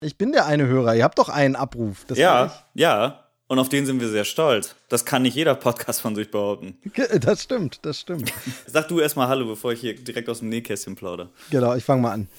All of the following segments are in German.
Ich bin der eine Hörer. Ihr habt doch einen Abruf. Das Ja. Und auf den sind wir sehr stolz. Das kann nicht jeder Podcast von sich behaupten. Das stimmt. Sag du erstmal Hallo, bevor ich hier direkt aus dem Nähkästchen plaudere. Genau, ich fange mal an.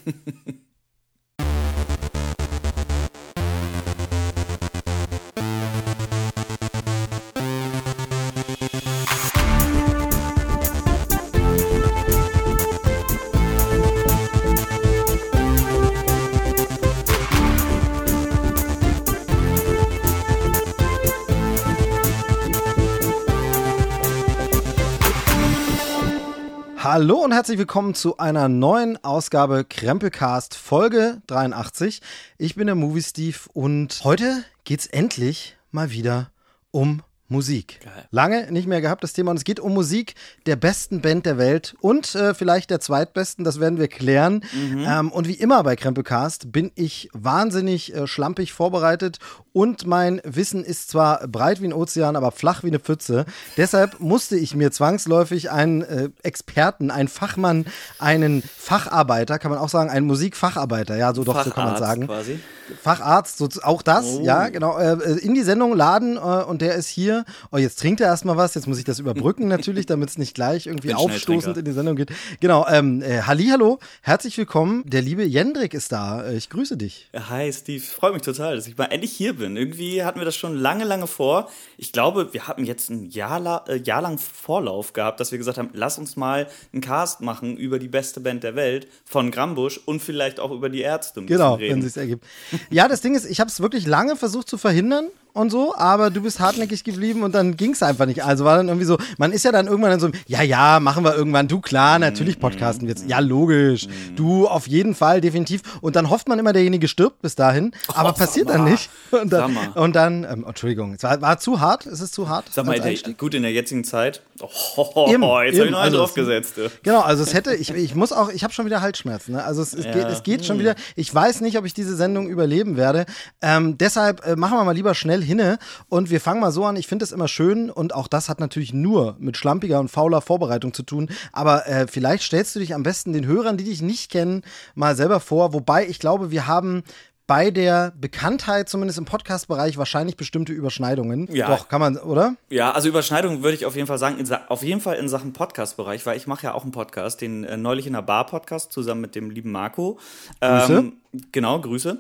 Hallo und herzlich willkommen zu einer neuen Ausgabe Krempelcast Folge 83. Ich bin der Movie Steve und heute geht's endlich mal wieder um Musik. Geil. Lange nicht mehr gehabt das Thema und es geht um Musik der besten Band der Welt und vielleicht der zweitbesten, das werden wir klären. Und wie immer bei Krempelcast bin ich wahnsinnig schlampig vorbereitet und mein Wissen ist zwar breit wie ein Ozean, aber flach wie eine Pfütze. Deshalb musste ich mir zwangsläufig einen Experten, einen Fachmann, einen Facharbeiter, kann man auch sagen, einen Musikfacharbeiter, ja, so doch, so kann man sagen. Quasi. Facharzt, so, auch das, ja, genau, in die Sendung laden und der ist hier. Oh, jetzt trinkt er erstmal was, jetzt muss ich das überbrücken natürlich, damit es nicht gleich irgendwie aufstoßend in die Sendung geht. Genau, Hallihallo, herzlich willkommen, der liebe Jendrik ist da, ich grüße dich. Hi Steve, freut mich total, dass ich mal endlich hier bin. Irgendwie hatten wir das schon lange vor. Ich glaube, wir hatten jetzt ein Jahr lang Vorlauf gehabt, dass wir gesagt haben, lass uns mal einen Cast machen über die beste Band der Welt von Grambusch und vielleicht auch über die Ärzte. Genau, wenn es sich ergibt. Ja, das Ding ist, ich habe es wirklich lange versucht zu verhindern und so, aber du bist hartnäckig geblieben und dann ging es einfach nicht. Also war dann irgendwie so, man ist ja dann irgendwann dann so, ja, machen wir irgendwann, du klar, natürlich podcasten wir jetzt. Ja, logisch, du auf jeden Fall, definitiv. Und dann hofft man immer, derjenige stirbt bis dahin, aber passiert dann nicht. Und dann Entschuldigung, es war zu hart, ist es zu hart? Sag mal, gut in der jetzigen Zeit, jetzt habe ich noch einen draufgesetzt. Genau, also es hätte, ich habe schon wieder Halsschmerzen, ne? Also es geht schon wieder, ich weiß nicht, ob ich diese Sendung überleben werde, deshalb machen wir mal lieber schnell hinne und wir fangen mal so an, ich finde es immer schön und auch das hat natürlich nur mit schlampiger und fauler Vorbereitung zu tun, aber vielleicht stellst du dich am besten den Hörern, die dich nicht kennen, mal selber vor, wobei ich glaube, wir haben bei der Bekanntheit, zumindest im Podcast-Bereich, wahrscheinlich bestimmte Überschneidungen. Ja. Doch, kann man, oder? Ja, also Überschneidungen würde ich auf jeden Fall sagen, auf jeden Fall in Sachen Podcast-Bereich, weil ich mache ja auch einen Podcast, den Neulich in der Bar-Podcast, zusammen mit dem lieben Marco. Grüße. Genau, Grüße.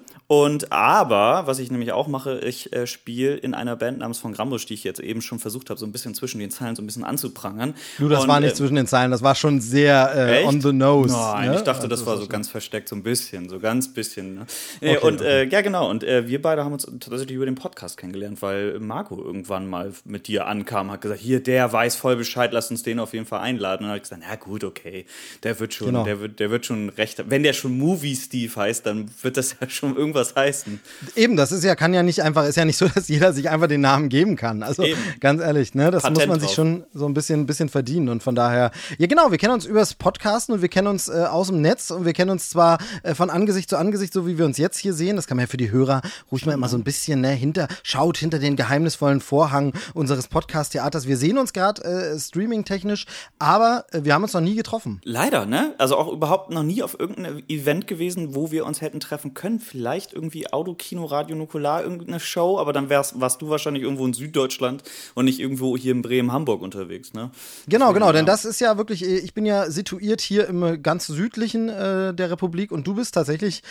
Aber, was ich nämlich auch mache, ich spiele in einer Band namens von Grambusch, die ich jetzt eben schon versucht habe, so ein bisschen zwischen den Zeilen so ein bisschen anzuprangern. Du, das war nicht zwischen den Zeilen, das war schon sehr on the nose. Nein, ne? Ich dachte, das war so ganz versteckt, so ganz bisschen. Ne? Okay. Ja, genau. Und wir beide haben uns tatsächlich über den Podcast kennengelernt, weil Marco irgendwann mal mit dir ankam, hat gesagt, hier, der weiß voll Bescheid, lass uns den auf jeden Fall einladen. Und dann habe ich gesagt, na gut, okay, der wird schon, genau. der wird schon recht. Wenn der schon Movie Steve heißt, dann wird das ja schon irgendwas heißen. Eben, das ist ja nicht so, dass jeder sich einfach den Namen geben kann. Also ganz ehrlich, ne, das Patent muss man sich schon so ein bisschen verdienen und von daher, ja genau, wir kennen uns übers Podcasten und wir kennen uns aus dem Netz und wir kennen uns zwar von Angesicht zu Angesicht, so wie wir uns jetzt hier sehen, das kann man ja für die Hörer ruhig mal immer so ein bisschen, ne, schaut hinter den geheimnisvollen Vorhang unseres Podcast-Theaters. Wir sehen uns gerade streaming-technisch, aber wir haben uns noch nie getroffen. Leider, ne? Also auch überhaupt noch nie auf irgendeinem Event gewesen, wo wir uns hätten treffen können. Vielleicht irgendwie Autokino, Radio Nukular, irgendeine Show, aber dann warst du wahrscheinlich irgendwo in Süddeutschland und nicht irgendwo hier in Bremen, Hamburg unterwegs, ne? Genau, denn das ist ja wirklich, ich bin ja situiert hier im ganz südlichen der Republik und du bist tatsächlich,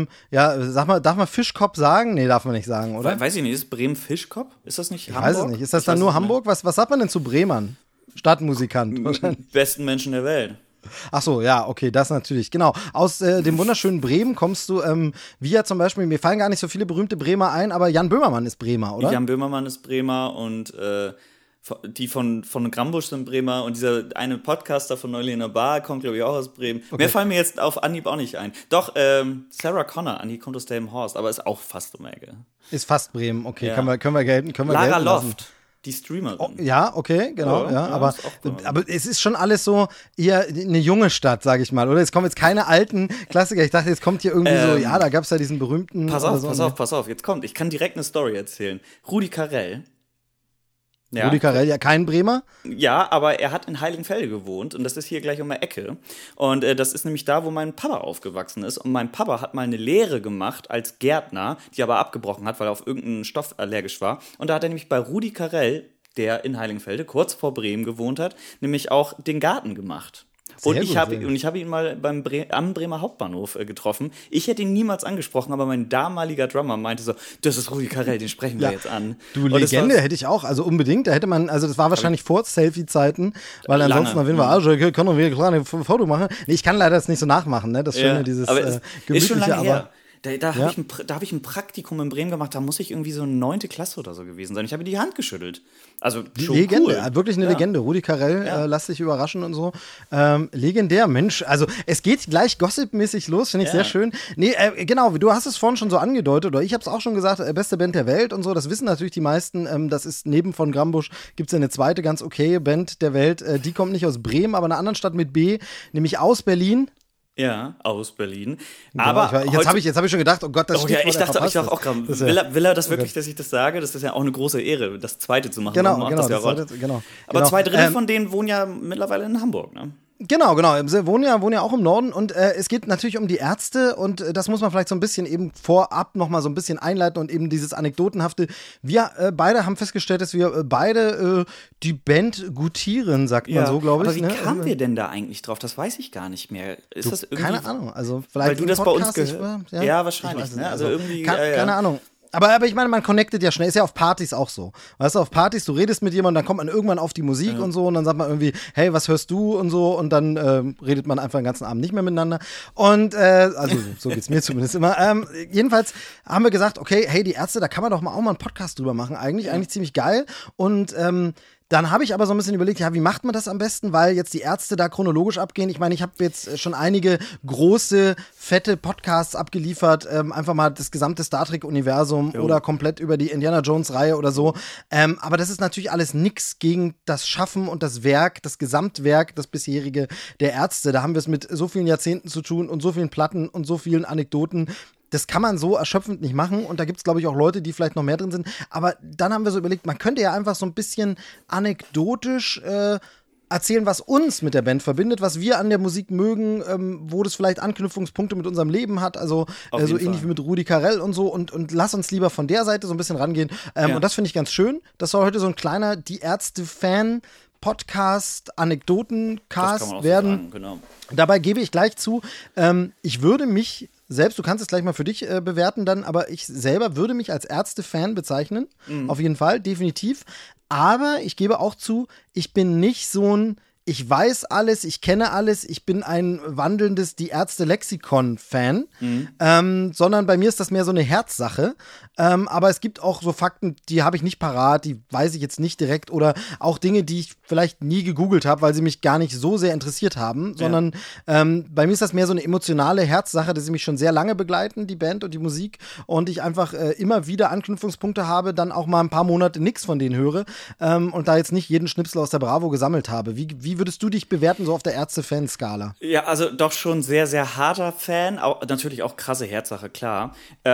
sag mal, darf man Fischkopf sagen? Nee, darf man nicht sagen, oder? Weiß ich nicht, ist Bremen Fischkopf? Ist das nicht Hamburg? Weiß es nicht, ist das dann nur Hamburg? Was sagt man denn zu Bremern? Stadtmusikant wahrscheinlich. Besten Menschen der Welt. Ach so, ja, okay, das natürlich, genau. Aus dem wunderschönen Bremen kommst du, wie ja zum Beispiel, mir fallen gar nicht so viele berühmte Bremer ein, aber Jan Böhmermann ist Bremer, oder? Jan Böhmermann ist Bremer und die von Grambusch sind Bremer und dieser eine Podcaster von Neulich in der Bar kommt, glaube ich, auch aus Bremen. Okay. Mehr fallen mir jetzt auf Anhieb auch nicht ein. Doch, Sarah Connor, die kommt aus Delmenhorst, aber ist auch fast um die Ecke. Ist fast Bremen, okay, ja. können wir gelten Lara lassen. Loft. Die Streamerin. Oh, ja, okay, genau, ja, aber es ist schon alles so eher eine junge Stadt, sage ich mal, oder? Es kommen jetzt keine alten Klassiker. Ich dachte, jetzt kommt hier irgendwie so, ja, da gab es ja diesen berühmten. Pass auf, jetzt kommt. Ich kann direkt eine Story erzählen. Rudi Carrell Ja. Rudi Carrell, ja kein Bremer. Ja, aber er hat in Heiligenfelde gewohnt und das ist hier gleich um die Ecke. Und das ist nämlich da, wo mein Papa aufgewachsen ist. Und mein Papa hat mal eine Lehre gemacht als Gärtner, die aber abgebrochen hat, weil er auf irgendeinen Stoff allergisch war. Und da hat er nämlich bei Rudi Carrell, der in Heiligenfelde kurz vor Bremen gewohnt hat, nämlich auch den Garten gemacht. Und ich habe ihn mal am Bremer Hauptbahnhof getroffen. Ich hätte ihn niemals angesprochen, aber mein damaliger Drummer meinte so, das ist Rudi Carrell, den sprechen wir jetzt an. Du, Legende hätte ich auch, also unbedingt. Da hätte man, also das war wahrscheinlich vor Selfie-Zeiten, weil ansonsten auf jeden Fall, können wir klar ein Foto machen. Nee, ich kann leider das nicht so nachmachen, ne? Das ist schon dieses gemütliche, ist schon lange her. Da habe ich ein Praktikum in Bremen gemacht, da muss ich irgendwie so 9. Klasse oder so gewesen sein. Ich habe die Hand geschüttelt. Also schon Legende, cool. wirklich eine Legende. Rudi Carrell, lass dich überraschen und so. Legendär, Mensch. Also es geht gleich gossipmäßig los, finde ich sehr schön. Nee, genau, du hast es vorhin schon so angedeutet, oder ich habe es auch schon gesagt, beste Band der Welt und so. Das wissen natürlich die meisten. Das ist neben von Grambusch, gibt es eine zweite ganz okay Band der Welt. Die kommt nicht aus Bremen, aber einer anderen Stadt mit B, nämlich aus Berlin. Ja, aus Berlin. Genau, aber jetzt habe ich schon gedacht, oh Gott, das Stichwort ich dachte auch gerade, will er das wirklich, dass ich das sage? Das ist ja auch eine große Ehre, das zweite zu machen. Genau. Aber 2/3 von denen wohnen ja mittlerweile in Hamburg, ne? Genau. Sie wohnen ja auch im Norden und es geht natürlich um die Ärzte und das muss man vielleicht so ein bisschen eben vorab nochmal so ein bisschen einleiten und eben dieses Anekdotenhafte. Wir beide haben festgestellt, dass wir beide die Band gutieren, sagt man so, glaube ich. Aber wie kamen wir denn da eigentlich drauf? Das weiß ich gar nicht mehr. Ist das irgendwie, keine Ahnung, also vielleicht weil du das Podcast, bei uns gehört? Ja, wahrscheinlich. Ne? Also irgendwie, keine Ahnung. Aber ich meine, man connectet ja schnell, ist ja auf Partys auch so. Weißt du, auf Partys, du redest mit jemandem, dann kommt man irgendwann auf die Musik und so und dann sagt man irgendwie, hey, was hörst du und so und dann redet man einfach den ganzen Abend nicht mehr miteinander. Und also so geht's mir zumindest immer. Jedenfalls haben wir gesagt, okay, hey, die Ärzte, da kann man doch mal auch mal einen Podcast drüber machen. Eigentlich ziemlich geil. Und dann habe ich aber so ein bisschen überlegt, ja, wie macht man das am besten, weil jetzt die Ärzte da chronologisch abgehen. Ich meine, ich habe jetzt schon einige große, fette Podcasts abgeliefert, einfach mal das gesamte Star Trek-Universum oder komplett über die Indiana Jones-Reihe oder so. Aber das ist natürlich alles nix gegen das Schaffen und das Werk, das Gesamtwerk, das bisherige der Ärzte. Da haben wir es mit so vielen Jahrzehnten zu tun und so vielen Platten und so vielen Anekdoten. Das kann man so erschöpfend nicht machen und da gibt es, glaube ich, auch Leute, die vielleicht noch mehr drin sind. Aber dann haben wir so überlegt, man könnte ja einfach so ein bisschen anekdotisch erzählen, was uns mit der Band verbindet, was wir an der Musik mögen, wo das vielleicht Anknüpfungspunkte mit unserem Leben hat, also so ähnlich wie mit Rudi Carrell und so und lass uns lieber von der Seite so ein bisschen rangehen. Und das finde ich ganz schön. Das soll heute so ein kleiner Die Ärzte-Fan Podcast, Anekdotencast werden. So sagen, genau. Dabei gebe ich gleich zu, ich würde mich selbst, du kannst es gleich mal für dich bewerten dann, aber ich selber würde mich als Ärzte-Fan bezeichnen. Auf jeden Fall, definitiv. Aber ich gebe auch zu, ich bin nicht so ein ich weiß alles, ich kenne alles, ich bin ein wandelndes Die Ärzte-Lexikon-Fan, sondern bei mir ist das mehr so eine Herzsache. Aber es gibt auch so Fakten, die habe ich nicht parat, die weiß ich jetzt nicht direkt oder auch Dinge, die ich vielleicht nie gegoogelt habe, weil sie mich gar nicht so sehr interessiert haben, sondern bei mir ist das mehr so eine emotionale Herzsache, dass sie mich schon sehr lange begleiten, die Band und die Musik und ich einfach immer wieder Anknüpfungspunkte habe, dann auch mal ein paar Monate nichts von denen höre und da jetzt nicht jeden Schnipsel aus der Bravo gesammelt habe. Wie würdest du dich bewerten, so auf der Ärzte-Fan-Skala? Ja, also doch schon sehr, sehr harter Fan, natürlich auch krasse Herzsache, klar.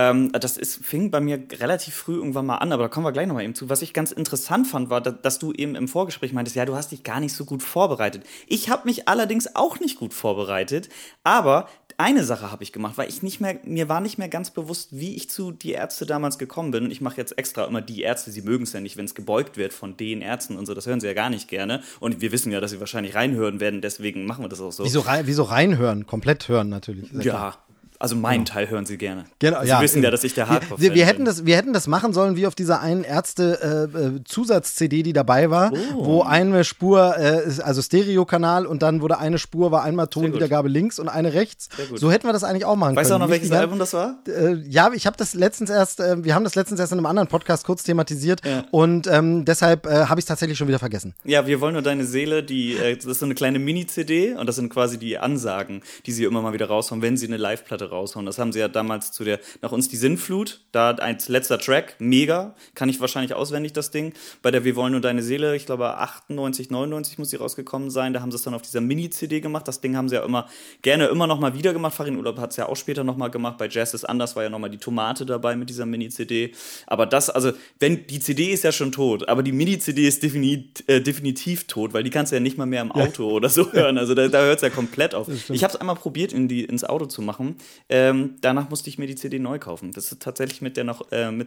Fing bei mir relativ früh irgendwann mal an, aber da kommen wir gleich nochmal eben zu. Was ich ganz interessant fand, war, dass du eben im Vorgespräch meintest, ja, du hast dich gar nicht so gut vorbereitet. Ich habe mich allerdings auch nicht gut vorbereitet, aber eine Sache habe ich gemacht, weil mir war nicht mehr ganz bewusst, wie ich zu Die Ärzte damals gekommen bin. Und ich mache jetzt extra immer Die Ärzte, sie mögen es ja nicht, wenn es gebeugt wird von den Ärzten und so, das hören sie ja gar nicht gerne. Und wir wissen ja, dass sie wahrscheinlich reinhören werden, deswegen machen wir das auch so. Wieso reinhören? Komplett hören natürlich. Ja. Also meinen Teil hören sie gerne. Genau, sie wissen ja, dass ich der Hardcore-Fan bin. Wir hätten das machen sollen, wie auf dieser einen Ärzte-Zusatz-CD, die dabei war, wo eine Spur, also Stereokanal und dann wurde eine Spur, war einmal Tonwiedergabe links und eine rechts. So hätten wir das eigentlich auch machen können. Weißt du auch noch, welches Album das war? Ja, wir haben das letztens erst in einem anderen Podcast kurz thematisiert und deshalb habe ich es tatsächlich schon wieder vergessen. Ja, wir wollen nur deine Seele, das ist so eine kleine Mini-CD und das sind quasi die Ansagen, die sie immer mal wieder raushauen, wenn sie eine Live-Platte raushauen. Das haben sie ja damals nach uns die Sinnflut, da als letzter Track, mega, kann ich wahrscheinlich auswendig das Ding. Bei der Wir wollen nur deine Seele, ich glaube 98, 99 muss sie rausgekommen sein, da haben sie es dann auf dieser Mini-CD gemacht. Das Ding haben sie ja immer noch mal wieder gemacht. Farin Urlaub hat es ja auch später noch mal gemacht. Bei Jazz ist anders, war ja noch mal die Tomate dabei mit dieser Mini-CD. Aber die CD ist ja schon tot, aber die Mini-CD ist definitiv tot, weil die kannst du ja nicht mal mehr im Auto oder so hören. Also da hört es ja komplett auf. Ich habe es einmal probiert, ins Auto zu machen. Danach musste ich mir die CD neu kaufen. Das ist tatsächlich mit der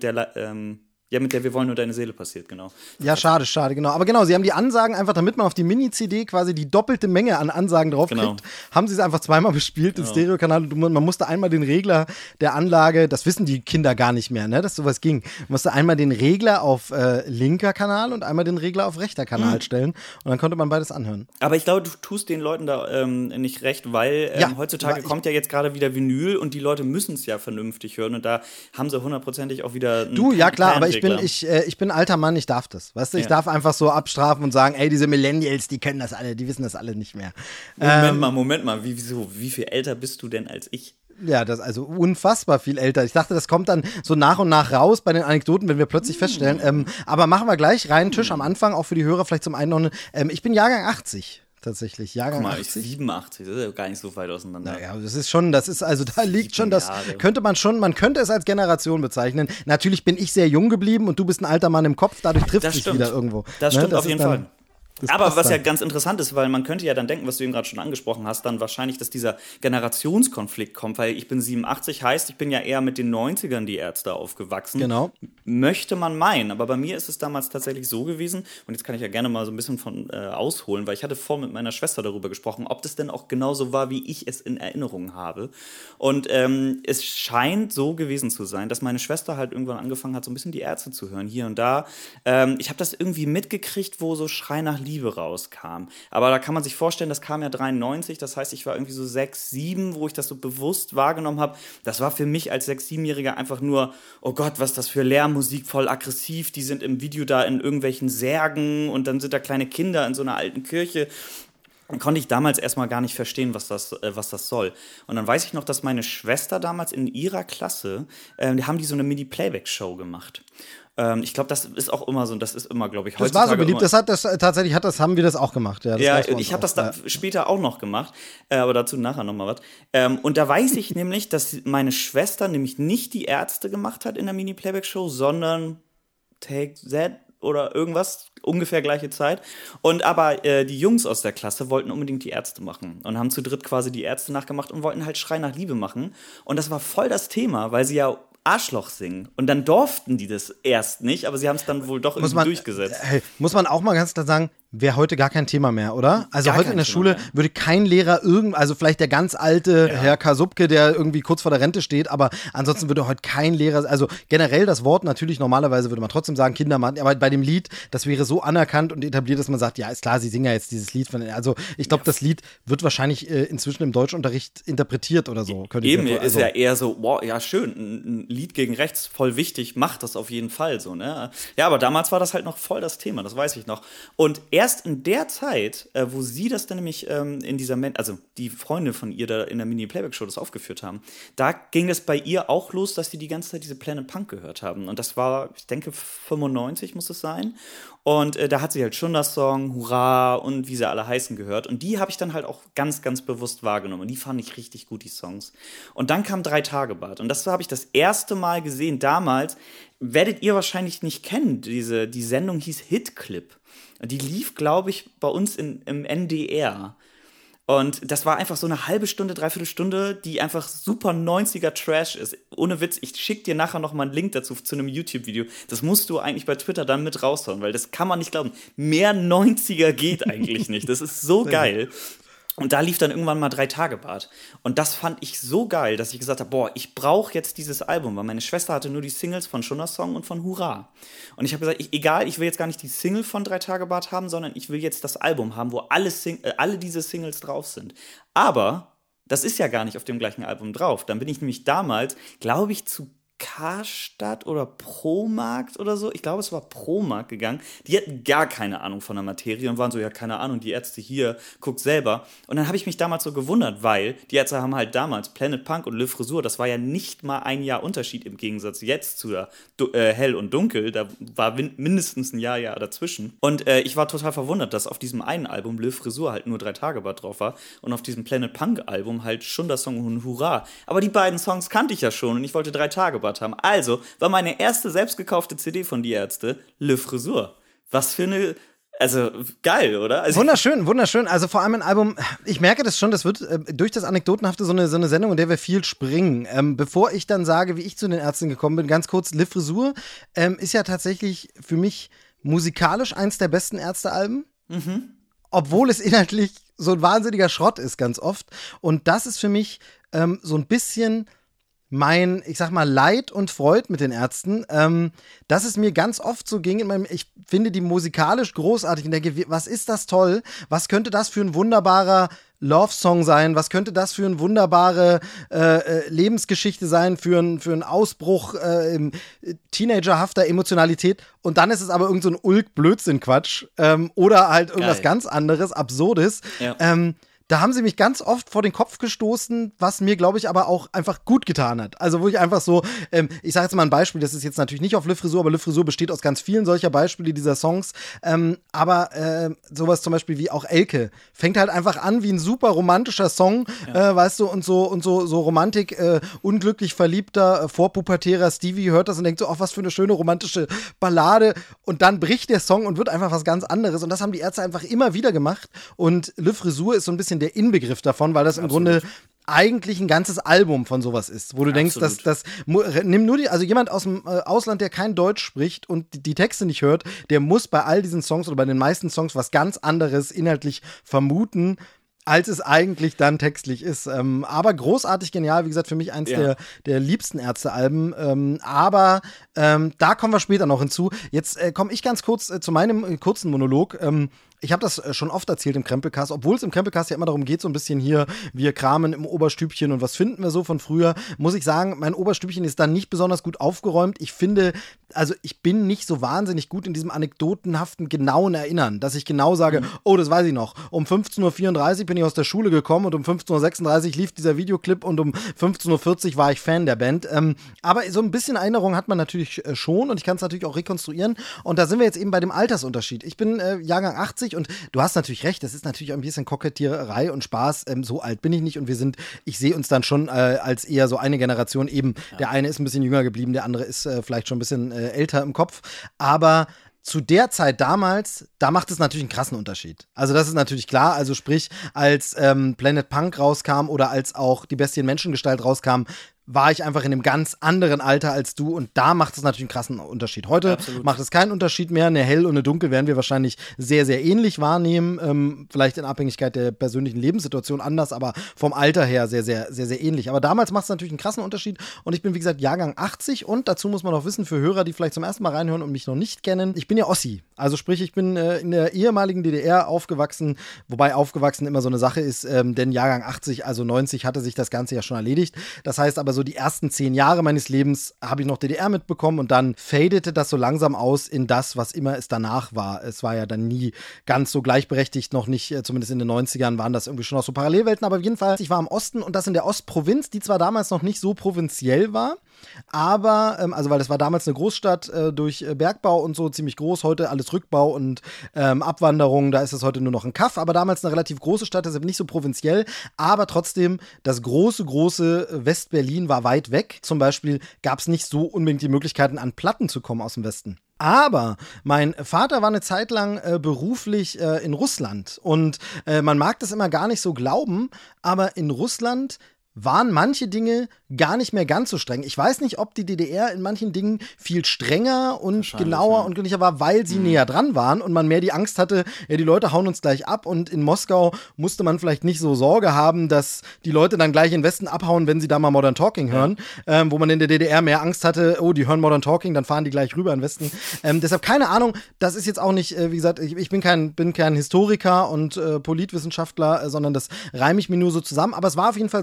Wir wollen nur deine Seele passiert, genau. Ja, schade, genau. Aber genau, sie haben die Ansagen einfach, damit man auf die Mini-CD quasi die doppelte Menge an Ansagen draufkriegt, haben sie es einfach zweimal bespielt im Stereokanal. Man musste einmal den Regler der Anlage, das wissen die Kinder gar nicht mehr, ne, dass sowas ging. Man musste einmal den Regler auf linker Kanal und einmal den Regler auf rechter Kanal stellen und dann konnte man beides anhören. Aber ich glaube, du tust den Leuten da nicht recht, weil heutzutage kommt ja jetzt gerade wieder Vinyl und die Leute müssen es ja vernünftig hören und da haben sie hundertprozentig auch wieder aber ich bin alter Mann, ich darf das. Weißt du, ich darf einfach so abstrafen und sagen, ey, diese Millennials, die können das alle, die wissen das alle nicht mehr. Moment mal, wie viel älter bist du denn als ich? Ja, das also unfassbar viel älter. Ich dachte, das kommt dann so nach und nach raus bei den Anekdoten, wenn wir plötzlich feststellen. Aber machen wir gleich reinen Tisch am Anfang, auch für die Hörer vielleicht zum Einordnen. Ich bin Jahrgang 80. Tatsächlich, Jahrgang 80. Ich 87, das ist ja gar nicht so weit auseinander. Naja, da liegt schon, das könnte man könnte es als Generation bezeichnen. Natürlich bin ich sehr jung geblieben und du bist ein alter Mann im Kopf, dadurch trifft es sich wieder irgendwo. Das stimmt auf jeden Fall. Aber was ja ganz interessant ist, weil man könnte ja dann denken, was du eben gerade schon angesprochen hast, dann wahrscheinlich, dass dieser Generationskonflikt kommt, weil ich bin 87, heißt, ich bin ja eher mit den 90ern die Ärzte aufgewachsen. Genau. Möchte man meinen, aber bei mir ist es damals tatsächlich so gewesen, und jetzt kann ich ja gerne mal so ein bisschen von ausholen, weil ich hatte vorhin mit meiner Schwester darüber gesprochen, ob das denn auch genauso war, wie ich es in Erinnerung habe. Und es scheint so gewesen zu sein, dass meine Schwester halt irgendwann angefangen hat, so ein bisschen die Ärzte zu hören, hier und da. Ich habe das irgendwie mitgekriegt, wo so Schrei nach Liebe rauskam. Aber da kann man sich vorstellen, das kam ja 93, das heißt, ich war irgendwie so 6, 7, wo ich das so bewusst wahrgenommen habe. Das war für mich als 6-, 7-Jähriger einfach nur, oh Gott, was ist das für Lärmmusik, voll aggressiv, die sind im Video da in irgendwelchen Särgen und dann sind da kleine Kinder in so einer alten Kirche. Dann konnte ich damals erstmal gar nicht verstehen, was das soll. Und dann weiß ich noch, dass meine Schwester damals in ihrer Klasse, haben die so eine Mini-Playback-Show gemacht. Ich glaube, das ist auch immer so, das ist immer, glaube ich, heutzutage. Das war so beliebt, haben wir das auch gemacht. Ja, ich habe das dann später auch noch gemacht, aber dazu nachher nochmal was. Und da weiß ich nämlich, dass meine Schwester nämlich nicht die Ärzte gemacht hat in der Mini-Playback-Show, sondern Take That oder irgendwas, ungefähr gleiche Zeit. Und aber die Jungs aus der Klasse wollten unbedingt die Ärzte machen und haben zu dritt quasi die Ärzte nachgemacht und wollten halt Schrei nach Liebe machen. Und das war voll das Thema, weil sie ja Arschloch singen. Und dann durften die das erst nicht, aber sie haben es dann wohl doch irgendwie durchgesetzt. Muss man auch mal ganz klar sagen, wäre heute gar kein Thema mehr, oder? Also heute in der Schule würde kein Lehrer also vielleicht der ganz alte Herr Kasubke, der irgendwie kurz vor der Rente steht, aber ansonsten würde heute kein Lehrer, also generell das Wort natürlich, normalerweise würde man trotzdem sagen Kindermann, aber bei dem Lied, das wäre so anerkannt und etabliert, dass man sagt, ja, ist klar, sie singen ja jetzt dieses Lied also ich glaube, das Lied wird wahrscheinlich inzwischen im Deutschunterricht interpretiert oder so. Eben, ist ja eher so, wow, ja schön, ein Lied gegen rechts, voll wichtig, macht das auf jeden Fall so, ne? Ja, aber damals war das halt noch voll das Thema, das weiß ich noch. Und erst in der Zeit, wo sie das dann nämlich in dieser, also die Freunde von ihr da in der Mini-Playback-Show das aufgeführt haben, da ging es bei ihr auch los, dass sie die ganze Zeit diese Planet Punk gehört haben. Und das war, ich denke, 95 muss es sein. Und da hat sie halt schon das Song Hurra und wie sie alle heißen gehört. Und die habe ich dann halt auch ganz, ganz bewusst wahrgenommen. Und die fand ich richtig gut, die Songs. Und dann kam 3 Tage Bad. Und das habe ich das erste Mal gesehen. Damals werdet ihr wahrscheinlich nicht kennen. Die Sendung hieß Hitclip. Die lief, glaube ich, bei uns im NDR. Und das war einfach so eine halbe Stunde, 3/4 Stunde, die einfach super 90er Trash ist. Ohne Witz, ich schick dir nachher noch mal einen Link dazu zu einem YouTube-Video. Das musst du eigentlich bei Twitter dann mit raushauen, weil das kann man nicht glauben. Mehr 90er geht eigentlich nicht. Das ist so geil. Und da lief dann irgendwann mal 3 Tage Bad. Und das fand ich so geil, dass ich gesagt habe, boah, ich brauche jetzt dieses Album, weil meine Schwester hatte nur die Singles von Schunner Song und von Hurra. Und ich habe gesagt, ich will jetzt gar nicht die Single von 3 Tage Bad haben, sondern ich will jetzt das Album haben, wo alle diese Singles drauf sind. Aber das ist ja gar nicht auf dem gleichen Album drauf. Dann bin ich nämlich damals, glaube ich, zu Karstadt oder Promarkt oder so. Ich glaube, es war Promarkt gegangen. Die hatten gar keine Ahnung von der Materie und waren so, ja, keine Ahnung, die Ärzte hier, guckt selber. Und dann habe ich mich damals so gewundert, weil die Ärzte haben halt damals Planet Punk und Le Frisur, das war ja nicht mal ein Jahr Unterschied im Gegensatz jetzt zu der Hell und Dunkel. Da war mindestens ein Jahr dazwischen. Und ich war total verwundert, dass auf diesem einen Album Le Frisur halt nur 3 Tage Bad drauf war und auf diesem Planet Punk Album halt schon das Song Hurra. Aber die beiden Songs kannte ich ja schon und ich wollte 3 Tage Bad haben. Also war meine erste selbst gekaufte CD von Die Ärzte Le Frisur. Was für eine... Also geil, oder? Also wunderschön, wunderschön. Also vor allem ein Album, ich merke das schon, das wird durch das Anekdotenhafte so eine Sendung, in der wir viel springen. Bevor ich dann sage, wie ich zu den Ärzten gekommen bin, ganz kurz, Le Frisur ist ja tatsächlich für mich musikalisch eins der besten Ärztealben. Obwohl es inhaltlich so ein wahnsinniger Schrott ist ganz oft. Und das ist für mich so ein bisschen mein, ich sag mal, Leid und Freud mit den Ärzten, dass es mir ganz oft so ging, ich finde die musikalisch großartig und denke, was ist das toll, was könnte das für ein wunderbarer Love-Song sein, was könnte das für eine wunderbare Lebensgeschichte sein, für einen Ausbruch teenagerhafter Emotionalität und dann ist es aber irgend so ein Ulk-Blödsinn-Quatsch oder halt irgendwas ganz anderes, Absurdes. Ja. Da haben sie mich ganz oft vor den Kopf gestoßen, was mir, glaube ich, aber auch einfach gut getan hat. Also wo ich einfach so, ich sage jetzt mal ein Beispiel, das ist jetzt natürlich nicht auf Le Frisur, aber Le Frisur besteht aus ganz vielen solcher Beispiele dieser Songs. Aber sowas zum Beispiel wie auch Elke fängt halt einfach an wie ein super romantischer Song, weißt du, und so Romantik, unglücklich verliebter, vorpubertärer Stevie hört das und denkt so, ach, was für eine schöne romantische Ballade. Und dann bricht der Song und wird einfach was ganz anderes. Und das haben die Ärzte einfach immer wieder gemacht. Und Le Frisur ist so ein bisschen der Inbegriff davon, weil das im Grunde eigentlich ein ganzes Album von sowas ist, wo du denkst, nimm nur also jemand aus dem Ausland, der kein Deutsch spricht und die Texte nicht hört, der muss bei all diesen Songs oder bei den meisten Songs was ganz anderes inhaltlich vermuten, als es eigentlich dann textlich ist. Aber großartig genial, wie gesagt, für mich eins der liebsten Ärztealben. Aber da kommen wir später noch hinzu. Jetzt komme ich ganz kurz zu meinem kurzen Monolog. Ich habe das schon oft erzählt im Krempelcast, obwohl es im Krempelcast ja immer darum geht, so ein bisschen hier, wir kramen im Oberstübchen und was finden wir so von früher, muss ich sagen, mein Oberstübchen ist dann nicht besonders gut aufgeräumt. Ich finde, also ich bin nicht so wahnsinnig gut in diesem anekdotenhaften, genauen Erinnern, dass ich genau sage, oh, das weiß ich noch, um 15:34 Uhr bin ich aus der Schule gekommen und um 15:36 Uhr lief dieser Videoclip und um 15:40 Uhr war ich Fan der Band. Aber so ein bisschen Erinnerung hat man natürlich schon und ich kann es natürlich auch rekonstruieren und da sind wir jetzt eben bei dem Altersunterschied. Ich bin Jahrgang 80 und du hast natürlich recht, das ist natürlich ein bisschen Kokettiererei und Spaß, so alt bin ich nicht und ich sehe uns dann schon als eher so eine Generation eben, der eine ist ein bisschen jünger geblieben, der andere ist vielleicht schon ein bisschen älter im Kopf, aber zu der Zeit damals, da macht es natürlich einen krassen Unterschied. Also das ist natürlich klar, also sprich, als Planet Punk rauskam oder als auch die Bestien Menschengestalt rauskam, war ich einfach in einem ganz anderen Alter als du und da macht es natürlich einen krassen Unterschied. Heute macht es keinen Unterschied mehr. Eine Hell und eine Dunkel werden wir wahrscheinlich sehr, sehr ähnlich wahrnehmen. Vielleicht in Abhängigkeit der persönlichen Lebenssituation anders, aber vom Alter her sehr, sehr, sehr, sehr ähnlich. Aber damals macht es natürlich einen krassen Unterschied und ich bin, wie gesagt, Jahrgang 80 und dazu muss man auch wissen, für Hörer, die vielleicht zum ersten Mal reinhören und mich noch nicht kennen, ich bin ja Ossi. Also sprich, ich bin in der ehemaligen DDR aufgewachsen, wobei aufgewachsen immer so eine Sache ist, denn Jahrgang 80, also 90 hatte sich das Ganze ja schon erledigt. Das heißt aber so die ersten 10 Jahre meines Lebens habe ich noch DDR mitbekommen und dann fadete das so langsam aus in das, was immer es danach war. Es war ja dann nie ganz so gleichberechtigt, noch nicht, zumindest in den 90ern waren das irgendwie schon noch so Parallelwelten, aber jedenfalls, ich war im Osten und das in der Ostprovinz, die zwar damals noch nicht so provinziell war, aber, also weil das war damals eine Großstadt durch Bergbau und so ziemlich groß, heute alles Rückbau und Abwanderung, da ist es heute nur noch ein Kaff, aber damals eine relativ große Stadt, deshalb nicht so provinziell, aber trotzdem das große West-Berlin war weit weg. Zum Beispiel gab es nicht so unbedingt die Möglichkeiten, an Platten zu kommen aus dem Westen. Aber mein Vater war eine Zeit lang beruflich in Russland und man mag das immer gar nicht so glauben, aber in Russland waren manche Dinge gar nicht mehr ganz so streng. Ich weiß nicht, ob die DDR in manchen Dingen viel strenger und genauer und gründlicher war, weil sie näher dran waren und man mehr die Angst hatte, ja, die Leute hauen uns gleich ab und in Moskau musste man vielleicht nicht so Sorge haben, dass die Leute dann gleich in den Westen abhauen, wenn sie da mal Modern Talking hören, wo man in der DDR mehr Angst hatte, oh, die hören Modern Talking, dann fahren die gleich rüber in den Westen. Deshalb keine Ahnung, das ist jetzt auch nicht, wie gesagt, ich bin kein Historiker und Politwissenschaftler, sondern das reime ich mir nur so zusammen, aber es war auf jeden Fall so, dass bestimmte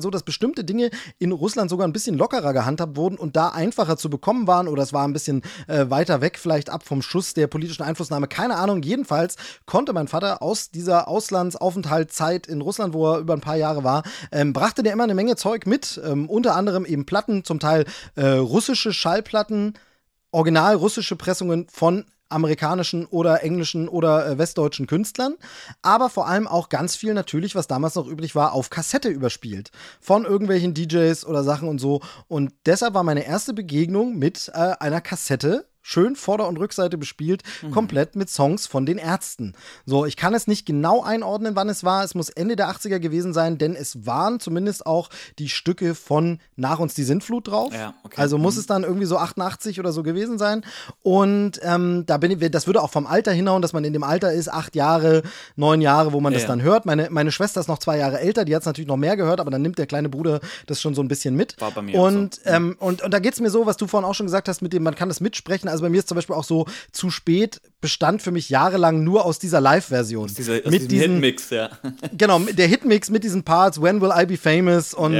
bestimmte Dinge in Russland sogar ein bisschen lockerer gehandhabt wurden und da einfacher zu bekommen waren oder es war ein bisschen weiter weg, vielleicht ab vom Schuss der politischen Einflussnahme, keine Ahnung. Jedenfalls konnte mein Vater aus dieser Auslandsaufenthaltszeit in Russland, wo er über ein paar Jahre war, brachte der immer eine Menge Zeug mit, unter anderem eben Platten, zum Teil russische Schallplatten, original russische Pressungen von amerikanischen oder englischen oder westdeutschen Künstlern, aber vor allem auch ganz viel natürlich, was damals noch üblich war, auf Kassette überspielt. Von irgendwelchen DJs oder Sachen und so. Und deshalb war meine erste Begegnung mit einer Kassette, schön Vorder- und Rückseite bespielt, komplett mit Songs von den Ärzten. So, ich kann es nicht genau einordnen, wann es war. Es muss Ende der 80er gewesen sein, denn es waren zumindest auch die Stücke von Nach uns die Sintflut drauf. Ja, okay. Also muss es dann irgendwie so 88 oder so gewesen sein. Und das würde auch vom Alter hinhauen, dass man in dem Alter ist, 8 Jahre, 9 Jahre, wo man das dann hört. Meine Schwester ist noch 2 Jahre älter, die hat es natürlich noch mehr gehört, aber dann nimmt der kleine Bruder das schon so ein bisschen mit. War bei mir und, so. Und da geht es mir so, was du vorhin auch schon gesagt hast, mit dem, man kann das mitsprechen. Also bei mir ist zum Beispiel auch so, zu spät bestand für mich jahrelang nur aus dieser Live-Version. Aus diesem Hitmix, ja. Genau, der Hitmix mit diesen Parts, When Will I Be Famous und,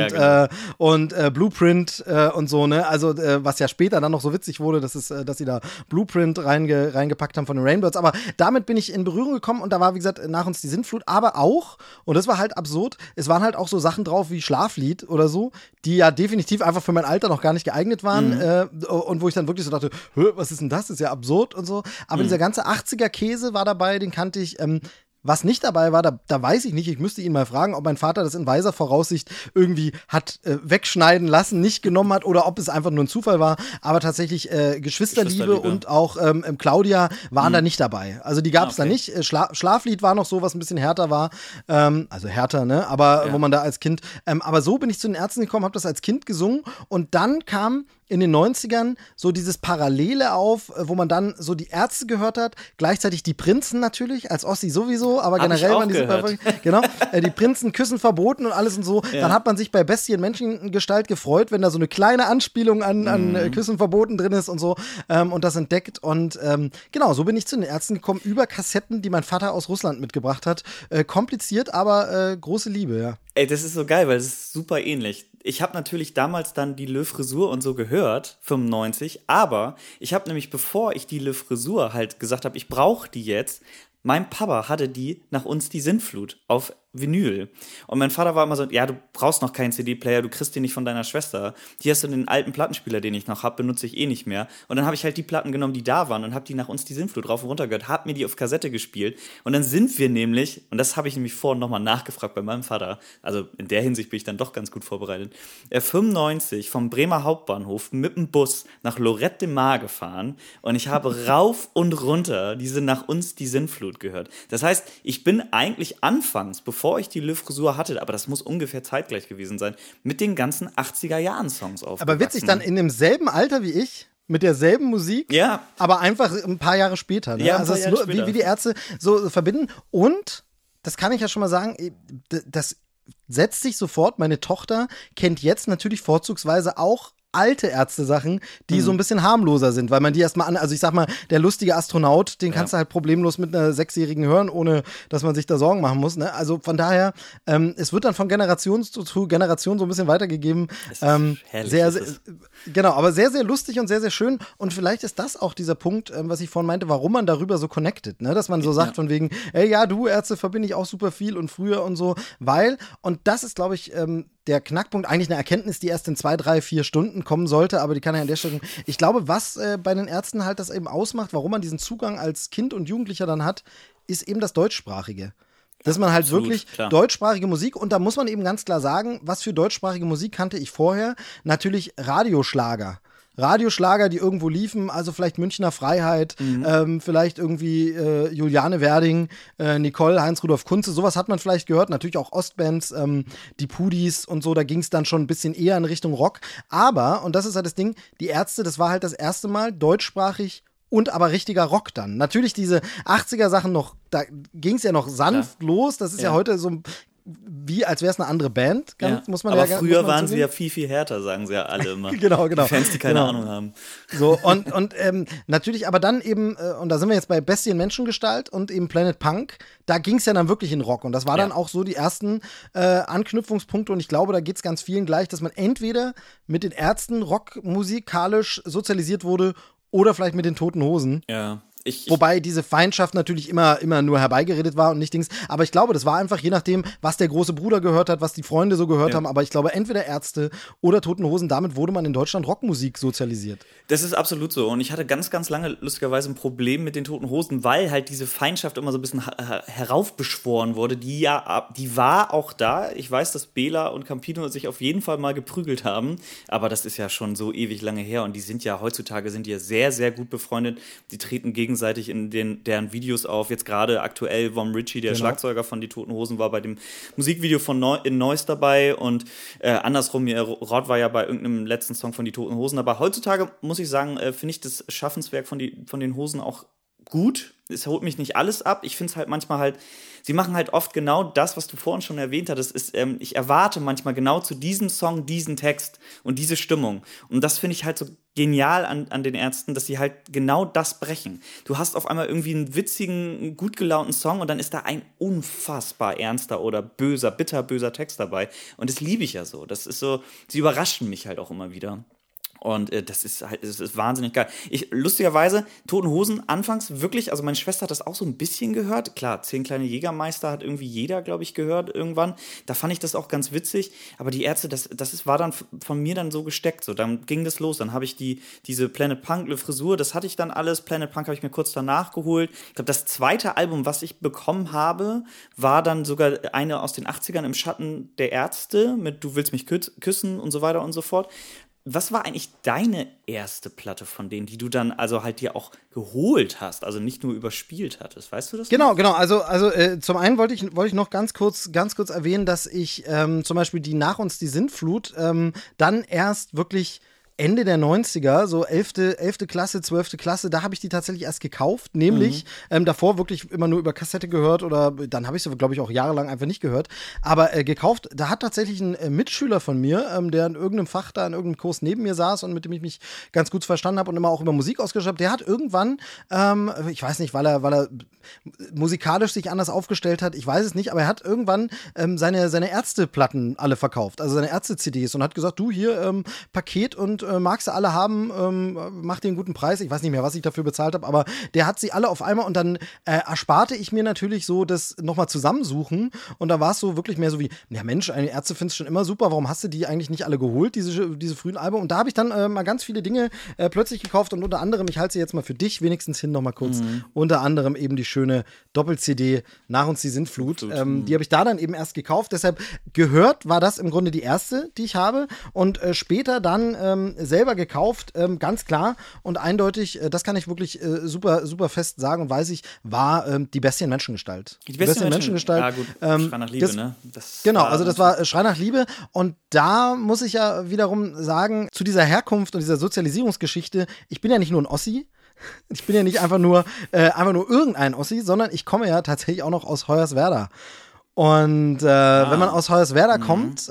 Blueprint und so, ne? Also, was ja später dann noch so witzig wurde, dass sie da Blueprint reingepackt haben von den Rainbirds. Aber damit bin ich in Berührung gekommen und da war, wie gesagt, Nach uns die Sintflut, aber auch, und das war halt absurd, es waren halt auch so Sachen drauf wie Schlaflied oder so, die ja definitiv einfach für mein Alter noch gar nicht geeignet waren und wo ich dann wirklich so dachte, was ist denn das? Das ist ja absurd und so. Aber dieser ganze 80er-Käse war dabei, den kannte ich. Was nicht dabei war, da weiß ich nicht, ich müsste ihn mal fragen, ob mein Vater das in weiser Voraussicht irgendwie hat wegschneiden lassen, nicht genommen hat oder ob es einfach nur ein Zufall war. Aber tatsächlich Geschwisterliebe und auch Claudia waren da nicht dabei. Also die gab es da nicht. Schlaflied war noch so, was ein bisschen härter war. Also härter, ne? Aber wo man da als Kind aber so bin ich zu den Ärzten gekommen, habe das als Kind gesungen und dann kam in den 90ern so dieses Parallele auf, wo man dann so die Ärzte gehört hat, gleichzeitig die Prinzen natürlich, als Ossi sowieso, aber generell waren die super, genau, die Prinzen küssen verboten und alles und so. Ja. Dann hat man sich bei Bestie in Menschengestalt gefreut, wenn da so eine kleine Anspielung an Küssen verboten drin ist und so und das entdeckt und genau, so bin ich zu den Ärzten gekommen, über Kassetten, die mein Vater aus Russland mitgebracht hat. Kompliziert, aber große Liebe, ja. Ey, das ist so geil, weil es ist super ähnlich. Ich habe natürlich damals dann die Le Frisur und so gehört, 95, aber ich habe nämlich, bevor ich die Le Frisur halt gesagt habe, ich brauche die jetzt, mein Papa hatte die Nach uns die Sintflut auf Vinyl. Und mein Vater war immer so, ja, du brauchst noch keinen CD-Player, du kriegst den nicht von deiner Schwester. Hier hast du den alten Plattenspieler, den ich noch habe, benutze ich eh nicht mehr. Und dann habe ich halt die Platten genommen, die da waren und habe die Nach uns die Sintflut rauf und runter gehört, habe mir die auf Kassette gespielt. Und dann sind wir nämlich, und das habe ich nämlich vorhin nochmal nachgefragt bei meinem Vater, also in der Hinsicht bin ich dann doch ganz gut vorbereitet, 95 vom Bremer Hauptbahnhof mit dem Bus nach Lorette de Mar gefahren und ich habe rauf und runter diese Nach uns die Sintflut gehört. Das heißt, ich bin eigentlich anfangs, bevor ich die Le Frisur hatte, aber das muss ungefähr zeitgleich gewesen sein, mit den ganzen 80er-Jahren-Songs aufgewachsen. Aber witzig, dann in demselben Alter wie ich, mit derselben Musik, aber einfach ein paar Jahre später. Ne? Ja, also Jahre später. Wie die Ärzte so verbinden. Und, das kann ich ja schon mal sagen, das setzt sich sofort, meine Tochter kennt jetzt natürlich vorzugsweise auch alte Ärzte-Sachen, die so ein bisschen harmloser sind, weil man die erstmal also ich sag mal, der lustige Astronaut, den kannst du halt problemlos mit einer 6-Jährigen hören, ohne dass man sich da Sorgen machen muss. Ne? Also von daher, es wird dann von Generation zu Generation so ein bisschen weitergegeben. Herrlich genau, aber sehr, sehr lustig und sehr, sehr schön. Und vielleicht ist das auch dieser Punkt, was ich vorhin meinte, warum man darüber so connected, ne? Dass man so sagt von wegen, ey, ja, du Ärzte verbinde ich auch super viel und früher und so, weil, und das ist, glaube ich, der Knackpunkt, eigentlich eine Erkenntnis, die erst in 2, 3, 4 Stunden kommen sollte, aber die kann ja an der Stelle, ich glaube, was bei den Ärzten halt das eben ausmacht, warum man diesen Zugang als Kind und Jugendlicher dann hat, ist eben das Deutschsprachige. Dass man halt absolut, wirklich klar. deutschsprachige Musik, und da muss man eben ganz klar sagen, was für deutschsprachige Musik kannte ich vorher? Natürlich Radioschlager. Radioschlager, die irgendwo liefen, also vielleicht Münchner Freiheit, vielleicht irgendwie Juliane Werding, Nicole, Heinz-Rudolf Kunze, sowas hat man vielleicht gehört, natürlich auch Ostbands, die Pudis und so, da ging es dann schon ein bisschen eher in Richtung Rock, aber, und das ist halt das Ding, die Ärzte, das war halt das erste Mal deutschsprachig und aber richtiger Rock dann. Natürlich diese 80er-Sachen noch, da ging es ja noch sanft los, das ist ja heute so wie als wäre es eine andere Band. Muss man aber früher waren sie ja viel, viel härter, sagen sie ja alle immer. Genau. Die Fans, die keine Ahnung haben. So, und natürlich, aber dann eben, und da sind wir jetzt bei Bestie in Menschengestalt und eben Planet Punk, da ging es ja dann wirklich in Rock. Und das war dann auch so die ersten Anknüpfungspunkte. Und ich glaube, da geht es ganz vielen gleich, dass man entweder mit den Ärzten rockmusikalisch sozialisiert wurde oder vielleicht mit den Toten Hosen. Ja. Wobei diese Feindschaft natürlich immer nur herbeigeredet war und nicht Dings. Aber ich glaube, das war einfach je nachdem, was der große Bruder gehört hat, was die Freunde so gehört haben. Aber ich glaube, entweder Ärzte oder Toten Hosen, damit wurde man in Deutschland Rockmusik sozialisiert. Das ist absolut so. Und ich hatte ganz, ganz lange lustigerweise ein Problem mit den Toten Hosen, weil halt diese Feindschaft immer so ein bisschen heraufbeschworen wurde. Die war auch da. Ich weiß, dass Bela und Campino sich auf jeden Fall mal geprügelt haben. Aber das ist ja schon so ewig lange her. Und die sind ja heutzutage sehr, sehr gut befreundet. Die treten gegenseitig in deren Videos auf. Jetzt gerade aktuell Vom Ritchie, der Schlagzeuger von Die Toten Hosen, war bei dem Musikvideo von in Neuss dabei und andersrum, Rod war ja bei irgendeinem letzten Song von Die Toten Hosen. Aber heutzutage, muss ich sagen, finde ich das Schaffenswerk von den Hosen auch gut. Es holt mich nicht alles ab. Ich finde es halt manchmal halt, sie machen halt oft genau das, was du vorhin schon erwähnt hattest. Ich erwarte manchmal genau zu diesem Song diesen Text und diese Stimmung. Und das finde ich halt so genial an den Ärzten, dass sie halt genau das brechen. Du hast auf einmal irgendwie einen witzigen, gut gelaunten Song und dann ist da ein unfassbar ernster oder bitterböser Text dabei. Und das liebe ich ja so. Das ist so, sie überraschen mich halt auch immer wieder. Und das ist wahnsinnig geil. Lustigerweise, Toten Hosen anfangs wirklich, also meine Schwester hat das auch so ein bisschen gehört. Klar, 10 kleine Jägermeister hat irgendwie jeder, glaube ich, gehört irgendwann. Da fand ich das auch ganz witzig. Aber die Ärzte, war dann von mir dann so gesteckt. So, dann ging das los. Dann habe ich diese Planet Punk Le Frisur, das hatte ich dann alles. Planet Punk habe ich mir kurz danach geholt. Ich glaube, das zweite Album, was ich bekommen habe, war dann sogar eine aus den 80ern im Schatten der Ärzte mit Du willst mich küssen und so weiter und so fort. Was war eigentlich deine erste Platte von denen, die du dann also halt dir auch geholt hast, also nicht nur überspielt hattest? Weißt du das? Genau. Also zum einen wollte ich noch ganz kurz erwähnen, dass ich zum Beispiel die Nach uns die Sintflut dann erst wirklich Ende der 90er, so 11. Klasse, 12. Klasse, da habe ich die tatsächlich erst gekauft, nämlich davor wirklich immer nur über Kassette gehört oder dann habe ich sie, glaube ich, auch jahrelang einfach nicht gehört, aber gekauft, da hat tatsächlich ein Mitschüler von mir, der in irgendeinem Fach da, in irgendeinem Kurs neben mir saß und mit dem ich mich ganz gut verstanden habe und immer auch über Musik ausgeschaut habe, der hat irgendwann, ich weiß nicht, weil er musikalisch sich anders aufgestellt hat, ich weiß es nicht, aber er hat irgendwann seine Ärzteplatten alle verkauft, also seine Ärzte-CDs und hat gesagt, du hier, Paket und magst du alle haben, mach dir einen guten Preis. Ich weiß nicht mehr, was ich dafür bezahlt habe, aber der hat sie alle auf einmal und dann ersparte ich mir natürlich so das nochmal zusammensuchen und da war es so wirklich mehr so wie, ja Mensch, eine Ärzte findest schon immer super, warum hast du die eigentlich nicht alle geholt, diese frühen Alben? Und da habe ich dann mal ganz viele Dinge plötzlich gekauft und unter anderem, ich halte sie jetzt mal für dich wenigstens hin nochmal kurz, unter anderem eben die schöne Doppel-CD Nach uns die Sintflut. Die habe ich da dann eben erst gekauft, deshalb gehört war das im Grunde die erste, die ich habe und später dann selber gekauft, ganz klar und eindeutig, das kann ich wirklich super, super fest sagen und weiß ich, war die Bestie in Menschengestalt. Die Bestie in Menschengestalt. Ja gut, Schrei nach Liebe, ne? Das war Schrei nach Liebe und da muss ich ja wiederum sagen, zu dieser Herkunft und dieser Sozialisierungsgeschichte, ich bin ja nicht nur ein Ossi, ich bin ja nicht einfach nur irgendein Ossi, sondern ich komme ja tatsächlich auch noch aus Hoyerswerda. Und wenn man aus Hoyerswerda kommt,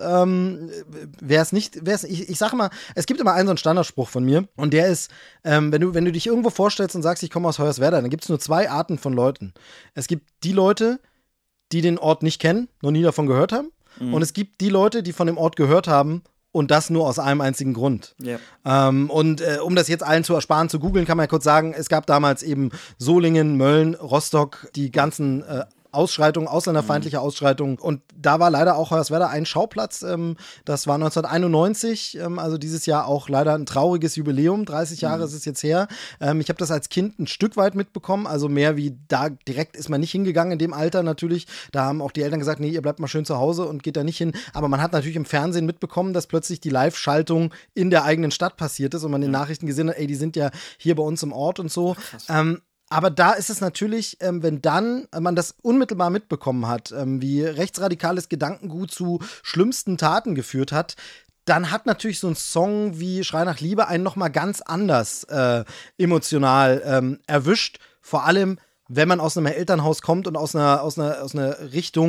ich sage mal, es gibt immer einen so einen Standardspruch von mir und der ist, wenn du dich irgendwo vorstellst und sagst, ich komme aus Hoyerswerda, dann gibt es nur 2 Arten von Leuten. Es gibt die Leute, die den Ort nicht kennen, noch nie davon gehört haben und es gibt die Leute, die von dem Ort gehört haben und das nur aus einem einzigen Grund. Yeah. Um das jetzt allen zu ersparen, zu googeln, kann man ja kurz sagen, es gab damals eben Solingen, Mölln, Rostock, die ganzen Ausschreitungen, ausländerfeindliche Ausschreitungen. Und da war leider auch Hoyerswerda ein Schauplatz. Das war 1991, also dieses Jahr auch leider ein trauriges Jubiläum. 30 Jahre ist es jetzt her. Ich habe das als Kind ein Stück weit mitbekommen. Also mehr wie da direkt ist man nicht hingegangen in dem Alter natürlich. Da haben auch die Eltern gesagt, nee, ihr bleibt mal schön zu Hause und geht da nicht hin. Aber man hat natürlich im Fernsehen mitbekommen, dass plötzlich die Live-Schaltung in der eigenen Stadt passiert ist und man in den Nachrichten gesehen hat, ey, die sind ja hier bei uns im Ort und so. Aber da ist es natürlich, wenn dann man das unmittelbar mitbekommen hat, wie rechtsradikales Gedankengut zu schlimmsten Taten geführt hat, dann hat natürlich so ein Song wie Schrei nach Liebe einen nochmal ganz anders emotional erwischt. Vor allem, wenn man aus einem Elternhaus kommt und aus einer Richtung,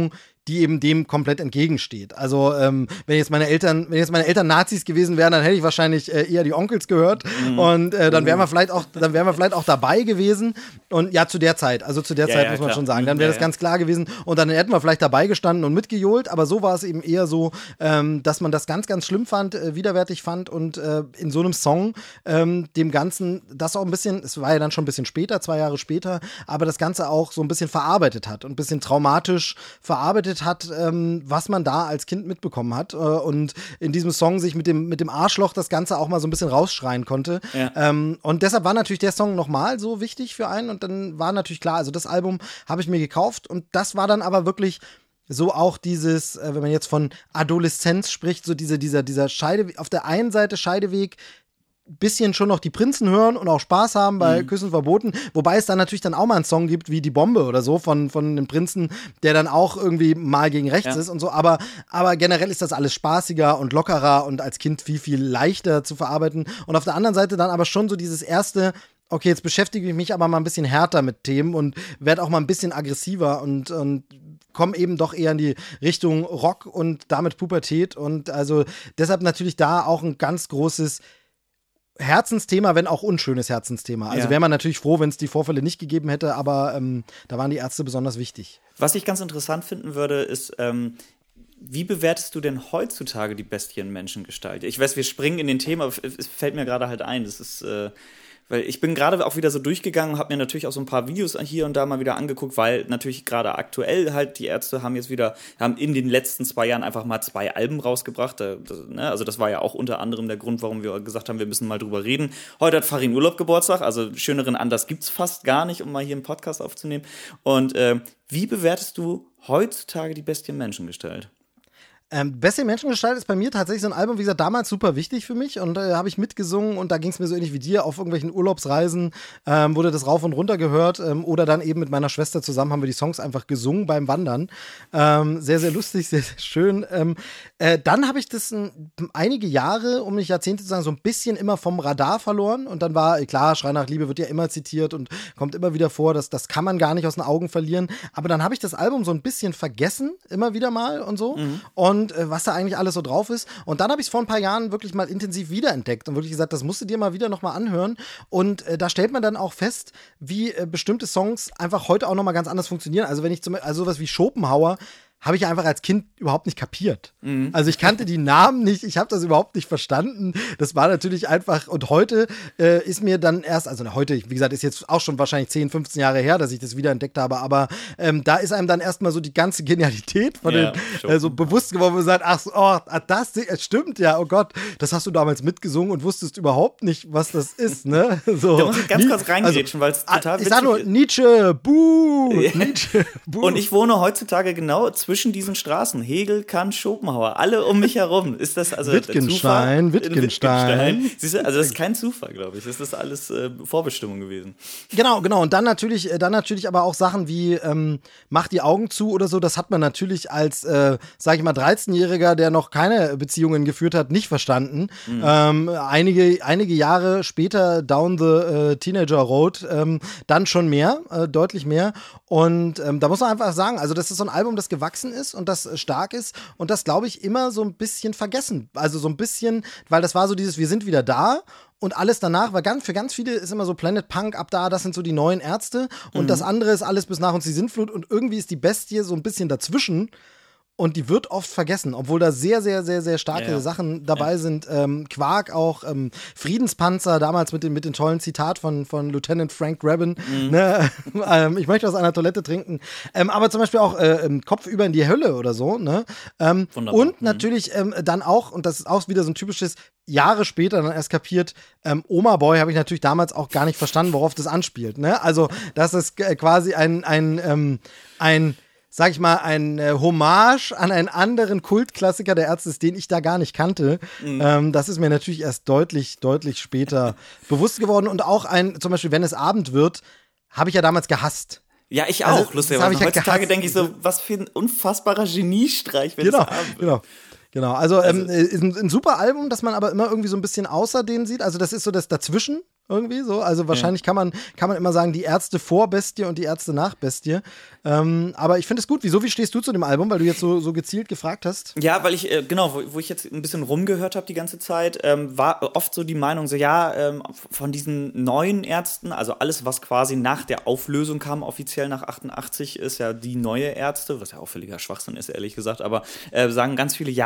die eben dem komplett entgegensteht. Also wenn jetzt meine Eltern Nazis gewesen wären, dann hätte ich wahrscheinlich eher die Onkels gehört und dann wären wir vielleicht auch dabei gewesen und ja, zu der Zeit muss man schon sagen, dann wäre das ganz klar gewesen und dann hätten wir vielleicht dabei gestanden und mitgejohlt, aber so war es eben eher so, dass man das ganz, ganz schlimm fand, widerwärtig fand und in so einem Song dem Ganzen das auch ein bisschen, es war ja dann schon ein bisschen später, 2 Jahre später, aber das Ganze auch so ein bisschen verarbeitet hat und ein bisschen traumatisch verarbeitet hat, was man da als Kind mitbekommen hat und in diesem Song sich mit dem Arschloch das Ganze auch mal so ein bisschen rausschreien konnte. Ja. Und deshalb war natürlich der Song nochmal so wichtig für einen und dann war natürlich klar, also das Album habe ich mir gekauft und das war dann aber wirklich so auch dieses, wenn man jetzt von Adoleszenz spricht, so dieser Scheideweg, auf der einen Seite Scheideweg, bisschen schon noch die Prinzen hören und auch Spaß haben bei Küssen verboten, wobei es dann natürlich dann auch mal einen Song gibt wie Die Bombe oder so von den Prinzen, der dann auch irgendwie mal gegen rechts ist und so, aber generell ist das alles spaßiger und lockerer und als Kind viel, viel leichter zu verarbeiten und auf der anderen Seite dann aber schon so dieses erste, okay, jetzt beschäftige ich mich aber mal ein bisschen härter mit Themen und werde auch mal ein bisschen aggressiver und komme eben doch eher in die Richtung Rock und damit Pubertät und also deshalb natürlich da auch ein ganz großes Herzensthema, wenn auch unschönes Herzensthema. Also wäre man natürlich froh, wenn es die Vorfälle nicht gegeben hätte, aber da waren die Ärzte besonders wichtig. Was ich ganz interessant finden würde, ist, wie bewertest du denn heutzutage die Bestienmenschengestalt? Ich weiß, wir springen in den Thema, aber es fällt mir gerade halt ein, das ist weil ich bin gerade auch wieder so durchgegangen und habe mir natürlich auch so ein paar Videos hier und da mal wieder angeguckt, weil natürlich gerade aktuell halt die Ärzte haben in den letzten 2 Jahren einfach mal 2 Alben rausgebracht. Also das war ja auch unter anderem der Grund, warum wir gesagt haben, wir müssen mal drüber reden. Heute hat Farin Urlaub Geburtstag, also schöneren Anlass gibt's fast gar nicht, um mal hier einen Podcast aufzunehmen. Und wie bewertest du heutzutage die Bestienmenschengestalt? Beste Menschengestalt ist bei mir tatsächlich so ein Album, wie gesagt, damals super wichtig für mich und habe ich mitgesungen und da ging es mir so ähnlich wie dir, auf irgendwelchen Urlaubsreisen wurde das rauf und runter gehört oder dann eben mit meiner Schwester zusammen haben wir die Songs einfach gesungen beim Wandern. Sehr, sehr lustig, sehr, sehr schön. Dann habe ich das einige Jahre, um nicht Jahrzehnte zu sagen, so ein bisschen immer vom Radar verloren und dann war, klar, Schrei nach Liebe wird ja immer zitiert und kommt immer wieder vor, das kann man gar nicht aus den Augen verlieren, aber dann habe ich das Album so ein bisschen vergessen, immer wieder mal und so und was da eigentlich alles so drauf ist. Und dann habe ich es vor ein paar Jahren wirklich mal intensiv wiederentdeckt und wirklich gesagt, das musst du dir mal wieder nochmal anhören. Und da stellt man dann auch fest, wie bestimmte Songs einfach heute auch nochmal ganz anders funktionieren. Also wenn ich sowas wie Schopenhauer habe ich einfach als Kind überhaupt nicht kapiert. Also ich kannte die Namen nicht, ich habe das überhaupt nicht verstanden. Das war natürlich einfach, und heute ist mir dann erst, also heute, wie gesagt, ist jetzt auch schon wahrscheinlich 10, 15 Jahre her, dass ich das wiederentdeckt habe, aber da ist einem dann erstmal so die ganze Genialität von den so bewusst geworden, wo man sagt, das stimmt ja, oh Gott, das hast du damals mitgesungen und wusstest überhaupt nicht, was das ist, ne? So. Da muss ich ganz kurz reingrätschen, weil es total witzig ist. Ich sag nur, Nietzsche, Nietzsche, buh. Und ich wohne heutzutage genau zwischen diesen Straßen, Hegel, Kant, Schopenhauer, alle um mich herum. Ist das also Wittgenstein. Siehst du, also das ist kein Zufall, glaube ich. Das ist alles Vorbestimmung gewesen. Genau. Und dann natürlich aber auch Sachen wie Mach die Augen zu oder so, das hat man natürlich als, sag ich mal, 13-Jähriger, der noch keine Beziehungen geführt hat, nicht verstanden. Einige Jahre später down the Teenager Road, dann schon mehr, deutlich mehr. Und da muss man einfach sagen, also das ist so ein Album, das gewachsen ist und das stark ist und das, glaube ich, immer so ein bisschen vergessen. Also so ein bisschen, weil das war so dieses, wir sind wieder da und alles danach, weil für ganz viele ist immer so Planet Punk, ab da, das sind so die neuen Ärzte und das andere ist alles bis nach uns die Sintflut und irgendwie ist die Bestie so ein bisschen dazwischen. Und die wird oft vergessen, obwohl da sehr, sehr, sehr, sehr starke Sachen dabei sind. Quark auch, Friedenspanzer, damals mit dem tollen Zitat von Lieutenant Frank Grabban. Ne? Ich möchte aus einer Toilette trinken. Aber zum Beispiel auch Kopf über in die Hölle oder so. Ne? Und natürlich dann auch, und das ist auch wieder so ein typisches, Jahre später dann erst kapiert, Oma Boy habe ich natürlich damals auch gar nicht verstanden, worauf das anspielt. Ne? Also, das ist quasi ein sag ich mal, ein Hommage an einen anderen Kultklassiker der Ärzte, den ich da gar nicht kannte. Das ist mir natürlich erst deutlich, deutlich später bewusst geworden. Und auch zum Beispiel, wenn es Abend wird, habe ich ja damals gehasst. Ja, ich auch, also, lustigerweise. Heutzutage denke ich so, was für ein unfassbarer Geniestreich, wenn es Abend wird. Genau, also ist ein super Album, das man aber immer irgendwie so ein bisschen außer denen sieht. Also das ist so das Dazwischen. irgendwie so. Also wahrscheinlich kann man immer sagen, die Ärzte vor Bestie und die Ärzte nach Bestie. Aber ich finde es gut. Wieso? Wie stehst du zu dem Album? Weil du jetzt so gezielt gefragt hast. Ja, weil ich, wo ich jetzt ein bisschen rumgehört habe die ganze Zeit, war oft so die Meinung, so von diesen neuen Ärzten, also alles, was quasi nach der Auflösung kam, offiziell nach 88, ist ja die neue Ärzte, was ja auch völliger Schwachsinn ist, ehrlich gesagt, aber sagen ganz viele,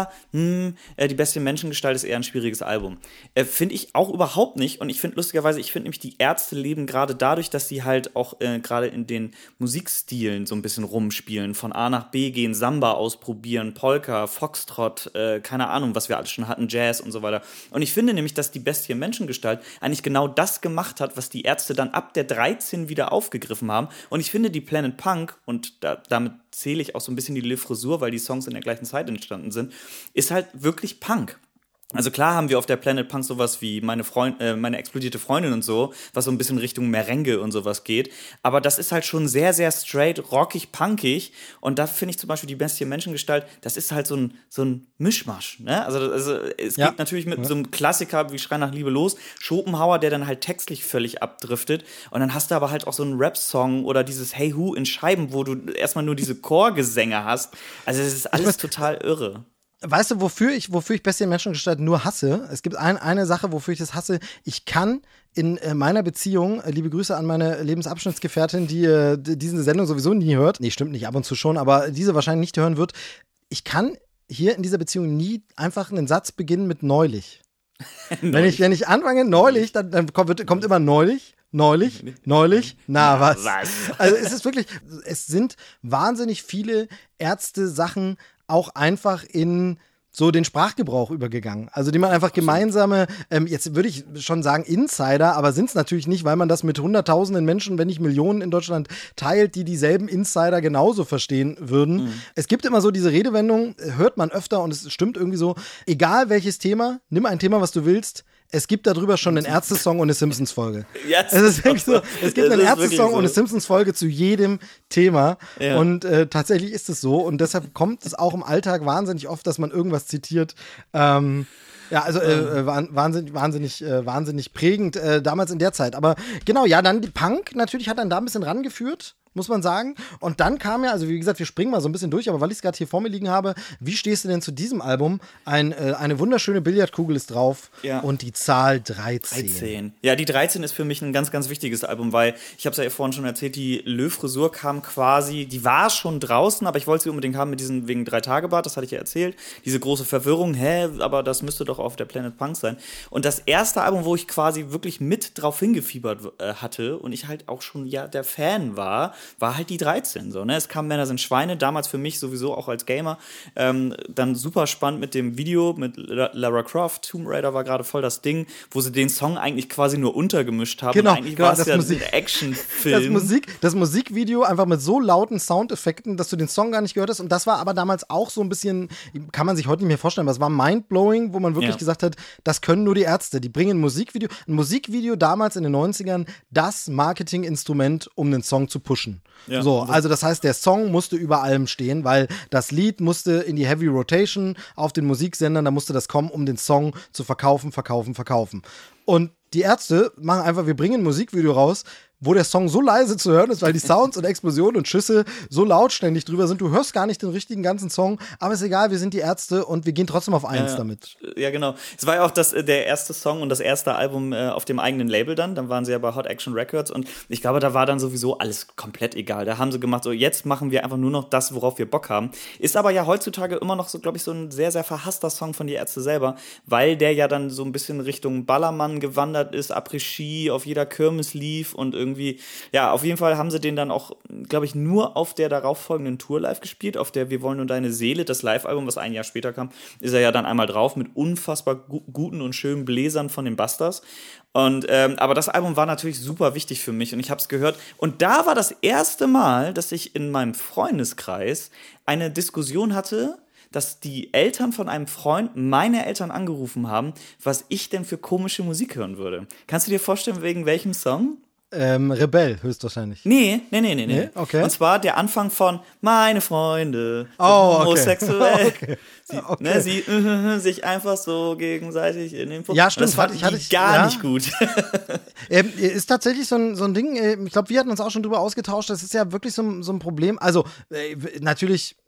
die Bestie Menschengestalt ist eher ein schwieriges Album. Finde ich auch überhaupt nicht, und ich finde lustigerweise, nämlich die Ärzte leben gerade dadurch, dass sie halt auch gerade in den Musikstilen so ein bisschen rumspielen, von A nach B gehen, Samba ausprobieren, Polka, Foxtrot, keine Ahnung, was wir alles schon hatten, Jazz und so weiter. Und ich finde nämlich, dass die Bestie Menschengestalt eigentlich genau das gemacht hat, was die Ärzte dann ab der 13 wieder aufgegriffen haben. Und ich finde, die Planet Punk, und damit zähle ich auch so ein bisschen die Le Frisur, weil die Songs in der gleichen Zeit entstanden sind, ist halt wirklich Punk. Also klar haben wir auf der Planet Punk sowas wie meine explodierte Freundin und so, was so ein bisschen Richtung Merengue und sowas geht. Aber das ist halt schon sehr, sehr straight, rockig, punkig. Und da finde ich zum Beispiel die Bestie Menschengestalt, das ist halt so ein Mischmasch. Ne? Also es geht natürlich mit so einem Klassiker wie Schrei nach Liebe los, Schopenhauer, der dann halt textlich völlig abdriftet. Und dann hast du aber halt auch so einen Rap-Song oder dieses Hey Hu in Scheiben, wo du erstmal nur diese Chorgesänge hast. Also es ist alles total irre. Weißt du, wofür ich Bestie Menschengestalt nur hasse? Es gibt eine Sache, wofür ich das hasse. Ich kann in meiner Beziehung, liebe Grüße an meine Lebensabschnittsgefährtin, die diese Sendung sowieso nie hört. Nee, stimmt nicht, ab und zu schon, aber diese wahrscheinlich nicht hören wird. Ich kann hier in dieser Beziehung nie einfach einen Satz beginnen mit neulich. Wenn ich anfange, neulich, dann kommt immer neulich. Neulich, na was? Also es ist wirklich, es sind wahnsinnig viele Ärzte-Sachen auch einfach in so den Sprachgebrauch übergegangen. Also die man einfach gemeinsame, jetzt würde ich schon sagen Insider, aber sind es natürlich nicht, weil man das mit hunderttausenden Menschen, wenn nicht Millionen in Deutschland teilt, die dieselben Insider genauso verstehen würden. Mhm. Es gibt immer so diese Redewendung, hört man öfter und es stimmt irgendwie so, egal welches Thema, nimm ein Thema, was du willst, es gibt darüber schon einen Ärzte-Song und eine Simpsons-Folge. Es ist wirklich so, es gibt einen Ärzte-Song und eine Simpsons-Folge zu jedem Thema. Ja. Und tatsächlich ist es so. Und deshalb kommt es auch im Alltag wahnsinnig oft, dass man irgendwas zitiert. Wahnsinnig prägend damals in der Zeit. Aber genau, ja, dann die Punk natürlich hat dann da ein bisschen rangeführt, muss man sagen. Und dann kam ja, also wie gesagt, wir springen mal so ein bisschen durch, aber weil ich es gerade hier vor mir liegen habe, wie stehst du denn zu diesem Album? Eine wunderschöne Billardkugel ist drauf und die Zahl 13. Ja, die 13 ist für mich ein ganz, ganz wichtiges Album, weil, ich habe es ja vorhin schon erzählt, die Le Frisur kam quasi, die war schon draußen, aber ich wollte sie unbedingt haben wegen 3-Tage-Bart, das hatte ich ja erzählt. Diese große Verwirrung, aber das müsste doch auf der Planet Punk sein. Und das erste Album, wo ich quasi wirklich mit drauf hingefiebert hatte und ich halt auch schon der Fan war halt die 13. So, ne? Es kam Männer sind Schweine, damals für mich sowieso auch als Gamer. Dann super spannend mit dem Video, mit Lara Croft, Tomb Raider war gerade voll das Ding, wo sie den Song eigentlich quasi nur untergemischt haben. Genau, und eigentlich war es ja ein Actionfilm. Das Musikvideo einfach mit so lauten Soundeffekten, dass du den Song gar nicht gehört hast. Und das war aber damals auch so ein bisschen, kann man sich heute nicht mehr vorstellen, aber es war mindblowing, wo man wirklich gesagt hat, das können nur die Ärzte. Die bringen ein Musikvideo damals in den 90ern, das Marketinginstrument, um den Song zu pushen. Ja, so, also das heißt, der Song musste über allem stehen, weil das Lied musste in die Heavy Rotation auf den Musiksendern, da musste das kommen, um den Song zu verkaufen. Und die Ärzte machen einfach, wir bringen ein Musikvideo raus, wo der Song so leise zu hören ist, weil die Sounds und Explosionen und Schüsse so laut ständig drüber sind. Du hörst gar nicht den richtigen ganzen Song, aber ist egal, wir sind die Ärzte und wir gehen trotzdem auf 1 damit. Ja, genau. Es war ja auch der erste Song und das erste Album auf dem eigenen Label dann waren sie ja bei Hot Action Records und ich glaube, da war dann sowieso alles komplett egal. Da haben sie gemacht, so jetzt machen wir einfach nur noch das, worauf wir Bock haben. Ist aber ja heutzutage immer noch so, glaube ich, so ein sehr, sehr verhasster Song von die Ärzte selber, weil der ja dann so ein bisschen Richtung Ballermann gewandert ist, Après-Ski, auf jeder Kirmes lief und irgendwie, ja, auf jeden Fall haben sie den dann auch, glaube ich, nur auf der darauffolgenden Tour live gespielt, auf der Wir wollen nur deine Seele, das Live-Album, was ein Jahr später kam, ist er ja dann einmal drauf mit unfassbar guten und schönen Bläsern von den Busters. Und aber das Album war natürlich super wichtig für mich und ich habe es gehört. Und da war das erste Mal, dass ich in meinem Freundeskreis eine Diskussion hatte, dass die Eltern von einem Freund meine Eltern angerufen haben, was ich denn für komische Musik hören würde. Kannst du dir vorstellen, wegen welchem Song? Rebell höchstwahrscheinlich. Nee. Okay. Und zwar der Anfang von Meine Freunde sind homosexuell. Okay. Sie sich einfach so gegenseitig in den Ja, stimmt. Das fand ich gar nicht gut. Ist tatsächlich so ein Ding, ich glaube, wir hatten uns auch schon drüber ausgetauscht, das ist ja wirklich so ein Problem. Also, natürlich,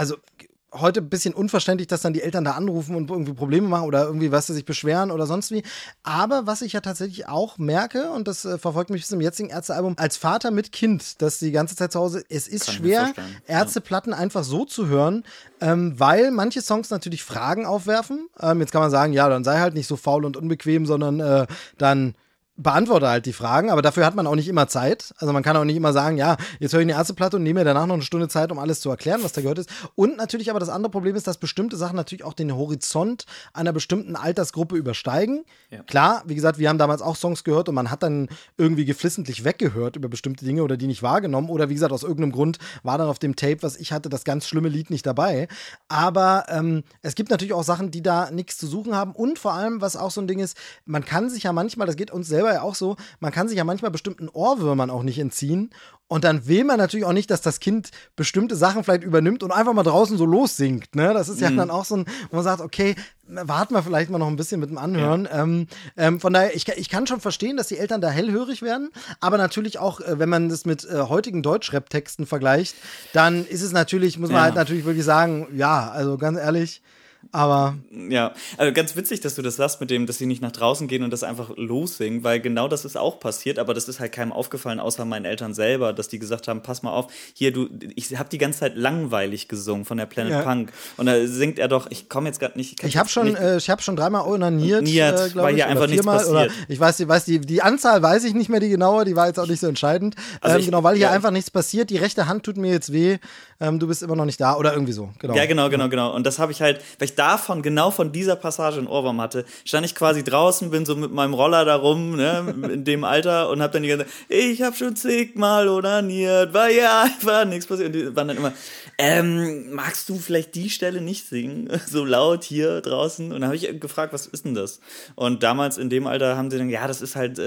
heute ein bisschen unverständlich, dass dann die Eltern da anrufen und irgendwie Probleme machen oder irgendwie, sich beschweren oder sonst wie. Aber was ich ja tatsächlich auch merke, und das verfolgt mich bis zum jetzigen Ärztealbum, als Vater mit Kind, das die ganze Zeit zu Hause, es ist schwer, Ärzteplatten einfach so zu hören, weil manche Songs natürlich Fragen aufwerfen. Jetzt kann man sagen, ja, dann sei halt nicht so faul und unbequem, sondern dann beantworte halt die Fragen, aber dafür hat man auch nicht immer Zeit. Also man kann auch nicht immer sagen, ja, jetzt höre ich eine Ärzteplatte und nehme mir danach noch eine Stunde Zeit, um alles zu erklären, was da gehört ist. Und natürlich aber das andere Problem ist, dass bestimmte Sachen natürlich auch den Horizont einer bestimmten Altersgruppe übersteigen. Ja. Klar, wie gesagt, wir haben damals auch Songs gehört und man hat dann irgendwie geflissentlich weggehört über bestimmte Dinge oder die nicht wahrgenommen. Oder wie gesagt, aus irgendeinem Grund war dann auf dem Tape, was ich hatte, das ganz schlimme Lied nicht dabei. Aber es gibt natürlich auch Sachen, die da nichts zu suchen haben. Und vor allem, was auch so ein Ding ist, man kann sich ja manchmal, das geht uns selber ja auch so, man kann sich ja manchmal bestimmten Ohrwürmern auch nicht entziehen und dann will man natürlich auch nicht, dass das Kind bestimmte Sachen vielleicht übernimmt und einfach mal draußen so lossingt, ne? Das ist ja dann auch so ein, wo man sagt, okay, warten wir vielleicht mal noch ein bisschen mit dem Anhören. Ja. Von daher, ich kann schon verstehen, dass die Eltern da hellhörig werden, aber natürlich auch, wenn man das mit heutigen Deutschrap-Texten vergleicht, dann ist es natürlich, muss man halt natürlich wirklich sagen, ja, also ganz ehrlich, aber ja, also ganz witzig, dass du das sagst mit dem, dass sie nicht nach draußen gehen und das einfach lossingen, weil genau das ist auch passiert, aber das ist halt keinem aufgefallen, außer meinen Eltern selber, dass die gesagt haben, pass mal auf, hier, ich habe die ganze Zeit langweilig gesungen von der Planet Punk und da singt er doch, ich komme jetzt gerade nicht. Ich habe schon dreimal onaniert, glaube ich. Weil hier einfach nichts passiert. Oder ich weiß die Anzahl weiß ich nicht mehr, die genaue, die war jetzt auch nicht so entscheidend. Also weil hier einfach nichts passiert, die rechte Hand tut mir jetzt weh, du bist immer noch nicht da oder irgendwie so. Genau. Ja, genau. Und das habe ich halt, weil ich genau von dieser Passage einen Ohrwurm hatte, stand ich quasi draußen, bin so mit meinem Roller da rum, ne, in dem Alter und hab dann die ganze Zeit, ich hab schon zigmal onaniert, weil ja einfach nichts passiert. Und die waren dann immer, magst du vielleicht die Stelle nicht singen, so laut hier draußen? Und dann habe ich gefragt, was ist denn das? Und damals in dem Alter haben sie dann, ja, das ist halt,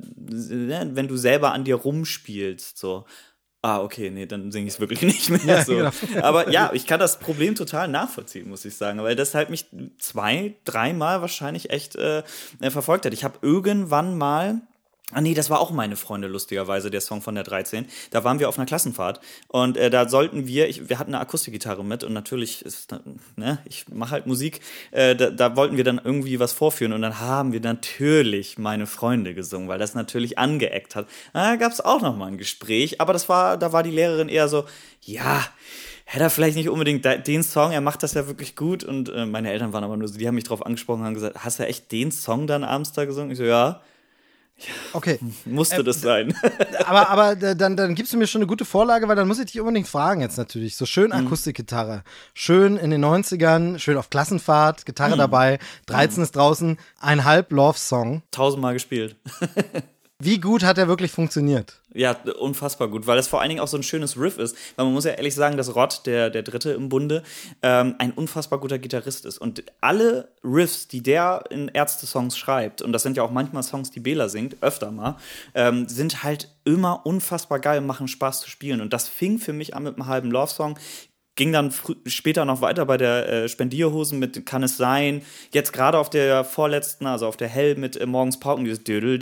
wenn du selber an dir rumspielst, so. Ah, okay, nee, dann singe ich es wirklich nicht mehr. Ja, so. Genau. Aber ja, ich kann das Problem total nachvollziehen, muss ich sagen, weil das halt mich 2-3 Mal wahrscheinlich echt verfolgt hat. Ich habe irgendwann mal, das war auch Meine Freunde, lustigerweise, der Song von der 13. Da waren wir auf einer Klassenfahrt und da sollten wir hatten eine Akustikgitarre mit und natürlich ist, ich mache halt Musik, da wollten wir dann irgendwie was vorführen und dann haben wir natürlich Meine Freunde gesungen, weil das natürlich angeeckt hat. Da gab es auch noch mal ein Gespräch, aber da war die Lehrerin eher so, ja, hätte er vielleicht nicht unbedingt den Song, er macht das ja wirklich gut und meine Eltern waren aber nur so, die haben mich drauf angesprochen und haben gesagt, hast du echt den Song dann abends da gesungen? Ich so, ja. Ja, okay. Musste das sein. Aber dann gibst du mir schon eine gute Vorlage, weil dann muss ich dich unbedingt fragen jetzt natürlich. So schön Akustikgitarre, schön in den 90ern, schön auf Klassenfahrt, Gitarre dabei, 13 ist draußen, ein Halb-Love-Song. 1000-mal gespielt. Wie gut hat er wirklich funktioniert? Ja, unfassbar gut, weil das vor allen Dingen auch so ein schönes Riff ist. Weil man muss ja ehrlich sagen, dass Rod, der Dritte im Bunde, ein unfassbar guter Gitarrist ist. Und alle Riffs, die der in Ärzte-Songs schreibt, und das sind ja auch manchmal Songs, die Bela singt, öfter mal, sind halt immer unfassbar geil, machen Spaß zu spielen. Und das fing für mich an mit einem halben Love-Song. Ging dann später noch weiter bei der Spendierhosen mit Kann es sein. Jetzt gerade auf der vorletzten, also auf der Hell mit Morgens Pauken, dieses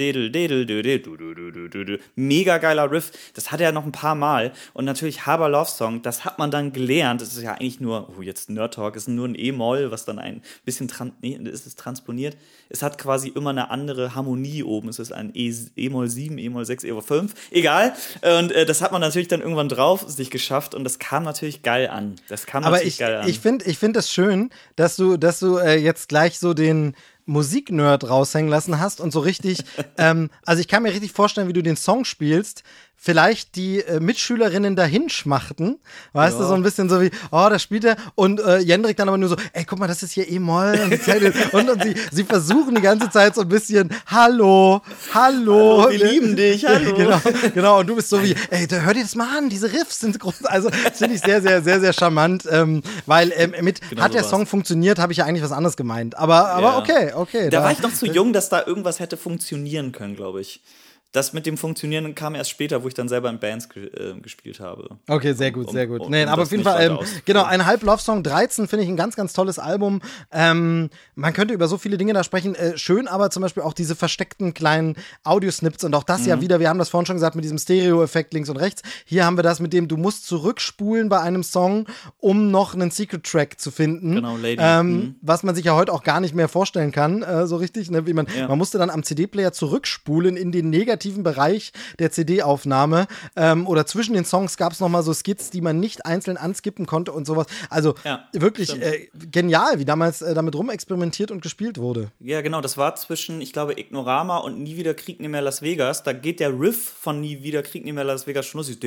mega geiler Riff. Das hat er noch ein paar Mal. Und natürlich Haber Love Song, das hat man dann gelernt. Das ist ja eigentlich nur, jetzt Nerd Talk, ist nur ein E-Moll, was dann ein bisschen ist es transponiert. Es hat quasi immer eine andere Harmonie oben. Es ist ein E-Moll 7, E-Moll 6, E-Moll 5. Egal. Und das hat man natürlich dann irgendwann drauf sich geschafft. Und das kam natürlich geil an. Das kam natürlich geil an. Ich finde das schön, dass du jetzt gleich so den Musiknerd raushängen lassen hast und so richtig, also ich kann mir richtig vorstellen, wie du den Song spielst, vielleicht die Mitschülerinnen dahin schmachten, weißt du, so ein bisschen so wie, da spielt er und Jendrik dann aber nur so, ey, guck mal, das ist hier E-Moll und sie versuchen die ganze Zeit so ein bisschen, hallo, wir lieben dich, hallo. Genau, und du bist so wie, ey, hör dir das mal an, diese Riffs sind groß, also das finde ich sehr, sehr, sehr, sehr charmant, weil hat der Song funktioniert, habe ich ja eigentlich was anderes gemeint, aber okay. Da war ich noch zu jung, dass da irgendwas hätte funktionieren können, glaube ich. Das mit dem Funktionieren kam erst später, wo ich dann selber in Bands gespielt habe. Okay, sehr gut, sehr gut. Nee, aber auf jeden Fall, genau, ein Halb-Love-Song 13 finde ich ein ganz, ganz tolles Album. Man könnte über so viele Dinge da sprechen. Schön aber zum Beispiel auch diese versteckten kleinen Audiosnips und auch das ja wieder, wir haben das vorhin schon gesagt, mit diesem Stereo-Effekt links und rechts. Hier haben wir das mit dem, du musst zurückspulen bei einem Song, um noch einen Secret-Track zu finden. Genau, Lady. Was man sich ja heute auch gar nicht mehr vorstellen kann, so richtig. Ne? Man musste dann am CD-Player zurückspulen in den negativen Bereich der CD-Aufnahme oder zwischen den Songs gab es nochmal so Skits, die man nicht einzeln anskippen konnte und sowas. Also wirklich genial, wie damals damit rumexperimentiert und gespielt wurde. Ja, genau, das war zwischen, ich glaube, Ignorama und Nie wieder Krieg, nie mehr Las Vegas. Da geht der Riff von Nie wieder Krieg, nie mehr Las Vegas schon los. Und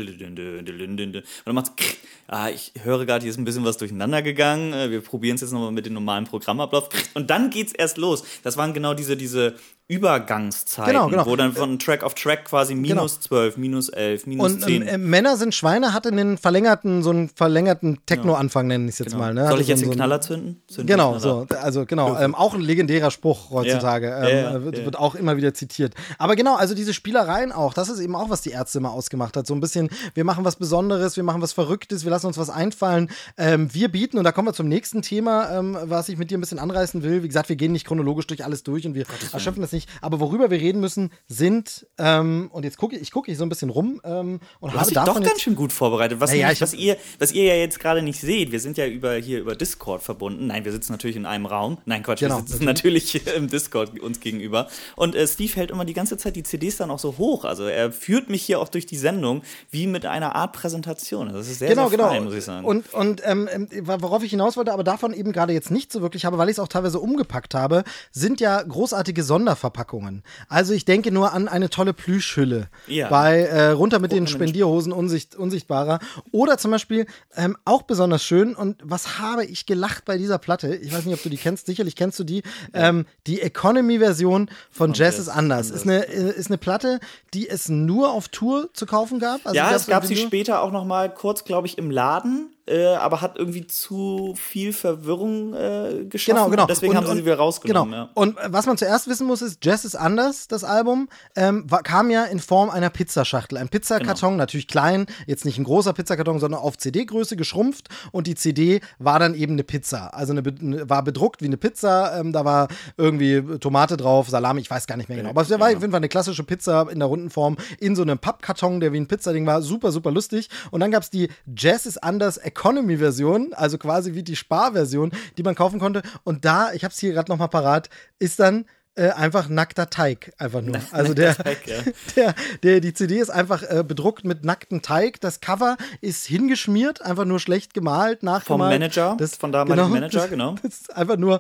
dann macht's ich höre gerade, hier ist ein bisschen was durcheinander gegangen. Wir probieren es jetzt nochmal mit dem normalen Programmablauf. Und dann geht's erst los. Das waren genau diese Übergangszeiten, genau. wo dann von Track auf Track quasi minus 12, minus 11, minus 10. Und Männer sind Schweine hatte so einen verlängerten Techno-Anfang, nennen ich es jetzt mal. Ne? Soll ich jetzt den Knaller zünden? Genau, so. Also genau, auch ein legendärer Spruch heutzutage. Wird auch immer wieder zitiert. Aber genau, also diese Spielereien auch, das ist eben auch, was die Ärzte immer ausgemacht hat. So ein bisschen, wir machen was Besonderes, wir machen was Verrücktes, wir lassen uns was einfallen. Wir bieten, und da kommen wir zum nächsten Thema, was ich mit dir ein bisschen anreißen will. Wie gesagt, wir gehen nicht chronologisch durch alles durch und wir erschöpfen das nicht. Aber worüber wir reden müssen, sind, und jetzt gucke ich so ein bisschen rum und habe davon doch ganz schön gut vorbereitet. Was ihr ja jetzt gerade nicht seht, wir sind ja über Discord verbunden. Nein, wir sitzen natürlich in einem Raum. Nein, Quatsch, wir sitzen natürlich im Discord uns gegenüber. Und Steve hält immer die ganze Zeit die CDs dann auch so hoch. Also er führt mich hier auch durch die Sendung wie mit einer Art Präsentation. Das ist sehr fein, muss ich sagen. Und worauf ich hinaus wollte, aber davon eben gerade jetzt nicht so wirklich habe, weil ich es auch teilweise umgepackt habe, sind ja großartige Sonderverpackungen. Also ich denke nur an eine tolle Plüschhülle bei Runter mit den Spendierhosen unsichtbarer. Oder zum Beispiel auch besonders schön, und was habe ich gelacht bei dieser Platte? Ich weiß nicht, ob du die kennst, sicherlich kennst du die. Die Economy-Version von Jazz ist anders. Ist eine Platte, die es nur auf Tour zu kaufen gab. Also es gab sie später auch noch mal kurz, glaube ich, im Laden. Aber hat irgendwie zu viel Verwirrung geschaffen. Genau. Deswegen haben sie wieder rausgenommen. Genau. Ja. Und was man zuerst wissen muss, ist, Jazz ist anders, das Album, kam ja in Form einer Pizzaschachtel. Ein Pizzakarton, natürlich klein, jetzt nicht ein großer Pizzakarton, sondern auf CD-Größe geschrumpft, und die CD war dann eben eine Pizza. Also war bedruckt wie eine Pizza, da war irgendwie Tomate drauf, Salami, ich weiß gar nicht mehr genau. Aber es war auf jeden Fall eine klassische Pizza in der runden Form in so einem Pappkarton, der wie ein Pizzading war. Super, super lustig. Und dann gab es die Jazz ist anders Economy-Version, also quasi wie die Sparversion, die man kaufen konnte. Und da, ich habe es hier gerade noch mal parat, ist dann einfach nackter Teig, einfach nur. Also die CD ist einfach bedruckt mit nacktem Teig. Das Cover ist hingeschmiert, einfach nur schlecht gemalt, nachgemalt. Vom Manager, von damaligen Manager, genau. Das ist einfach nur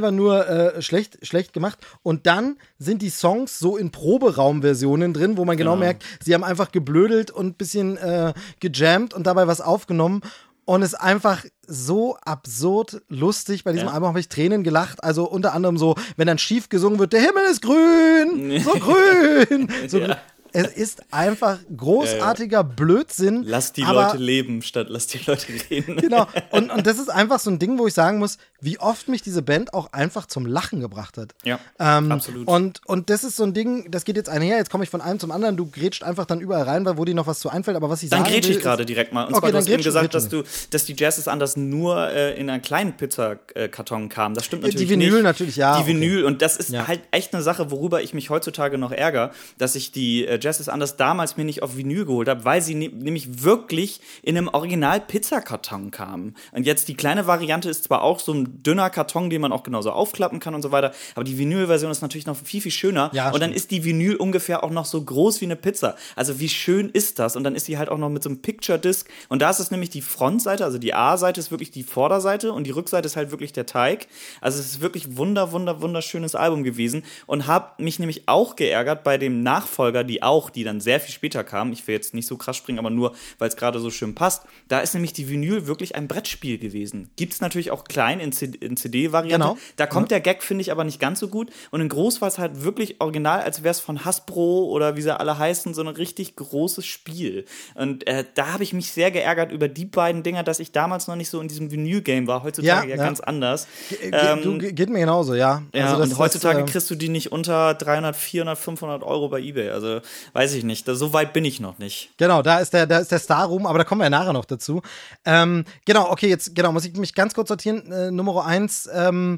schlecht gemacht. Und dann sind die Songs so in Proberaumversionen drin, wo man genau merkt, sie haben einfach geblödelt und ein bisschen gejammt und dabei was aufgenommen. Und es ist einfach so absurd lustig. Bei diesem Album habe ich Tränen gelacht. Also unter anderem so, wenn dann schief gesungen wird, der Himmel ist grün, so grün. So grün. Es ist einfach großartiger Blödsinn. Lass die Leute leben, statt lass die Leute reden. Genau. Und das ist einfach so ein Ding, wo ich sagen muss, wie oft mich diese Band auch einfach zum Lachen gebracht hat. Ja, absolut. Und das ist so ein Ding, das geht jetzt einher, jetzt komme ich von einem zum anderen, du grätscht einfach dann überall rein, weil wo dir noch was zu einfällt, aber was ich sagen will, dann grätsch ich gerade direkt mal. Und zwar, du hast eben gesagt, dass die Jazz ist anders nur in einer kleinen Pizzakarton kam. Das stimmt natürlich nicht. Die Vinyl natürlich, ja. Die Vinyl, und das ist halt echt eine Sache, worüber ich mich heutzutage noch ärgere, dass ich die Jazz ist anders damals mir nicht auf Vinyl geholt habe, weil sie nämlich wirklich in einem Original-Pizzakarton kamen. Und jetzt die kleine Variante ist zwar auch so ein dünner Karton, den man auch genauso aufklappen kann und so weiter, aber die Vinyl-Version ist natürlich noch viel, viel schöner. Ja, und dann ist die Vinyl ungefähr auch noch so groß wie eine Pizza. Also wie schön ist das? Und dann ist die halt auch noch mit so einem Picture-Disc. Und da ist es nämlich die Frontseite, also die A-Seite ist wirklich die Vorderseite und die Rückseite ist halt wirklich der Teig. Also es ist wirklich wunderschönes Album gewesen und habe mich nämlich auch geärgert bei dem Nachfolger, die dann sehr viel später kam. Ich will jetzt nicht so krass springen, aber nur, weil es gerade so schön passt. Da ist nämlich die Vinyl wirklich ein Brettspiel gewesen. Gibt es natürlich auch klein in in CD-Variante. Genau. Da kommt der Gag, finde ich, aber nicht ganz so gut. Und in groß war es halt wirklich original, als wäre es von Hasbro oder wie sie alle heißen, so ein richtig großes Spiel. Und da habe ich mich sehr geärgert über die beiden Dinger, dass ich damals noch nicht so in diesem Vinyl-Game war. Heutzutage ja ganz anders. Geht mir genauso, ja. Ja, also und heutzutage kriegst du die nicht unter 300, 400, 500 Euro bei eBay. Also weiß ich nicht. So weit bin ich noch nicht. Genau, da ist der Star-Room, aber da kommen wir ja nachher noch dazu. Genau, okay, jetzt muss ich mich ganz kurz sortieren. Nummer 1,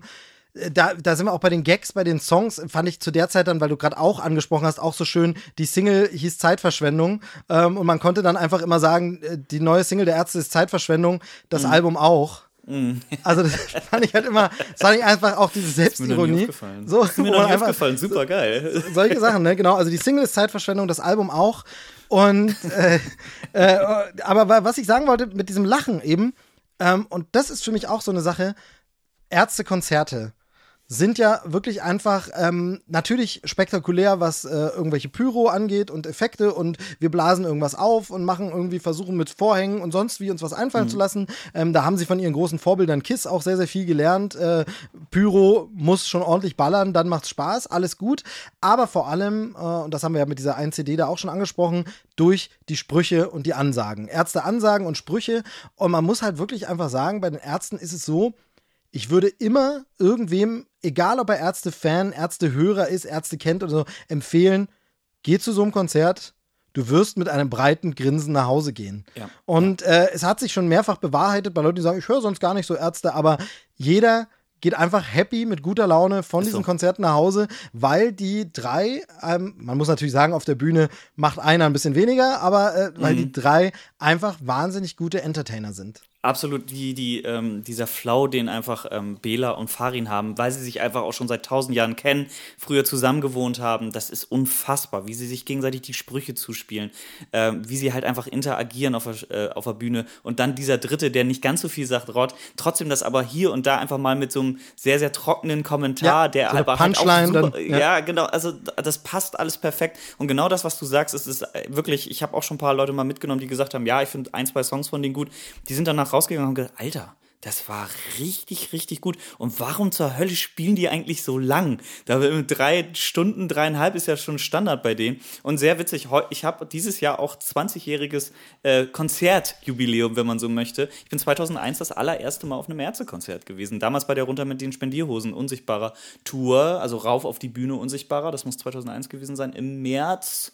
da sind wir auch bei den Gags, bei den Songs, fand ich zu der Zeit dann, weil du gerade auch angesprochen hast, auch so schön, die Single hieß Zeitverschwendung und man konnte dann einfach immer sagen, die neue Single der Ärzte ist Zeitverschwendung, das Album auch. Also das fand ich halt immer, das fand ich einfach auch diese Selbstironie. So, ist mir noch nie aufgefallen, super geil. Solche Sachen, ne, genau, also die Single ist Zeitverschwendung, das Album auch und aber was ich sagen wollte mit diesem Lachen eben, und das ist für mich auch so eine Sache, Ärztekonzerte sind ja wirklich einfach natürlich spektakulär, was irgendwelche Pyro angeht und Effekte und wir blasen irgendwas auf und versuchen mit Vorhängen und sonst wie uns was einfallen zu lassen. Da haben sie von ihren großen Vorbildern KISS auch sehr, sehr viel gelernt. Pyro muss schon ordentlich ballern, dann macht's Spaß, alles gut. Aber vor allem, und das haben wir ja mit dieser 1 CD da auch schon angesprochen, durch die Sprüche und die Ansagen. Ärzte Ansagen und Sprüche. Und man muss halt wirklich einfach sagen, bei den Ärzten ist es so, ich würde immer irgendwem, egal ob er Ärzte-Fan, Ärzte-Hörer ist, Ärzte kennt oder so, empfehlen, geh zu so einem Konzert, du wirst mit einem breiten Grinsen nach Hause gehen. Ja. Und es hat sich schon mehrfach bewahrheitet bei Leuten, die sagen, ich höre sonst gar nicht so Ärzte, aber jeder geht einfach happy mit guter Laune von diesen Konzerten nach Hause, weil die drei, man muss natürlich sagen, auf der Bühne macht einer ein bisschen weniger, aber weil die drei einfach wahnsinnig gute Entertainer sind. Absolut, dieser Flow, den einfach Bela und Farin haben, weil sie sich einfach auch schon seit 1000 Jahren kennen, früher zusammen gewohnt haben, das ist unfassbar, wie sie sich gegenseitig die Sprüche zuspielen, wie sie halt einfach interagieren auf der Bühne und dann dieser Dritte, der nicht ganz so viel sagt, Rod, trotzdem das aber hier und da einfach mal mit so einem sehr, sehr trockenen Kommentar, der so aber halt auch super, dann, ja, genau, also das passt alles perfekt und genau das, was du sagst, ist wirklich, ich habe auch schon ein paar Leute mal mitgenommen, die gesagt haben, ja, ich finde 1, 2 Songs von denen gut, die sind danach rausgegangen und haben gesagt, Alter, das war richtig, richtig gut. Und warum zur Hölle spielen die eigentlich so lang? Da 3 Stunden, 3,5 ist ja schon Standard bei denen. Und sehr witzig, ich habe dieses Jahr auch 20-jähriges Konzertjubiläum, wenn man so möchte. Ich bin 2001 das allererste Mal auf einem Ärztekonzert gewesen. Damals bei der Runter mit den Spendierhosen Unsichtbarer Tour, also rauf auf die Bühne Unsichtbarer. Das muss 2001 gewesen sein, im März.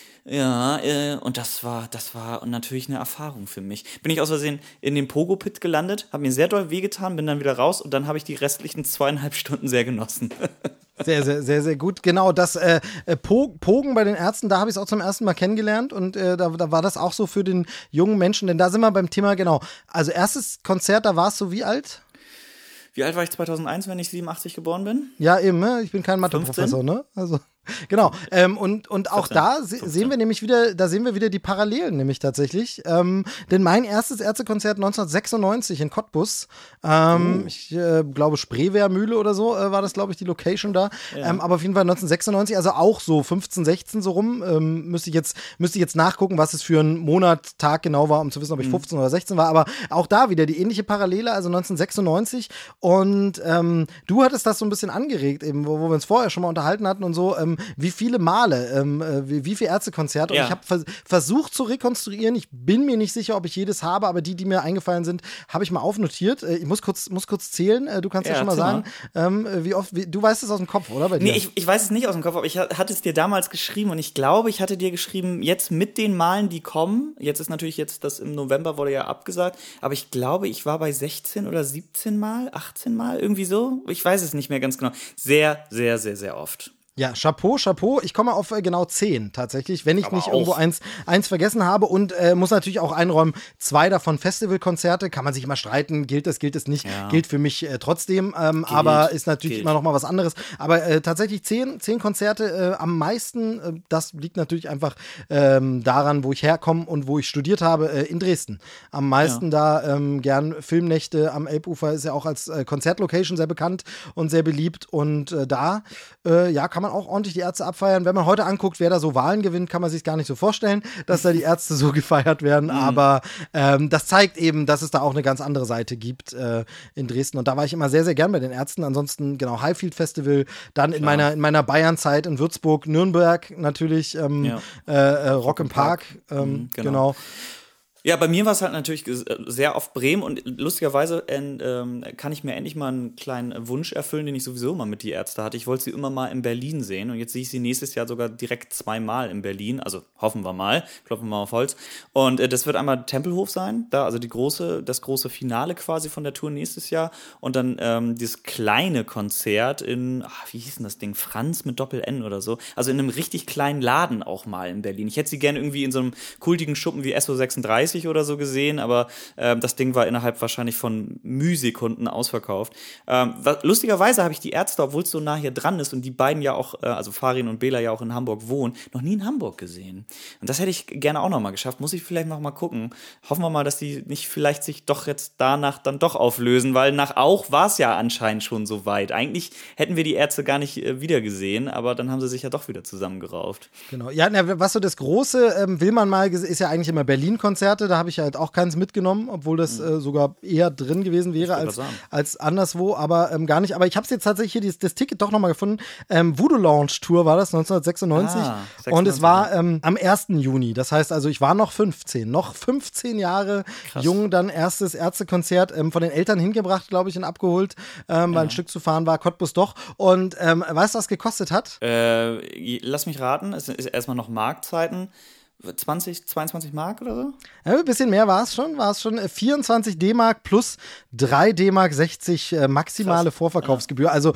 Ja, und das war natürlich eine Erfahrung für mich. Bin ich aus Versehen in den Pogo-Pit gelandet, habe mir sehr doll wehgetan, bin dann wieder raus und dann habe ich die restlichen 2,5 Stunden sehr genossen. Sehr, sehr, sehr, sehr gut. Genau, das Pogen bei den Ärzten, da habe ich es auch zum ersten Mal kennengelernt und da war das auch so für den jungen Menschen, denn da sind wir beim Thema, genau. Also erstes Konzert, da warst du wie alt? Wie alt war ich 2001, wenn ich 87 geboren bin? Ja, eben, ne? Ich bin kein Mathe-Professor, ne? Also, genau. Und auch 15, da sehen wir nämlich wieder, die Parallelen nämlich tatsächlich. Denn mein erstes Ärztekonzert 1996 in Cottbus, ich glaube Spreewährmühle oder so war das, glaube ich, die Location da. Ja. Aber auf jeden Fall 1996, also auch so 15, 16 so rum. Müsste ich jetzt nachgucken, was es für ein Monat, Tag genau war, um zu wissen, ob ich 15 oder 16 war. Aber auch da wieder die ähnliche Parallele, also 1996. Und du hattest das so ein bisschen angeregt, eben, wo wir uns vorher schon mal unterhalten hatten und so, wie viele Male, wie viele Ärztekonzerte. Und ich habe versucht zu rekonstruieren. Ich bin mir nicht sicher, ob ich jedes habe, aber die mir eingefallen sind, habe ich mal aufnotiert. Ich muss kurz zählen. Du kannst ja schon mal sagen, wie oft, du weißt es aus dem Kopf, oder? Bei dir? Nee, ich weiß es nicht aus dem Kopf, aber ich hatte es dir damals geschrieben und ich glaube, ich hatte dir geschrieben, jetzt mit den Malen, die kommen, jetzt ist natürlich das im November wurde ja abgesagt, aber ich glaube, ich war bei 16 oder 17 Mal, 18 Mal, irgendwie so. Ich weiß es nicht mehr ganz genau. Sehr, sehr, sehr, sehr oft. Ja, Chapeau. Ich komme auf genau 10 tatsächlich, wenn ich nicht irgendwo eins vergessen habe und muss natürlich auch einräumen, 2 davon Festivalkonzerte, kann man sich immer streiten, gilt es nicht, gilt für mich trotzdem, aber ist natürlich immer noch mal was anderes. Aber tatsächlich 10 Konzerte am meisten, das liegt natürlich einfach daran, wo ich herkomme und wo ich studiert habe, in Dresden. Am meisten da gern Filmnächte am Elbufer, ist ja auch als Konzertlocation sehr bekannt und sehr beliebt und da, kann man man auch ordentlich die Ärzte abfeiern. Wenn man heute anguckt, wer da so Wahlen gewinnt, kann man sich gar nicht so vorstellen, dass da die Ärzte so gefeiert werden. Aber das zeigt eben, dass es da auch eine ganz andere Seite gibt in Dresden. Und da war ich immer sehr, sehr gern bei den Ärzten. Ansonsten, genau, Highfield Festival, dann in meiner Bayern-Zeit in Würzburg, Nürnberg natürlich, Rock im Park, genau. Ja, bei mir war es halt natürlich sehr oft Bremen und lustigerweise kann ich mir endlich mal einen kleinen Wunsch erfüllen, den ich sowieso immer mit die Ärzte hatte. Ich wollte sie immer mal in Berlin sehen und jetzt sehe ich sie nächstes Jahr sogar direkt 2-mal in Berlin, also hoffen wir mal, klopfen wir mal auf Holz. Und das wird einmal Tempelhof sein, da also das große Finale quasi von der Tour nächstes Jahr und dann dieses kleine Konzert in, wie hieß denn das Ding, Franz mit Doppel-N oder so, also in einem richtig kleinen Laden auch mal in Berlin. Ich hätte sie gerne irgendwie in so einem kultigen Schuppen wie SO36 oder so gesehen, aber das Ding war innerhalb wahrscheinlich von Mühsekunden ausverkauft. Lustigerweise habe ich die Ärzte, obwohl es so nah hier dran ist und die beiden ja auch, also Farin und Bela ja auch in Hamburg wohnen, noch nie in Hamburg gesehen. Und das hätte ich gerne auch noch mal geschafft. Muss ich vielleicht noch mal gucken. Hoffen wir mal, dass die nicht vielleicht sich doch jetzt danach dann doch auflösen, weil nach Auch war es ja anscheinend schon so weit. Eigentlich hätten wir die Ärzte gar nicht wieder gesehen, aber dann haben sie sich ja doch wieder zusammengerauft. Genau. Ja, was so das Große will man mal, ist ja eigentlich immer Berlin-Konzerte. Da habe ich halt auch keins mitgenommen, obwohl das sogar eher drin gewesen wäre als anderswo, aber gar nicht. Aber ich habe es jetzt tatsächlich hier, das Ticket doch nochmal gefunden. Voodoo Lounge Tour war das 1996 und es war am 1. Juni. Das heißt also, ich war noch 15 Jahre Krass. jung, dann erstes Ärztekonzert von den Eltern hingebracht, glaube ich, und abgeholt, weil ein Stück zu fahren war, Cottbus doch. Und weißt du, was gekostet hat? Lass mich raten, es ist erstmal noch Marktzeiten. 22 Mark oder so? Ja, ein bisschen mehr war es schon. 24 D-Mark plus 3 D-Mark 60 maximale Vorverkaufsgebühr. Also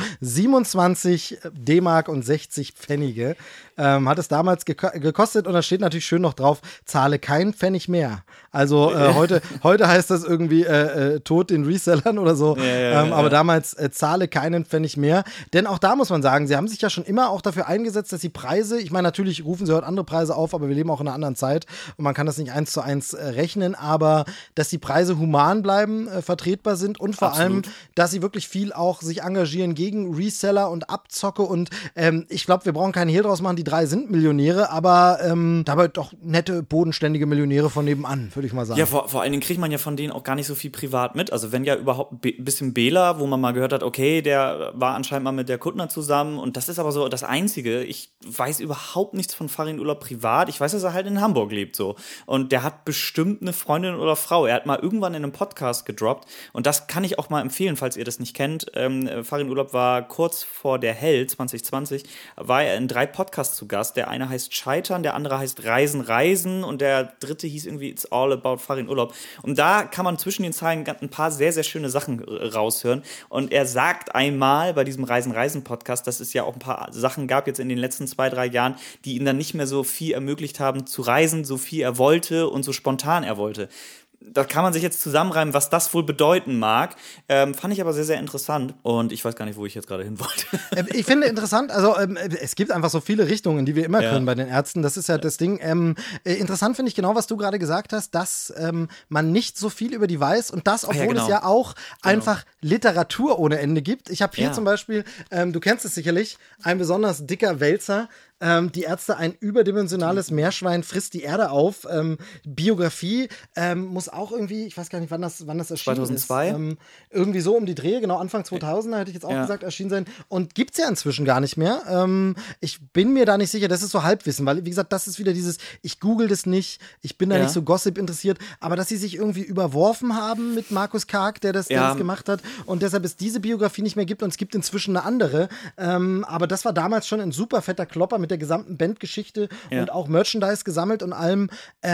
27 D-Mark und 60 Pfennige hat es damals gekostet. Und da steht natürlich schön noch drauf, zahle keinen Pfennig mehr. Also heute heißt das irgendwie Tod den Resellern oder so. Aber damals zahle keinen Pfennig mehr. Denn auch da muss man sagen, sie haben sich ja schon immer auch dafür eingesetzt, dass die Preise, ich meine, natürlich rufen sie heute andere Preise auf, aber wir leben auch in einer anderen Zeit und man kann das nicht 1:1 rechnen, aber dass die Preise human bleiben, vertretbar sind und vor allem, dass sie wirklich viel auch sich engagieren gegen Reseller und Abzocke und ich glaube, wir brauchen keinen Hehl draus machen, die 3 sind Millionäre, aber dabei doch nette, bodenständige Millionäre von nebenan, würde ich mal sagen. Ja, vor allen Dingen kriegt man ja von denen auch gar nicht so viel privat mit, also wenn ja überhaupt ein bisschen Bela, wo man mal gehört hat, okay, der war anscheinend mal mit der Kuttner zusammen und das ist aber so das Einzige, ich weiß überhaupt nichts von Farin Urlaub privat, ich weiß, dass er halt in Hamburg lebt so. Und der hat bestimmt eine Freundin oder Frau. Er hat mal irgendwann in einem Podcast gedroppt. Und das kann ich auch mal empfehlen, falls ihr das nicht kennt. Farin Urlaub war kurz vor der Hell 2020, war er in 3 Podcasts zu Gast. Der eine heißt Scheitern, der andere heißt Reisen und der dritte hieß irgendwie It's All About Farin Urlaub. Und da kann man zwischen den Zeilen ein paar sehr, sehr schöne Sachen raushören. Und er sagt einmal bei diesem Reisen Podcast, dass es ja auch ein paar Sachen gab jetzt in den letzten 2-3 Jahren, die ihm dann nicht mehr so viel ermöglicht haben zu reisen, so viel er wollte und so spontan er wollte. Da kann man sich jetzt zusammenreimen, was das wohl bedeuten mag. Fand ich aber sehr, sehr interessant. Und ich weiß gar nicht, wo ich jetzt gerade hin wollte. Ich finde interessant, also es gibt einfach so viele Richtungen, die wir immer können bei den Ärzten. Das ist ja das Ding. Interessant finde ich genau, was du gerade gesagt hast, dass man nicht so viel über die weiß und das, obwohl es ja auch einfach Literatur ohne Ende gibt. Ich habe hier zum Beispiel, du kennst es sicherlich, ein besonders dicker Wälzer, die Ärzte, ein überdimensionales Meerschwein frisst die Erde auf. Biografie muss auch irgendwie, ich weiß gar nicht, wann das erschienen 2002? ist. Irgendwie so um die Dreh, genau Anfang 2000er hätte ich jetzt auch gesagt, erschienen sein. Und gibt's ja inzwischen gar nicht mehr. Ich bin mir da nicht sicher, das ist so Halbwissen, weil, wie gesagt, das ist wieder dieses, ich google das nicht, ich bin da nicht so Gossip interessiert, aber dass sie sich irgendwie überworfen haben mit Markus Karg, der das gemacht hat und deshalb es diese Biografie nicht mehr gibt und es gibt inzwischen eine andere. Aber das war damals schon ein super fetter Klopper mit der gesamten Bandgeschichte und auch Merchandise gesammelt und allem,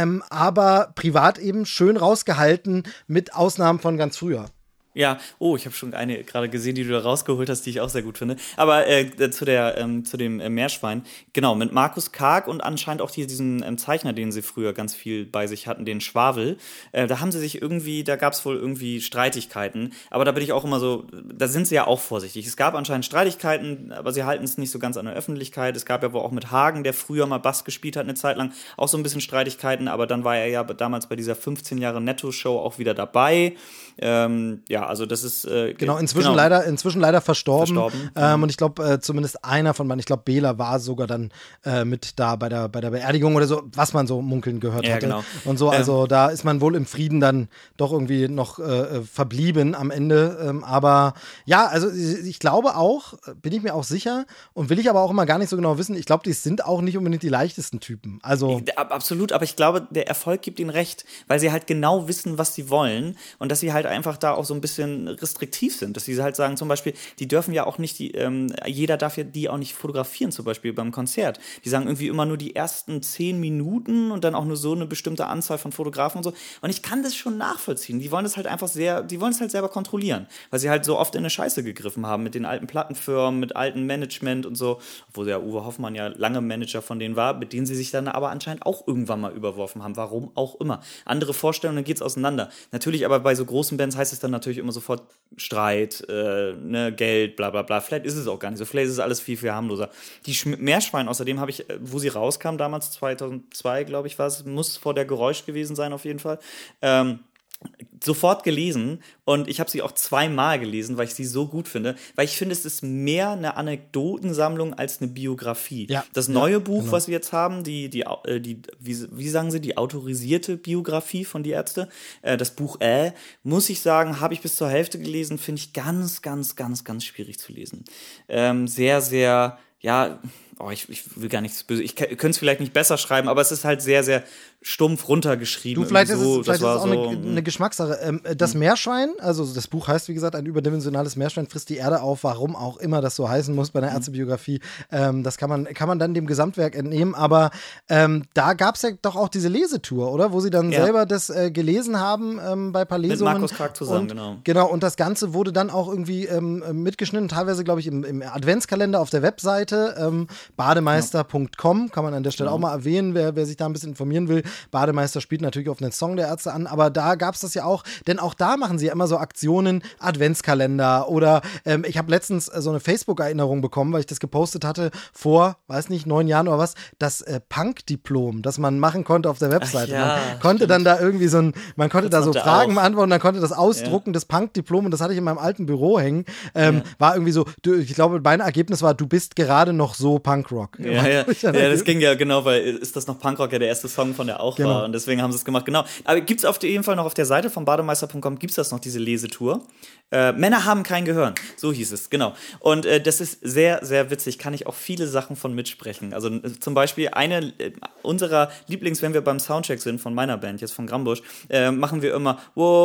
aber privat eben schön rausgehalten, mit Ausnahmen von ganz früher. Ja, ich habe schon eine gerade gesehen, die du da rausgeholt hast, die ich auch sehr gut finde. Aber zu dem Meerschwein, genau, mit Markus Karg und anscheinend auch diesen Zeichner, den sie früher ganz viel bei sich hatten, den Schwavel, da haben sie sich irgendwie, da gab es wohl irgendwie Streitigkeiten, aber da bin ich auch immer so, da sind sie ja auch vorsichtig. Es gab anscheinend Streitigkeiten, aber sie halten es nicht so ganz an der Öffentlichkeit. Es gab ja wohl auch mit Hagen, der früher mal Bass gespielt hat, eine Zeit lang, auch so ein bisschen Streitigkeiten, aber dann war er ja damals bei dieser 15 Jahre Netto-Show auch wieder dabei. Also das ist genau, inzwischen leider verstorben. Und ich glaube, zumindest einer von meinen, ich glaube, Bela war sogar dann mit da bei der Beerdigung oder so, was man so munkeln gehört hatte. Genau. Und so, also da ist man wohl im Frieden dann doch irgendwie noch verblieben am Ende. Aber ja, also ich glaube auch, bin ich mir auch sicher und will ich aber auch immer gar nicht so genau wissen, ich glaube, die sind auch nicht unbedingt die leichtesten Typen. Also absolut, aber ich glaube, der Erfolg gibt ihnen recht, weil sie halt genau wissen, was sie wollen und dass sie halt einfach da auch so ein bisschen restriktiv sind, dass sie halt sagen, zum Beispiel, die dürfen ja auch nicht, jeder darf ja die auch nicht fotografieren, zum Beispiel beim Konzert. Die sagen irgendwie immer nur die ersten 10 Minuten und dann auch nur so eine bestimmte Anzahl von Fotografen und so. Und ich kann das schon nachvollziehen. Die wollen das halt einfach die wollen es halt selber kontrollieren, weil sie halt so oft in eine Scheiße gegriffen haben mit den alten Plattenfirmen, mit altem Management und so, obwohl ja Uwe Hoffmann ja lange Manager von denen war, mit denen sie sich dann aber anscheinend auch irgendwann mal überworfen haben. Warum auch immer. Andere Vorstellungen, dann geht's auseinander. Natürlich aber bei so großen Bands heißt es dann natürlich immer sofort Streit, Geld, bla bla bla. Vielleicht ist es auch gar nicht so. Vielleicht ist es alles viel, viel harmloser. Die Meerschwein außerdem habe ich, wo sie rauskam, damals 2002, glaube ich, war es, muss vor der Geräusch gewesen sein auf jeden Fall, sofort gelesen und ich habe sie auch 2-mal gelesen, weil ich sie so gut finde, weil ich finde, es ist mehr eine Anekdotensammlung als eine Biografie. Ja, das neue Buch, genau, was wir jetzt haben, wie sagen Sie, die autorisierte Biografie von Die Ärzte, das Buch muss ich sagen, habe ich bis zur Hälfte gelesen, finde ich ganz, ganz, ganz, ganz schwierig zu lesen. Sehr, sehr, ja, ich will gar nichts böse, ich könnte es vielleicht nicht besser schreiben, aber es ist halt sehr, sehr stumpf runtergeschrieben. Du, vielleicht ist es auch eine Geschmackssache. Das Meerschwein, also das Buch heißt, wie gesagt, ein überdimensionales Meerschwein frisst die Erde auf, warum auch immer das so heißen muss bei einer Ärztebiografie. Das kann man dann dem Gesamtwerk entnehmen, aber da gab es ja doch auch diese Lesetour, oder? Wo sie dann selber das gelesen haben bei ein paar Lesungen. Mit Markus Krag zusammen, genau. Genau, und das Ganze wurde dann auch irgendwie mitgeschnitten, teilweise, glaube ich, im Adventskalender auf der Webseite, bademeister.com, kann man an der Stelle auch mal erwähnen, wer sich da ein bisschen informieren will. Bademeister spielt natürlich auf einen Song der Ärzte an, aber da gab es das ja auch, denn auch da machen sie ja immer so Aktionen, Adventskalender oder ich habe letztens so eine Facebook-Erinnerung bekommen, weil ich das gepostet hatte vor, weiß nicht, 9 Jahren oder was, das Punk-Diplom, das man machen konnte auf der Webseite. Man konnte dann da irgendwie man konnte da so Fragen beantworten, dann konnte das ausdrucken, das Punk-Diplom, und das hatte ich in meinem alten Büro hängen, war irgendwie so, ich glaube, mein Ergebnis war, du bist gerade noch so Punkrock. Ja, das ging ja genau, weil ist das noch Punkrock ja der erste Song von der auch war und deswegen haben sie es gemacht, genau. Aber gibt's auf jeden Fall noch auf der Seite von bademeister.com gibt's das noch, diese Lesetour. Männer haben kein Gehirn, so hieß es, genau. Und das ist sehr, sehr witzig, kann ich auch viele Sachen von mitsprechen. Also zum Beispiel eine unserer Lieblings, wenn wir beim Soundcheck sind von meiner Band, jetzt von Grambusch, machen wir immer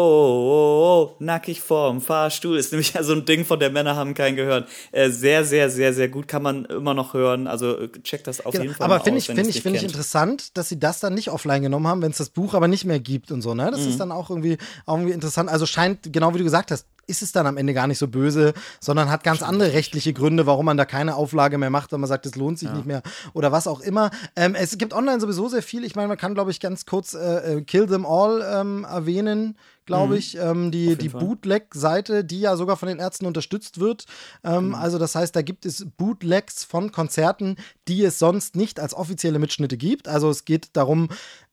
wow, nackig vorm Fahrstuhl, ist nämlich so ein Ding von der Männer haben kein Gehirn. Sehr, sehr, sehr, sehr gut, kann man immer noch hören, also checkt das auf jeden Fall aber mal aus, finde ich interessant, dass sie das dann nicht offline genommen haben, wenn es das Buch aber nicht mehr gibt und so, ne? Das ist dann auch irgendwie interessant, also scheint, genau wie du gesagt hast, ist es dann am Ende gar nicht so böse, sondern hat ganz andere rechtliche Gründe, warum man da keine Auflage mehr macht, wenn man sagt, es lohnt sich nicht mehr oder was auch immer. Es gibt online sowieso sehr viel. Ich meine, man kann, glaube ich, ganz kurz Kill Them All erwähnen, glaube ich, die Bootleg-Seite, die ja sogar von den Ärzten unterstützt wird. Also das heißt, da gibt es Bootlegs von Konzerten, die es sonst nicht als offizielle Mitschnitte gibt. Also es geht darum,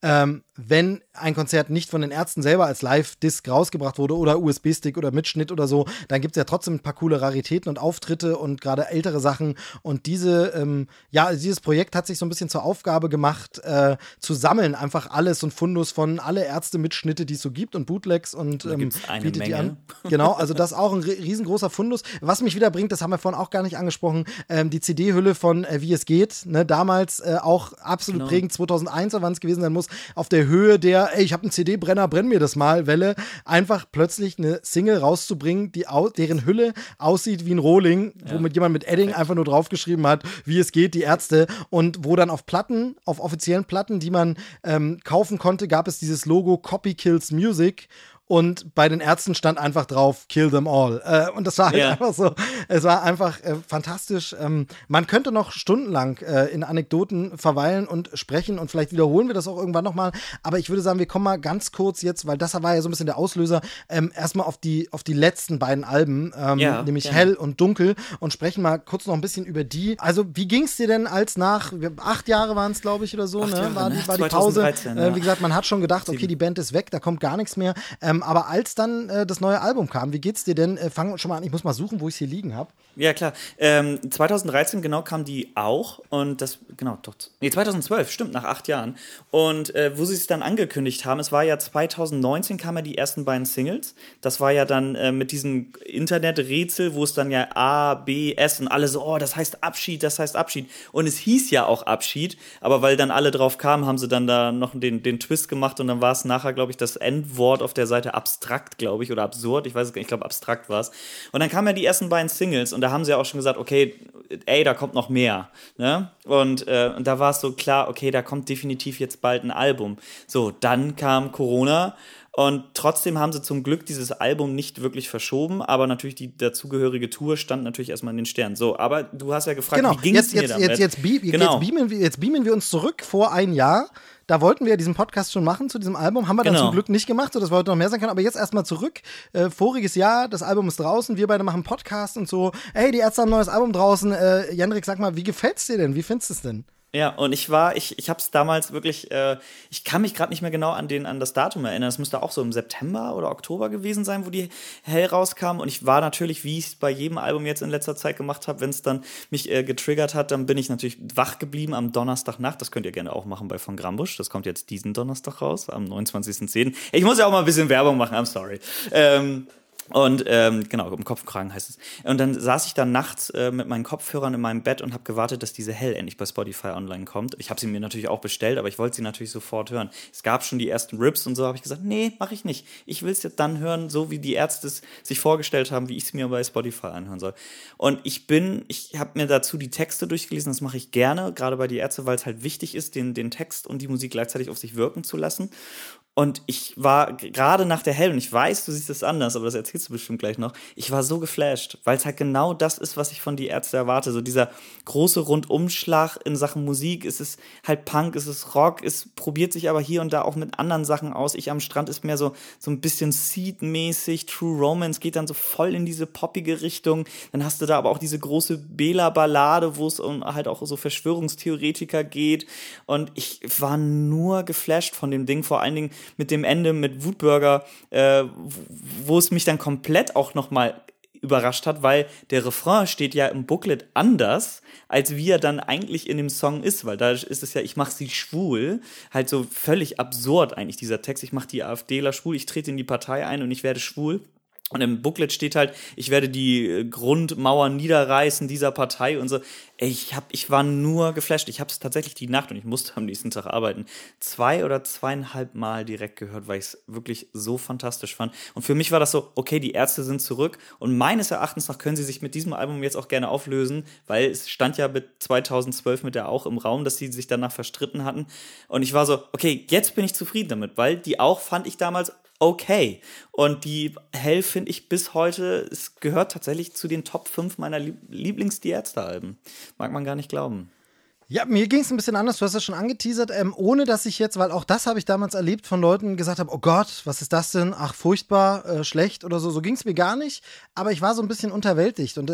wenn ein Konzert nicht von den Ärzten selber als Live-Disc rausgebracht wurde oder USB-Stick oder Mitschnitt oder so, dann gibt es ja trotzdem ein paar coole Raritäten und Auftritte und gerade ältere Sachen. Und dieses Projekt hat sich so ein bisschen zur Aufgabe gemacht, zu sammeln, einfach alles und Fundus von alle Ärzte-Mitschnitte, die es so gibt und Bootlegs und bietet die an. Genau, also das ist auch ein riesengroßer Fundus. Was mich wieder bringt, das haben wir vorhin auch gar nicht angesprochen, die CD-Hülle von Wie es geht, ne, damals auch absolut prägend, 2001 oder wann es gewesen sein muss, auf der Höhe der, ich habe einen CD-Brenner, brenn mir das mal, Welle, einfach plötzlich eine Single rauszubringen, deren Hülle aussieht wie ein Rohling, wo jemand mit Edding einfach nur draufgeschrieben hat, wie es geht, die Ärzte, und wo dann auf offiziellen Platten, die man kaufen konnte, gab es dieses Logo Copy Kills Music. Und bei den Ärzten stand einfach drauf, Kill them all. Und das war halt einfach so, es war einfach fantastisch. Man könnte noch stundenlang in Anekdoten verweilen und sprechen und vielleicht wiederholen wir das auch irgendwann nochmal. Aber ich würde sagen, wir kommen mal ganz kurz jetzt, weil das war ja so ein bisschen der Auslöser, erstmal auf die letzten beiden Alben, nämlich Hell und Dunkel, und sprechen mal kurz noch ein bisschen über die. Also wie ging es dir denn, als 8 Jahre waren es, glaube ich, oder so, ne? War die Pause. Wie gesagt, man hat schon gedacht, okay, die Band ist weg, da kommt gar nichts mehr. Aber als dann das neue Album kam, wie geht's dir denn? Fang schon mal an, ich muss mal suchen, wo ich es hier liegen habe. Ja, klar. 2013 genau kam die auch und das, genau, doch, nee, 2012, stimmt, nach 8 Jahren. Und wo sie es dann angekündigt haben, es war ja 2019 kamen ja die ersten beiden Singles. Das war ja dann mit diesem Interneträtsel, wo es dann ja A, B, S und alle so, oh, das heißt Abschied, das heißt Abschied. Und es hieß ja auch Abschied, aber weil dann alle drauf kamen, haben sie dann da noch den Twist gemacht und dann war es nachher, glaube ich, das Endwort auf der Seite abstrakt, glaube ich, oder absurd, ich weiß es gar nicht, ich glaube abstrakt war es. Und dann kamen ja die ersten beiden Singles und da haben sie ja auch schon gesagt, okay, ey, da kommt noch mehr. Ne? Und da war es so klar, okay, da kommt definitiv jetzt bald ein Album. So, dann kam Corona und trotzdem haben sie zum Glück dieses Album nicht wirklich verschoben, aber natürlich die dazugehörige Tour stand natürlich erstmal in den Sternen. So, aber du hast ja gefragt, genau. Wie ging es mir damit? Jetzt beamen wir uns zurück vor ein Jahr. Da wollten wir ja diesen Podcast schon machen zu diesem Album, haben wir dann zum Glück nicht gemacht, sodass wir heute noch mehr sein können. Aber jetzt erstmal zurück. Voriges Jahr, das Album ist draußen, wir beide machen Podcast und so. Ey, die Ärzte haben ein neues Album draußen. Jendrik, sag mal, wie gefällt's dir denn? Wie findest du es denn? Ja, und ich habe es damals wirklich, ich kann mich gerade nicht mehr genau an das Datum erinnern. Es müsste auch so im September oder Oktober gewesen sein, wo die Hell rauskam. Und ich war natürlich, wie ich es bei jedem Album jetzt in letzter Zeit gemacht habe, wenn es dann mich getriggert hat, dann bin ich natürlich wach geblieben am Donnerstagnacht. Das könnt ihr gerne auch machen bei von Grambusch. Das kommt jetzt diesen Donnerstag raus, am 29.10. Ich muss ja auch mal ein bisschen Werbung machen, I'm sorry. Und genau, im Kopfkragen heißt es. Und dann saß ich dann nachts mit meinen Kopfhörern in meinem Bett und habe gewartet, dass diese Hell endlich bei Spotify online kommt. Ich habe sie mir natürlich auch bestellt, aber ich wollte sie natürlich sofort hören. Es gab schon die ersten Rips und so, habe ich gesagt, nee, mache ich nicht. Ich will es jetzt dann hören, so wie die Ärzte es sich vorgestellt haben, wie ich es mir bei Spotify anhören soll. Und ich habe mir dazu die Texte durchgelesen, das mache ich gerne, gerade bei die Ärzte, weil es halt wichtig ist, den Text und die Musik gleichzeitig auf sich wirken zu lassen. Und ich war gerade nach der Hell, und ich weiß, du siehst es anders, aber das erzählst du bestimmt gleich noch, ich war so geflasht, weil es halt genau das ist, was ich von die Ärzte erwarte. So dieser große Rundumschlag in Sachen Musik, es ist halt Punk, es ist Rock, es probiert sich aber hier und da auch mit anderen Sachen aus. Ich am Strand ist mehr so ein bisschen Seed-mäßig, True Romance geht dann so voll in diese poppige Richtung. Dann hast du da aber auch diese große Bela-Ballade, wo es um halt auch so Verschwörungstheoretiker geht. Und ich war nur geflasht von dem Ding, vor allen Dingen mit dem Ende mit Wutbürger, wo es mich dann komplett auch nochmal überrascht hat, weil der Refrain steht ja im Booklet anders, als wie er dann eigentlich in dem Song ist, weil da ist es ja, ich mach sie schwul, halt so völlig absurd eigentlich dieser Text, ich mach die AfDler schwul, ich trete in die Partei ein und ich werde schwul. Und im Booklet steht halt, ich werde die Grundmauern niederreißen dieser Partei und so. Ey, ich war nur geflasht. Ich habe es tatsächlich die Nacht, und ich musste am nächsten Tag arbeiten, 2 oder 2,5 Mal direkt gehört, weil ich es wirklich so fantastisch fand. Und für mich war das so, okay, die Ärzte sind zurück. Und meines Erachtens nach können sie sich mit diesem Album jetzt auch gerne auflösen, weil es stand ja mit 2012 mit der auch im Raum, dass sie sich danach verstritten hatten. Und ich war so, okay, jetzt bin ich zufrieden damit, weil die auch fand ich damals okay. Und die Hell finde ich bis heute, es gehört tatsächlich zu den Top 5 meiner Die Ärzte-Alben. Mag man gar nicht glauben. Ja, mir ging es ein bisschen anders, du hast das schon angeteasert, ohne dass ich jetzt, weil auch das habe ich damals erlebt, von Leuten gesagt habe, oh Gott, was ist das denn? Ach, furchtbar, schlecht oder so. So ging es mir gar nicht, aber ich war so ein bisschen unterwältigt und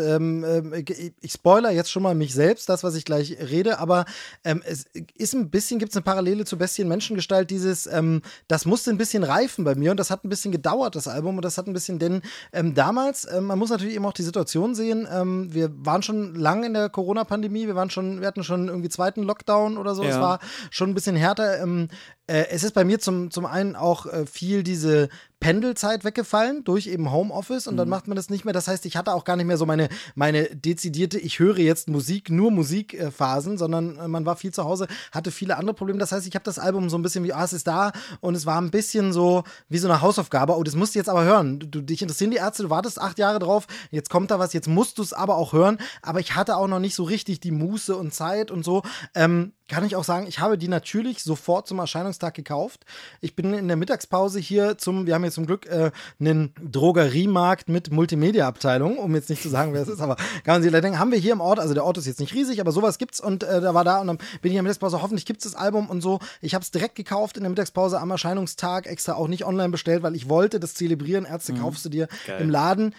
ich spoiler jetzt schon mal mich selbst, das, was ich gleich rede, aber es ist ein bisschen, gibt es eine Parallele zu Bestien Menschengestalt, das musste ein bisschen reifen bei mir und das hat ein bisschen gedauert, das Album, und das hat ein bisschen, denn damals, man muss natürlich eben auch die Situation sehen, wir waren schon lange in der Corona-Pandemie, wir hatten schon irgendwie zweiten Lockdown oder so. Ja. Es war schon ein bisschen härter. Es ist bei mir zum einen auch viel diese Pendelzeit weggefallen durch eben Homeoffice und dann macht man das nicht mehr. Das heißt, ich hatte auch gar nicht mehr so meine dezidierte, ich höre jetzt nur Musikphasen, sondern man war viel zu Hause, hatte viele andere Probleme. Das heißt, ich habe das Album so ein bisschen wie, es ist da, und es war ein bisschen so wie so eine Hausaufgabe. Oh, das musst du jetzt aber hören. Dich interessieren die Ärzte, du wartest 8 Jahre drauf, jetzt kommt da was, jetzt musst du es aber auch hören. Aber ich hatte auch noch nicht so richtig die Muße und Zeit und so. Kann ich auch sagen, ich habe die natürlich sofort zum Erscheinungstag gekauft. Ich bin in der Mittagspause hier wir haben hier zum Glück einen Drogeriemarkt mit Multimedia-Abteilung, um jetzt nicht zu sagen, wer es ist, aber kann man sich leider denken, haben wir hier im Ort, also der Ort ist jetzt nicht riesig, aber sowas gibt's, und und dann bin ich in der Mittagspause, hoffentlich gibt's das Album und so. Ich habe es direkt gekauft in der Mittagspause am Erscheinungstag, extra auch nicht online bestellt, weil ich wollte das zelebrieren. Ärzte kaufst du dir im Laden.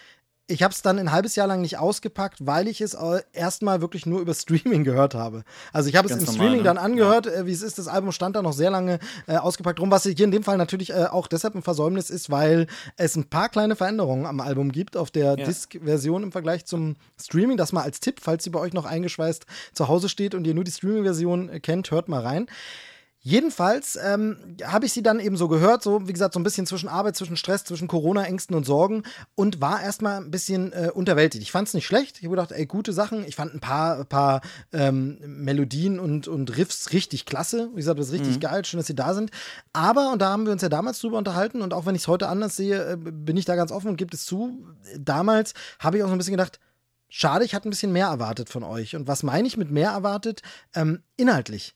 ich habe es dann ein halbes Jahr lang nicht ausgepackt, weil ich es erstmal wirklich nur über Streaming gehört habe. Also ich habe es im Streaming dann angehört, wie es ist. Das Album stand da noch sehr lange ausgepackt rum, was hier in dem Fall natürlich auch deshalb ein Versäumnis ist, weil es ein paar kleine Veränderungen am Album gibt auf der Disc-Version im Vergleich zum Streaming. Das mal als Tipp, falls sie bei euch noch eingeschweißt zu Hause steht und ihr nur die Streaming-Version kennt, hört mal rein. Jedenfalls habe ich sie dann eben so gehört, so wie gesagt, so ein bisschen zwischen Arbeit, zwischen Stress, zwischen Corona-Ängsten und Sorgen und war erstmal ein bisschen unterwältigt. Ich fand es nicht schlecht, ich habe gedacht, ey, gute Sachen. Ich fand ein paar Melodien und Riffs richtig klasse. Wie gesagt, das ist richtig geil, schön, dass sie da sind. Aber, und da haben wir uns ja damals drüber unterhalten und auch wenn ich es heute anders sehe, bin ich da ganz offen und gebe es zu, damals habe ich auch so ein bisschen gedacht, schade, ich hatte ein bisschen mehr erwartet von euch. Und was meine ich mit mehr erwartet? Inhaltlich.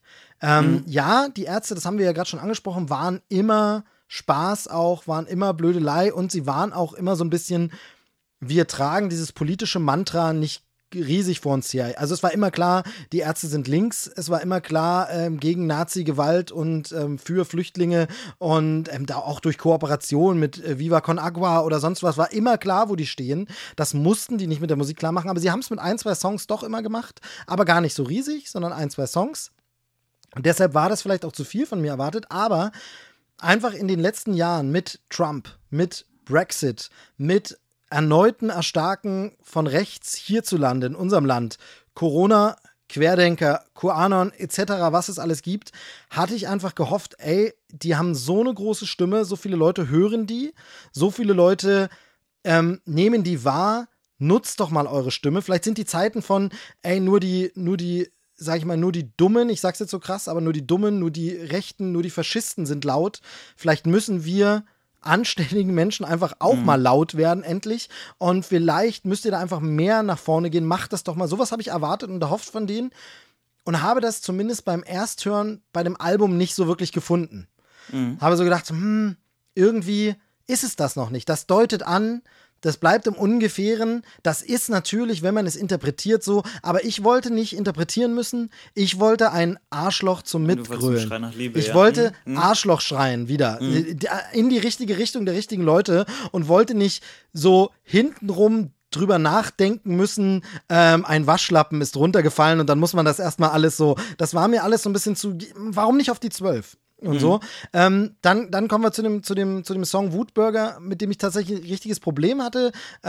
Ja, die Ärzte, das haben wir ja gerade schon angesprochen, waren immer Spaß auch, waren immer Blödelei und sie waren auch immer so ein bisschen, wir tragen dieses politische Mantra nicht riesig vor uns her. Also es war immer klar, die Ärzte sind links, es war immer klar gegen Nazi-Gewalt und für Flüchtlinge und da auch durch Kooperation mit Viva Con Agua oder sonst was, war immer klar, wo die stehen. Das mussten die nicht mit der Musik klar machen, aber sie haben es mit 1, 2 Songs doch immer gemacht, aber gar nicht so riesig, sondern 1, 2 Songs. Und deshalb war das vielleicht auch zu viel von mir erwartet, aber einfach in den letzten Jahren mit Trump, mit Brexit, mit erneuten Erstarken von rechts hierzulande, in unserem Land, Corona, Querdenker, QAnon etc., was es alles gibt, hatte ich einfach gehofft, ey, die haben so eine große Stimme, so viele Leute hören die, so viele Leute nehmen die wahr, nutzt doch mal eure Stimme. Vielleicht sind die Zeiten von, ey, nur die sag ich mal, nur die Dummen, ich sag's jetzt so krass, aber nur die Dummen, nur die Rechten, nur die Faschisten sind laut. Vielleicht müssen wir anständigen Menschen einfach auch mal laut werden, endlich. Und vielleicht müsst ihr da einfach mehr nach vorne gehen. Macht das doch mal. Sowas habe ich erwartet und erhofft von denen. Und habe das zumindest beim Ersthören bei dem Album nicht so wirklich gefunden. Habe so gedacht, irgendwie ist es das noch nicht. Das deutet an, das bleibt im Ungefähren. Das ist natürlich, wenn man es interpretiert, so. Aber ich wollte nicht interpretieren müssen. Ich wollte ein Arschloch zum Mitgrölen. Ich wollte Arschloch schreien wieder. In die richtige Richtung der richtigen Leute. Und wollte nicht so hintenrum drüber nachdenken müssen, ein Waschlappen ist runtergefallen und dann muss man das erstmal alles so. Das war mir alles so ein bisschen zu. Warum nicht auf die 12? Und so. Dann kommen wir zu dem Song Wutburger, mit dem ich tatsächlich ein richtiges Problem hatte.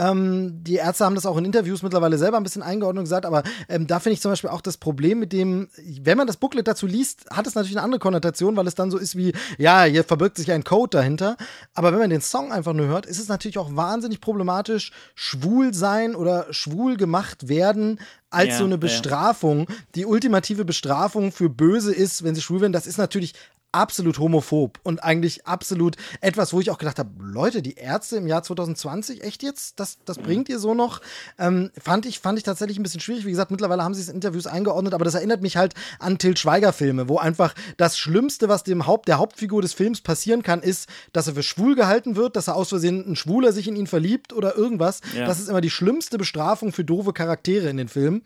Die Ärzte haben das auch in Interviews mittlerweile selber ein bisschen eingeordnet und gesagt, aber da finde ich zum Beispiel auch das Problem mit dem, wenn man das Booklet dazu liest, hat es natürlich eine andere Konnotation, weil es dann so ist wie, ja, hier verbirgt sich ein Code dahinter. Aber wenn man den Song einfach nur hört, ist es natürlich auch wahnsinnig problematisch, schwul sein oder schwul gemacht werden als so eine Bestrafung. Die ultimative Bestrafung für Böse ist, wenn sie schwul werden, das ist natürlich absolut homophob und eigentlich absolut etwas, wo ich auch gedacht habe, Leute, die Ärzte im Jahr 2020, echt jetzt? Das bringt ihr so noch? Fand ich tatsächlich ein bisschen schwierig. Wie gesagt, mittlerweile haben sie es in Interviews eingeordnet, aber das erinnert mich halt an Til Schweiger-Filme, wo einfach das Schlimmste, was der Hauptfigur des Films passieren kann, ist, dass er für schwul gehalten wird, dass er aus Versehen ein Schwuler sich in ihn verliebt oder irgendwas. Ja. Das ist immer die schlimmste Bestrafung für doofe Charaktere in den Filmen.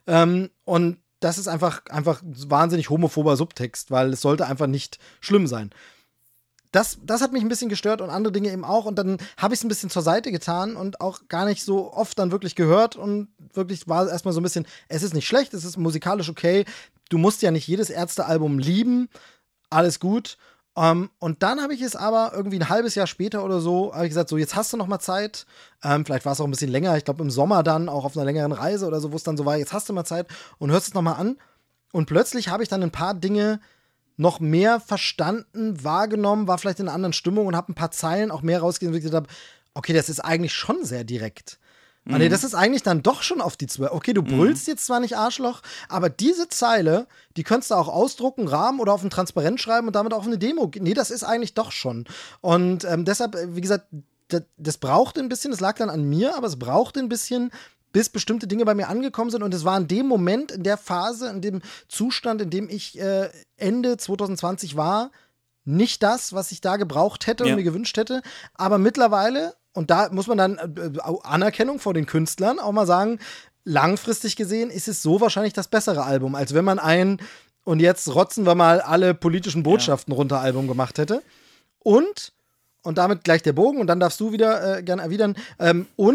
Und das ist einfach wahnsinnig homophober Subtext, weil es sollte einfach nicht schlimm sein. Das hat mich ein bisschen gestört und andere Dinge eben auch. Und dann habe ich es ein bisschen zur Seite getan und auch gar nicht so oft dann wirklich gehört. Und wirklich war es erstmal so ein bisschen, es ist nicht schlecht, es ist musikalisch okay. Du musst ja nicht jedes Ärzte-Album lieben. Alles gut. Und dann habe ich es aber irgendwie ein halbes Jahr später oder so, habe ich gesagt, so jetzt hast du noch mal Zeit, vielleicht war es auch ein bisschen länger, ich glaube im Sommer dann, auch auf einer längeren Reise oder so, wo es dann so war, jetzt hast du mal Zeit und hörst es noch mal an und plötzlich habe ich dann ein paar Dinge noch mehr verstanden, wahrgenommen, war vielleicht in einer anderen Stimmung und habe ein paar Zeilen auch mehr rausgegeben, wo ich gesagt habe, okay, das ist eigentlich schon sehr direkt. Nee, das ist eigentlich dann doch schon auf die 12. Okay, du brüllst jetzt zwar nicht Arschloch, aber diese Zeile, die könntest du auch ausdrucken, rahmen oder auf ein Transparent schreiben und damit auf eine Demo. Nee, das ist eigentlich doch schon. Und deshalb, wie gesagt, das brauchte ein bisschen, das lag dann an mir, aber es brauchte ein bisschen, bis bestimmte Dinge bei mir angekommen sind. Und es war in dem Moment, in der Phase, in dem Zustand, in dem ich Ende 2020 war, nicht das, was ich da gebraucht hätte und mir gewünscht hätte. Aber mittlerweile, und da muss man dann Anerkennung vor den Künstlern auch mal sagen, langfristig gesehen ist es so wahrscheinlich das bessere Album, als wenn man und jetzt rotzen wir mal alle politischen Botschaften runter Album gemacht hätte. Und damit gleich der Bogen und dann darfst du wieder gerne erwidern. Und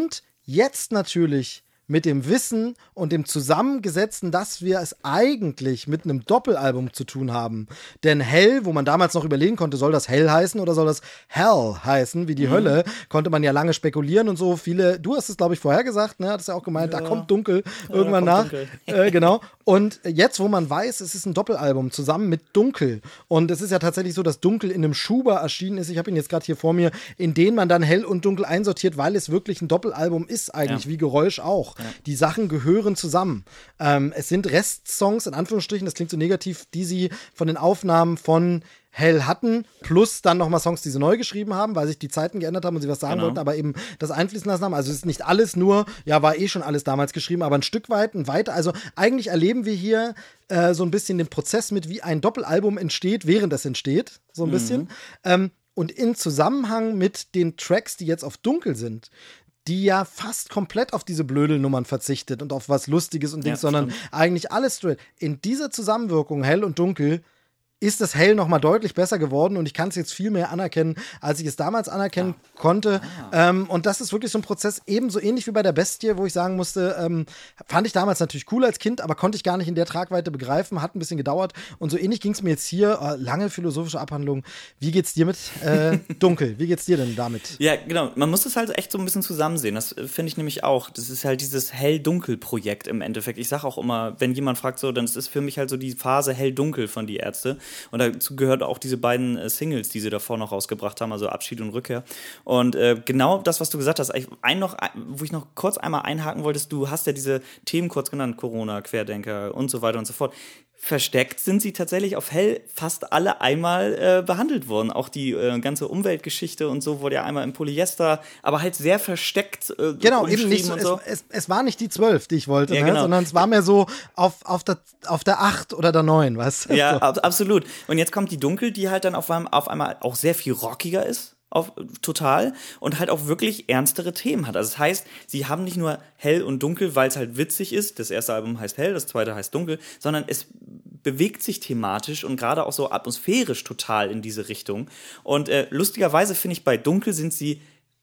Jetzt natürlich mit dem Wissen und dem Zusammengesetzten, dass wir es eigentlich mit einem Doppelalbum zu tun haben. Denn Hell, wo man damals noch überlegen konnte, soll das Hell heißen oder soll das Hell heißen, wie die Hölle, konnte man ja lange spekulieren und so. Viele, du hast es, glaube ich, vorher gesagt, ne? Hattest ja auch gemeint, da kommt dunkel irgendwann nach. Genau. Und jetzt, wo man weiß, es ist ein Doppelalbum zusammen mit Dunkel. Und es ist ja tatsächlich so, dass Dunkel in einem Schuber erschienen ist. Ich habe ihn jetzt gerade hier vor mir, in den man dann Hell und Dunkel einsortiert, weil es wirklich ein Doppelalbum ist eigentlich, wie Geräusch auch. Ja. Die Sachen gehören zusammen. Es sind Restsongs, in Anführungsstrichen, das klingt so negativ, die sie von den Aufnahmen von Hell hatten, plus dann nochmal Songs, die sie neu geschrieben haben, weil sich die Zeiten geändert haben und sie was sagen wollten, aber eben das einfließen lassen haben. Also es ist nicht alles nur, ja, war schon alles damals geschrieben, aber ein Stück weit, weiter. Also eigentlich erleben wir hier so ein bisschen den Prozess mit, wie ein Doppelalbum entsteht, während es entsteht, so ein bisschen. Und in Zusammenhang mit den Tracks, die jetzt auf Dunkel sind, die ja fast komplett auf diese Blödelnummern verzichtet und auf was Lustiges und Dings, sondern eigentlich alles straight. In dieser Zusammenwirkung Hell und Dunkel ist das Hell noch mal deutlich besser geworden und ich kann es jetzt viel mehr anerkennen, als ich es damals anerkennen konnte. Und das ist wirklich so ein Prozess, ebenso ähnlich wie bei der Bestie, wo ich sagen musste, fand ich damals natürlich cool als Kind, aber konnte ich gar nicht in der Tragweite begreifen, hat ein bisschen gedauert. Und so ähnlich ging es mir jetzt hier, lange philosophische Abhandlung. Wie geht's dir mit Dunkel? Wie geht's dir denn damit? Ja, genau. Man muss das halt echt so ein bisschen zusammen sehen. Das finde ich nämlich auch. Das ist halt dieses Hell-Dunkel-Projekt im Endeffekt. Ich sage auch immer, wenn jemand fragt so, dann ist es für mich halt so die Phase Hell-Dunkel von die Ärzte. Und dazu gehört auch diese beiden Singles, die sie davor noch rausgebracht haben, also Abschied und Rückkehr. Und genau das, was du gesagt hast, wo ich noch kurz einmal einhaken wollte, du hast ja diese Themen kurz genannt, Corona, Querdenker und so weiter und so fort. Versteckt sind sie tatsächlich auf Hell fast alle einmal behandelt worden. Auch die ganze Umweltgeschichte und so wurde ja einmal im Polyester, aber halt sehr versteckt genau, eben nicht so, so. Es war nicht die 12, die ich wollte, ja, genau. Sondern es war mehr so auf der 8 oder der 9, weißt du? Ja, so. Absolut. Und jetzt kommt die Dunkel, die halt dann auf einmal auch sehr viel rockiger ist. Total und halt auch wirklich ernstere Themen hat. Also das heißt, sie haben nicht nur Hell und Dunkel, weil es halt witzig ist, das erste Album heißt Hell, das zweite heißt Dunkel, sondern es bewegt sich thematisch und gerade auch so atmosphärisch total in diese Richtung. Und lustigerweise finde ich, bei Dunkel sind sie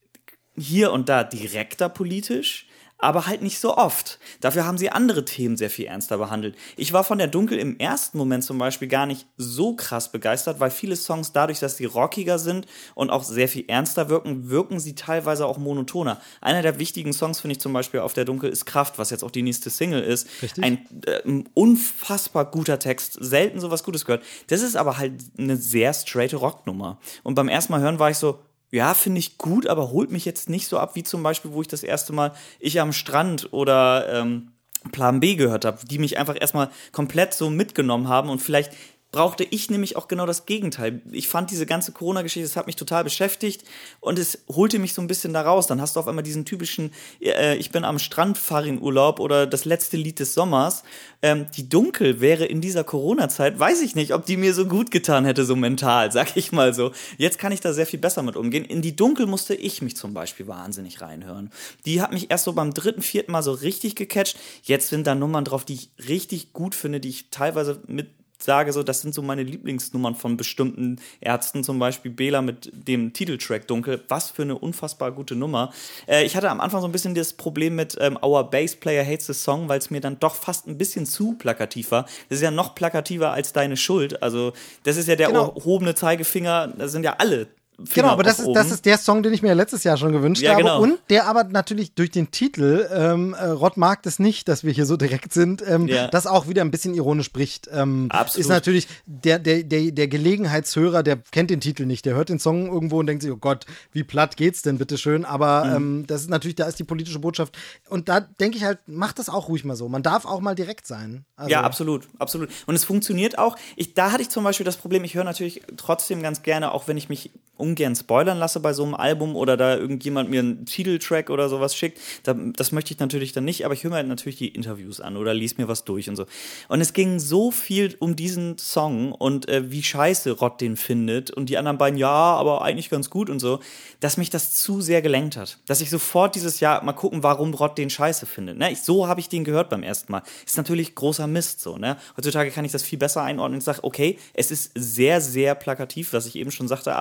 hier und da direkter politisch, aber halt nicht so oft. Dafür haben sie andere Themen sehr viel ernster behandelt. Ich war von der Dunkel im ersten Moment zum Beispiel gar nicht so krass begeistert, weil viele Songs dadurch, dass sie rockiger sind und auch sehr viel ernster wirken sie teilweise auch monotoner. Einer der wichtigen Songs, finde ich zum Beispiel auf der Dunkel, ist Kraft, was jetzt auch die nächste Single ist. Richtig? Ein unfassbar guter Text, selten sowas Gutes gehört. Das ist aber halt eine sehr straighte Rocknummer. Und beim ersten Mal hören war ich so, ja, finde ich gut, aber holt mich jetzt nicht so ab, wie zum Beispiel, wo ich das erste Mal Ich am Strand oder Plan B gehört habe, die mich einfach erstmal komplett so mitgenommen haben und vielleicht brauchte ich nämlich auch genau das Gegenteil. Ich fand diese ganze Corona-Geschichte, das hat mich total beschäftigt und es holte mich so ein bisschen da raus. Dann hast du auf einmal diesen typischen ich bin am Strand, fahre in Urlaub oder das letzte Lied des Sommers. Die Dunkel wäre in dieser Corona-Zeit, weiß ich nicht, ob die mir so gut getan hätte, so mental, sag ich mal so. Jetzt kann ich da sehr viel besser mit umgehen. In die Dunkel musste ich mich zum Beispiel wahnsinnig reinhören. Die hat mich erst so beim 3., 4. Mal so richtig gecatcht. Jetzt sind da Nummern drauf, die ich richtig gut finde, die ich teilweise sage so, das sind so meine Lieblingsnummern von bestimmten Ärzten, zum Beispiel Bela mit dem Titeltrack Dunkel. Was für eine unfassbar gute Nummer. Ich hatte am Anfang so ein bisschen das Problem mit Our Bass Player Hates the Song, weil es mir dann doch fast ein bisschen zu plakativ war. Das ist ja noch plakativer als Deine Schuld. Also das ist ja der erhobene Zeigefinger, das sind ja alle Finger, genau, aber das ist der Song, den ich mir ja letztes Jahr schon gewünscht habe. Genau. Und der aber natürlich durch den Titel, Rod mag das nicht, dass wir hier so direkt sind, das auch wieder ein bisschen ironisch spricht. Absolut. Ist natürlich der Gelegenheitshörer, der kennt den Titel nicht, der hört den Song irgendwo und denkt sich, oh Gott, wie platt geht's denn, bitteschön. Aber das ist natürlich, da ist die politische Botschaft. Und da denke ich halt, macht das auch ruhig mal so. Man darf auch mal direkt sein. Also ja, absolut. Und es funktioniert auch. Da hatte ich zum Beispiel das Problem, ich höre natürlich trotzdem ganz gerne, auch wenn ich mich ungern spoilern lasse bei so einem Album oder da irgendjemand mir einen Titeltrack oder sowas schickt, das möchte ich natürlich dann nicht, aber ich höre mir halt natürlich die Interviews an oder lese mir was durch und so. Und es ging so viel um diesen Song und wie scheiße Rod den findet und die anderen beiden, ja, aber eigentlich ganz gut und so, dass mich das zu sehr gelenkt hat. Dass ich sofort dieses Jahr mal gucken, warum Rod den scheiße findet. Ne? So habe ich den gehört beim ersten Mal. Ist natürlich großer Mist so. Ne? Heutzutage kann ich das viel besser einordnen und sage, okay, es ist sehr, sehr plakativ, was ich eben schon sagte, aber es ist halt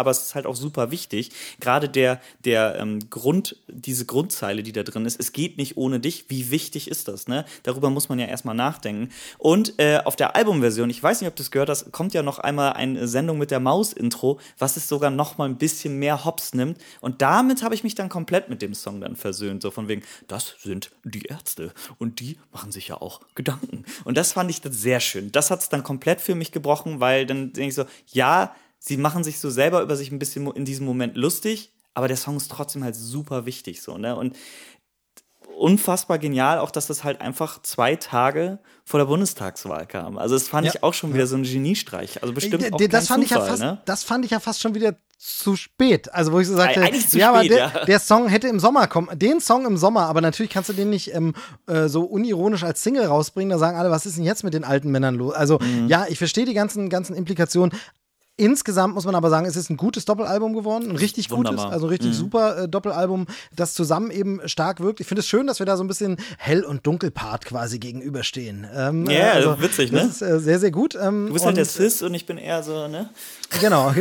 halt auch super wichtig. Gerade diese Grundzeile, die da drin ist, es geht nicht ohne dich, wie wichtig ist das, ne? Darüber muss man ja erstmal nachdenken. Und auf der Albumversion, ich weiß nicht, ob du es gehört hast, kommt ja noch einmal eine Sendung mit der Maus-Intro, was es sogar noch mal ein bisschen mehr Hops nimmt. Und damit habe ich mich dann komplett mit dem Song dann versöhnt. So von wegen, das sind die Ärzte und die machen sich ja auch Gedanken. Und das fand ich dann sehr schön. Das hat es dann komplett für mich gebrochen, weil dann denke ich so, ja, sie machen sich so selber über sich ein bisschen in diesem Moment lustig, aber der Song ist trotzdem halt super wichtig so, ne? Und unfassbar genial auch, dass das halt einfach 2 Tage vor der Bundestagswahl kam. Also das fand ich auch schon wieder so ein Geniestreich. Also bestimmt auch kein Zufall, ne? Das fand ich ja fast schon wieder zu spät. Also wo ich so sagte, eigentlich zu spät, aber der Song hätte im Sommer kommen. Den Song im Sommer, aber natürlich kannst du den nicht so unironisch als Single rausbringen. Da sagen alle, was ist denn jetzt mit den alten Männern los? Also ja, ich verstehe die ganzen Implikationen. Insgesamt muss man aber sagen, es ist ein gutes Doppelalbum geworden, ein richtig gutes, also ein richtig super Doppelalbum, das zusammen eben stark wirkt. Ich finde es schön, dass wir da so ein bisschen Hell- und Dunkelpart quasi gegenüberstehen. Also, witzig, ne? Das ist sehr, sehr gut. Du bist halt der Cis und ich bin eher so, ne? Genau.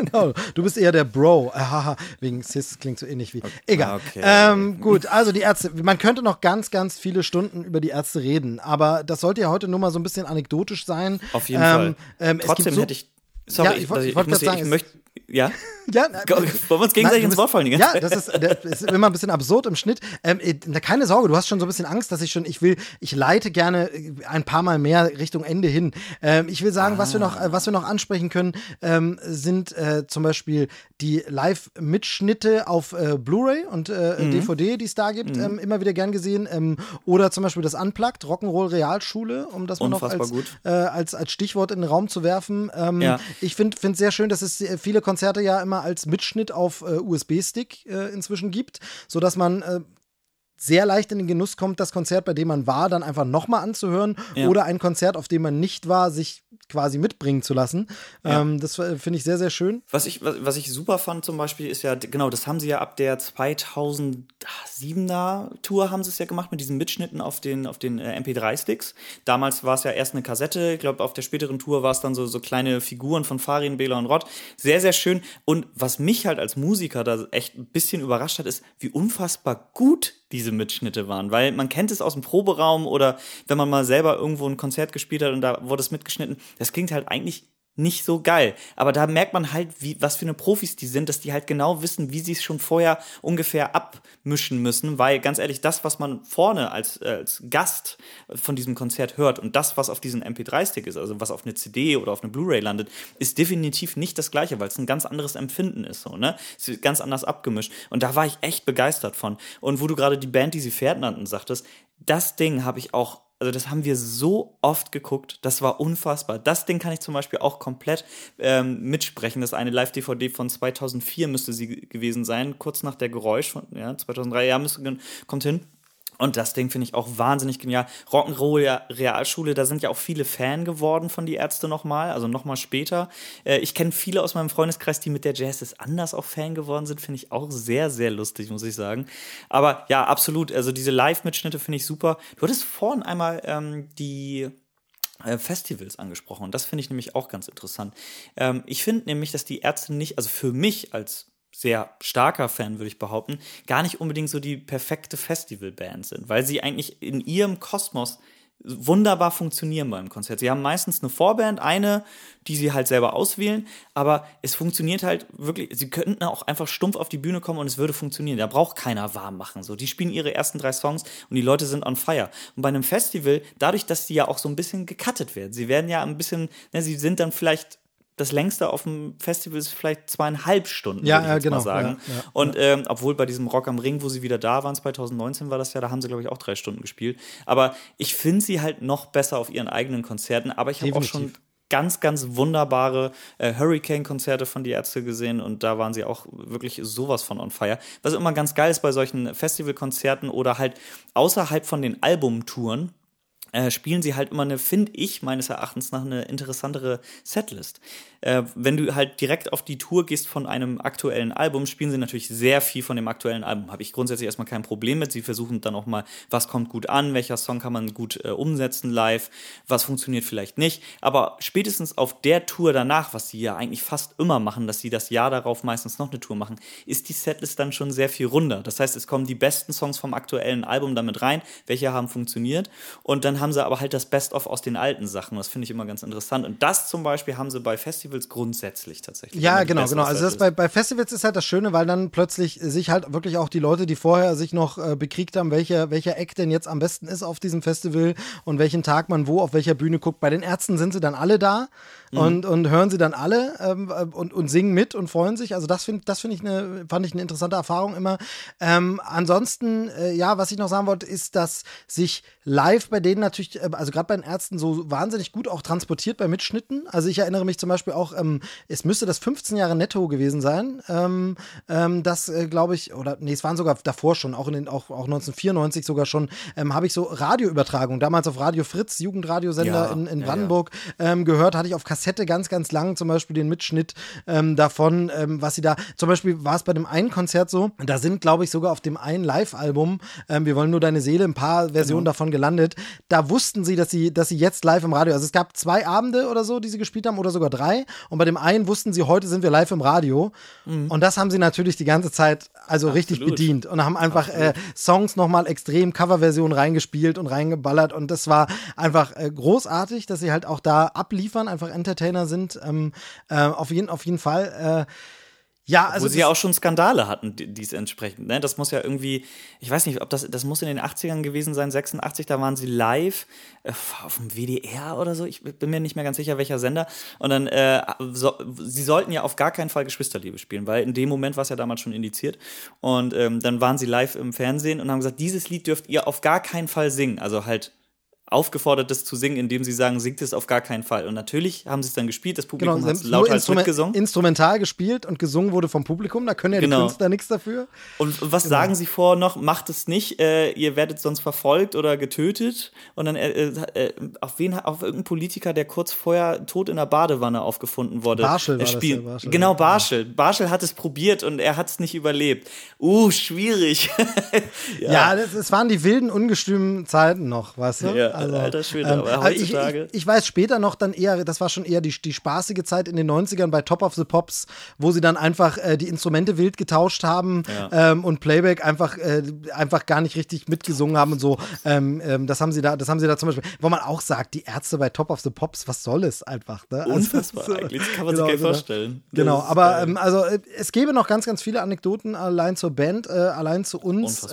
Du bist eher der Bro. Wegen Cis klingt so ähnlich wie. Egal. Okay. Gut, also die Ärzte. Man könnte noch ganz, ganz viele Stunden über die Ärzte reden, aber das sollte ja heute nur mal so ein bisschen anekdotisch sein. Auf jeden Fall. Trotzdem hätte ich. Sorry, ja, ich wollte gerade sagen, ich möchte. Ja? Ja, wollen wir uns gegenseitig ins Wort fallen? Ja, das ist immer ein bisschen absurd im Schnitt. Keine Sorge, du hast schon so ein bisschen Angst, dass ich leite gerne ein paar Mal mehr Richtung Ende hin. Ich will sagen, was wir noch ansprechen können, sind zum Beispiel die Live-Mitschnitte auf Blu-ray und DVD, die es da gibt, immer wieder gern gesehen. Oder zum Beispiel das Unplugged, Rock'n'Roll Realschule, um das mal noch als Stichwort in den Raum zu werfen. Ich finde es sehr schön, dass es viele Konzerte ja immer als Mitschnitt auf USB-Stick inzwischen gibt, sodass man sehr leicht in den Genuss kommt, das Konzert, bei dem man war, dann einfach nochmal anzuhören oder ein Konzert, auf dem man nicht war, sich quasi mitbringen zu lassen. Das finde ich sehr, sehr schön. Was ich super fand zum Beispiel ist ja, genau, das haben sie ja ab der 2007er Tour haben sie es ja gemacht mit diesen Mitschnitten auf den MP3-Sticks. Damals war es ja erst eine Kassette, ich glaube auf der späteren Tour war es dann so kleine Figuren von Farin, Bela und Rott. Sehr, sehr schön. Und was mich halt als Musiker da echt ein bisschen überrascht hat, ist, wie unfassbar gut diese Mitschnitte waren, weil man kennt es aus dem Proberaum oder wenn man mal selber irgendwo ein Konzert gespielt hat und da wurde es mitgeschnitten, das klingt halt eigentlich nicht so geil. Aber da merkt man halt, was für eine Profis die sind, dass die halt genau wissen, wie sie es schon vorher ungefähr abmischen müssen, weil ganz ehrlich, das, was man vorne als Gast von diesem Konzert hört und das, was auf diesem MP3-Stick ist, also was auf eine CD oder auf eine Blu-ray landet, ist definitiv nicht das Gleiche, weil es ein ganz anderes Empfinden ist, so, ne? Es ist ganz anders abgemischt. Und da war ich echt begeistert von. Und wo du gerade die Band, die sie fährt nannten, sagtest, das Ding habe ich auch. Also das haben wir so oft geguckt, das war unfassbar. Das Ding kann ich zum Beispiel auch komplett mitsprechen. Das ist eine Live-DVD von 2004 müsste sie gewesen sein, kurz nach der Geräusch von 2003, kommt hin. Und das Ding finde ich auch wahnsinnig genial. Rock'n'Roll Realschule, da sind ja auch viele Fan geworden von die Ärzte nochmal, also nochmal später. Ich kenne viele aus meinem Freundeskreis, die mit der Jazz ist anders auch Fan geworden sind, finde ich auch sehr, sehr lustig, muss ich sagen. Aber ja, absolut, also diese Live-Mitschnitte finde ich super. Du hattest vorhin einmal die Festivals angesprochen und das finde ich nämlich auch ganz interessant. Ich finde nämlich, dass die Ärzte nicht, also für mich als sehr starker Fan, würde ich behaupten, gar nicht unbedingt so die perfekte Festivalband sind, weil sie eigentlich in ihrem Kosmos wunderbar funktionieren beim Konzert. Sie haben meistens eine Vorband, eine, die sie halt selber auswählen, aber es funktioniert halt wirklich, sie könnten auch einfach stumpf auf die Bühne kommen und es würde funktionieren. Da braucht keiner warm machen. So, die spielen ihre ersten 3 Songs und die Leute sind on fire. Und bei einem Festival, dadurch, dass die ja auch so ein bisschen gecuttet werden, sie werden ja ein bisschen, sie sind dann vielleicht das längste auf dem Festival ist vielleicht 2,5 Stunden, würde ich jetzt mal sagen. Ja. Und obwohl bei diesem Rock am Ring, wo sie wieder da waren, 2019 war das ja, da haben sie, glaube ich, auch 3 Stunden gespielt. Aber ich finde sie halt noch besser auf ihren eigenen Konzerten. Aber ich habe auch schon ganz, ganz wunderbare Hurricane-Konzerte von die Ärzte gesehen und da waren sie auch wirklich sowas von on fire. Was immer ganz geil ist bei solchen Festivalkonzerten oder halt außerhalb von den Albumtouren, spielen sie halt immer finde ich, meines Erachtens nach, eine interessantere Setlist. Wenn du halt direkt auf die Tour gehst von einem aktuellen Album, spielen sie natürlich sehr viel von dem aktuellen Album. Habe ich grundsätzlich erstmal kein Problem mit. Sie versuchen dann auch mal, was kommt gut an, welcher Song kann man gut umsetzen live, was funktioniert vielleicht nicht. Aber spätestens auf der Tour danach, was sie ja eigentlich fast immer machen, dass sie das Jahr darauf meistens noch eine Tour machen, ist die Setlist dann schon sehr viel runder. Das heißt, es kommen die besten Songs vom aktuellen Album damit rein, welche haben funktioniert. Und dann haben sie aber halt das Best-of aus den alten Sachen. Das finde ich immer ganz interessant. Und das zum Beispiel haben sie bei Festivals grundsätzlich tatsächlich. Ja, genau. Also das bei Festivals ist halt das Schöne, weil dann plötzlich sich halt wirklich auch die Leute, die vorher sich noch bekriegt haben, welcher Act denn jetzt am besten ist auf diesem Festival und welchen Tag man wo auf welcher Bühne guckt. Bei den Ärzten sind sie dann alle da und hören sie dann alle und singen mit und freuen sich. Also das fand ich eine interessante Erfahrung immer. Ansonsten, was ich noch sagen wollte, ist, dass sich live bei denen natürlich, also gerade bei den Ärzten so wahnsinnig gut auch transportiert bei Mitschnitten. Also ich erinnere mich zum Beispiel auch, es müsste das 15 Jahre Netto gewesen sein. Das glaube ich, es waren sogar davor schon, auch 1994 sogar schon, habe ich so Radioübertragung, damals auf Radio Fritz, Jugendradiosender in Brandenburg, gehört, hatte ich auf Kassette ganz, ganz lang zum Beispiel den Mitschnitt davon, was sie da, zum Beispiel war es bei dem einen Konzert so, da sind, glaube ich, sogar auf dem einen Live-Album, wir wollen nur deine Seele, ein paar Versionen davon gelandet, da wussten sie, dass sie jetzt live im Radio, also es gab 2 Abende oder so, die sie gespielt haben, oder sogar 3, und bei dem einen wussten sie, heute sind wir live im Radio, und das haben sie natürlich die ganze Zeit richtig bedient und haben einfach Songs nochmal extrem Coverversionen reingespielt und reingeballert, und das war einfach großartig, dass sie halt auch da abliefern, einfach Entertainer sind, auf jeden Fall. Wo sie ja auch schon Skandale hatten, dies entsprechend. Ne? Das muss ja irgendwie, ich weiß nicht, ob das muss in den 80ern gewesen sein, 86, da waren sie live auf dem WDR oder so, ich bin mir nicht mehr ganz sicher, welcher Sender. Und dann, sie sollten ja auf gar keinen Fall Geschwisterliebe spielen, weil in dem Moment war es ja damals schon indiziert. Und dann waren sie live im Fernsehen und haben gesagt, dieses Lied dürft ihr auf gar keinen Fall singen. Also halt aufgefordert, das zu singen, indem sie sagen, singt es auf gar keinen Fall. Und natürlich haben sie es dann gespielt, das Publikum hat es lauthals mitgesungen. Instrumental gespielt und gesungen wurde vom Publikum, da können ja die Künstler nichts dafür. Und was sagen sie vorher noch? Macht es nicht, ihr werdet sonst verfolgt oder getötet. Und dann auf irgendeinen Politiker, der kurz vorher tot in der Badewanne aufgefunden wurde. Barschel war das, ja, Barschel. Genau, Barschel. Barschel hat es probiert und er hat es nicht überlebt. Schwierig. Ja, es waren die wilden, ungestümen Zeiten noch, weißt du? Ja. Also, alter Schwede, aber heutzutage. Ich weiß später noch dann eher, das war schon eher die spaßige Zeit in den 90ern bei Top of the Pops, wo sie dann einfach die Instrumente wild getauscht haben und Playback einfach gar nicht richtig mitgesungen haben und so. Das haben sie da zum Beispiel, wo man auch sagt, die Ärzte bei Top of the Pops, was soll es einfach? Ne? Unfassbar, also, eigentlich, das kann man sich gar nicht vorstellen. Genau, aber also es gäbe noch ganz, ganz viele Anekdoten allein zur Band, allein zu uns.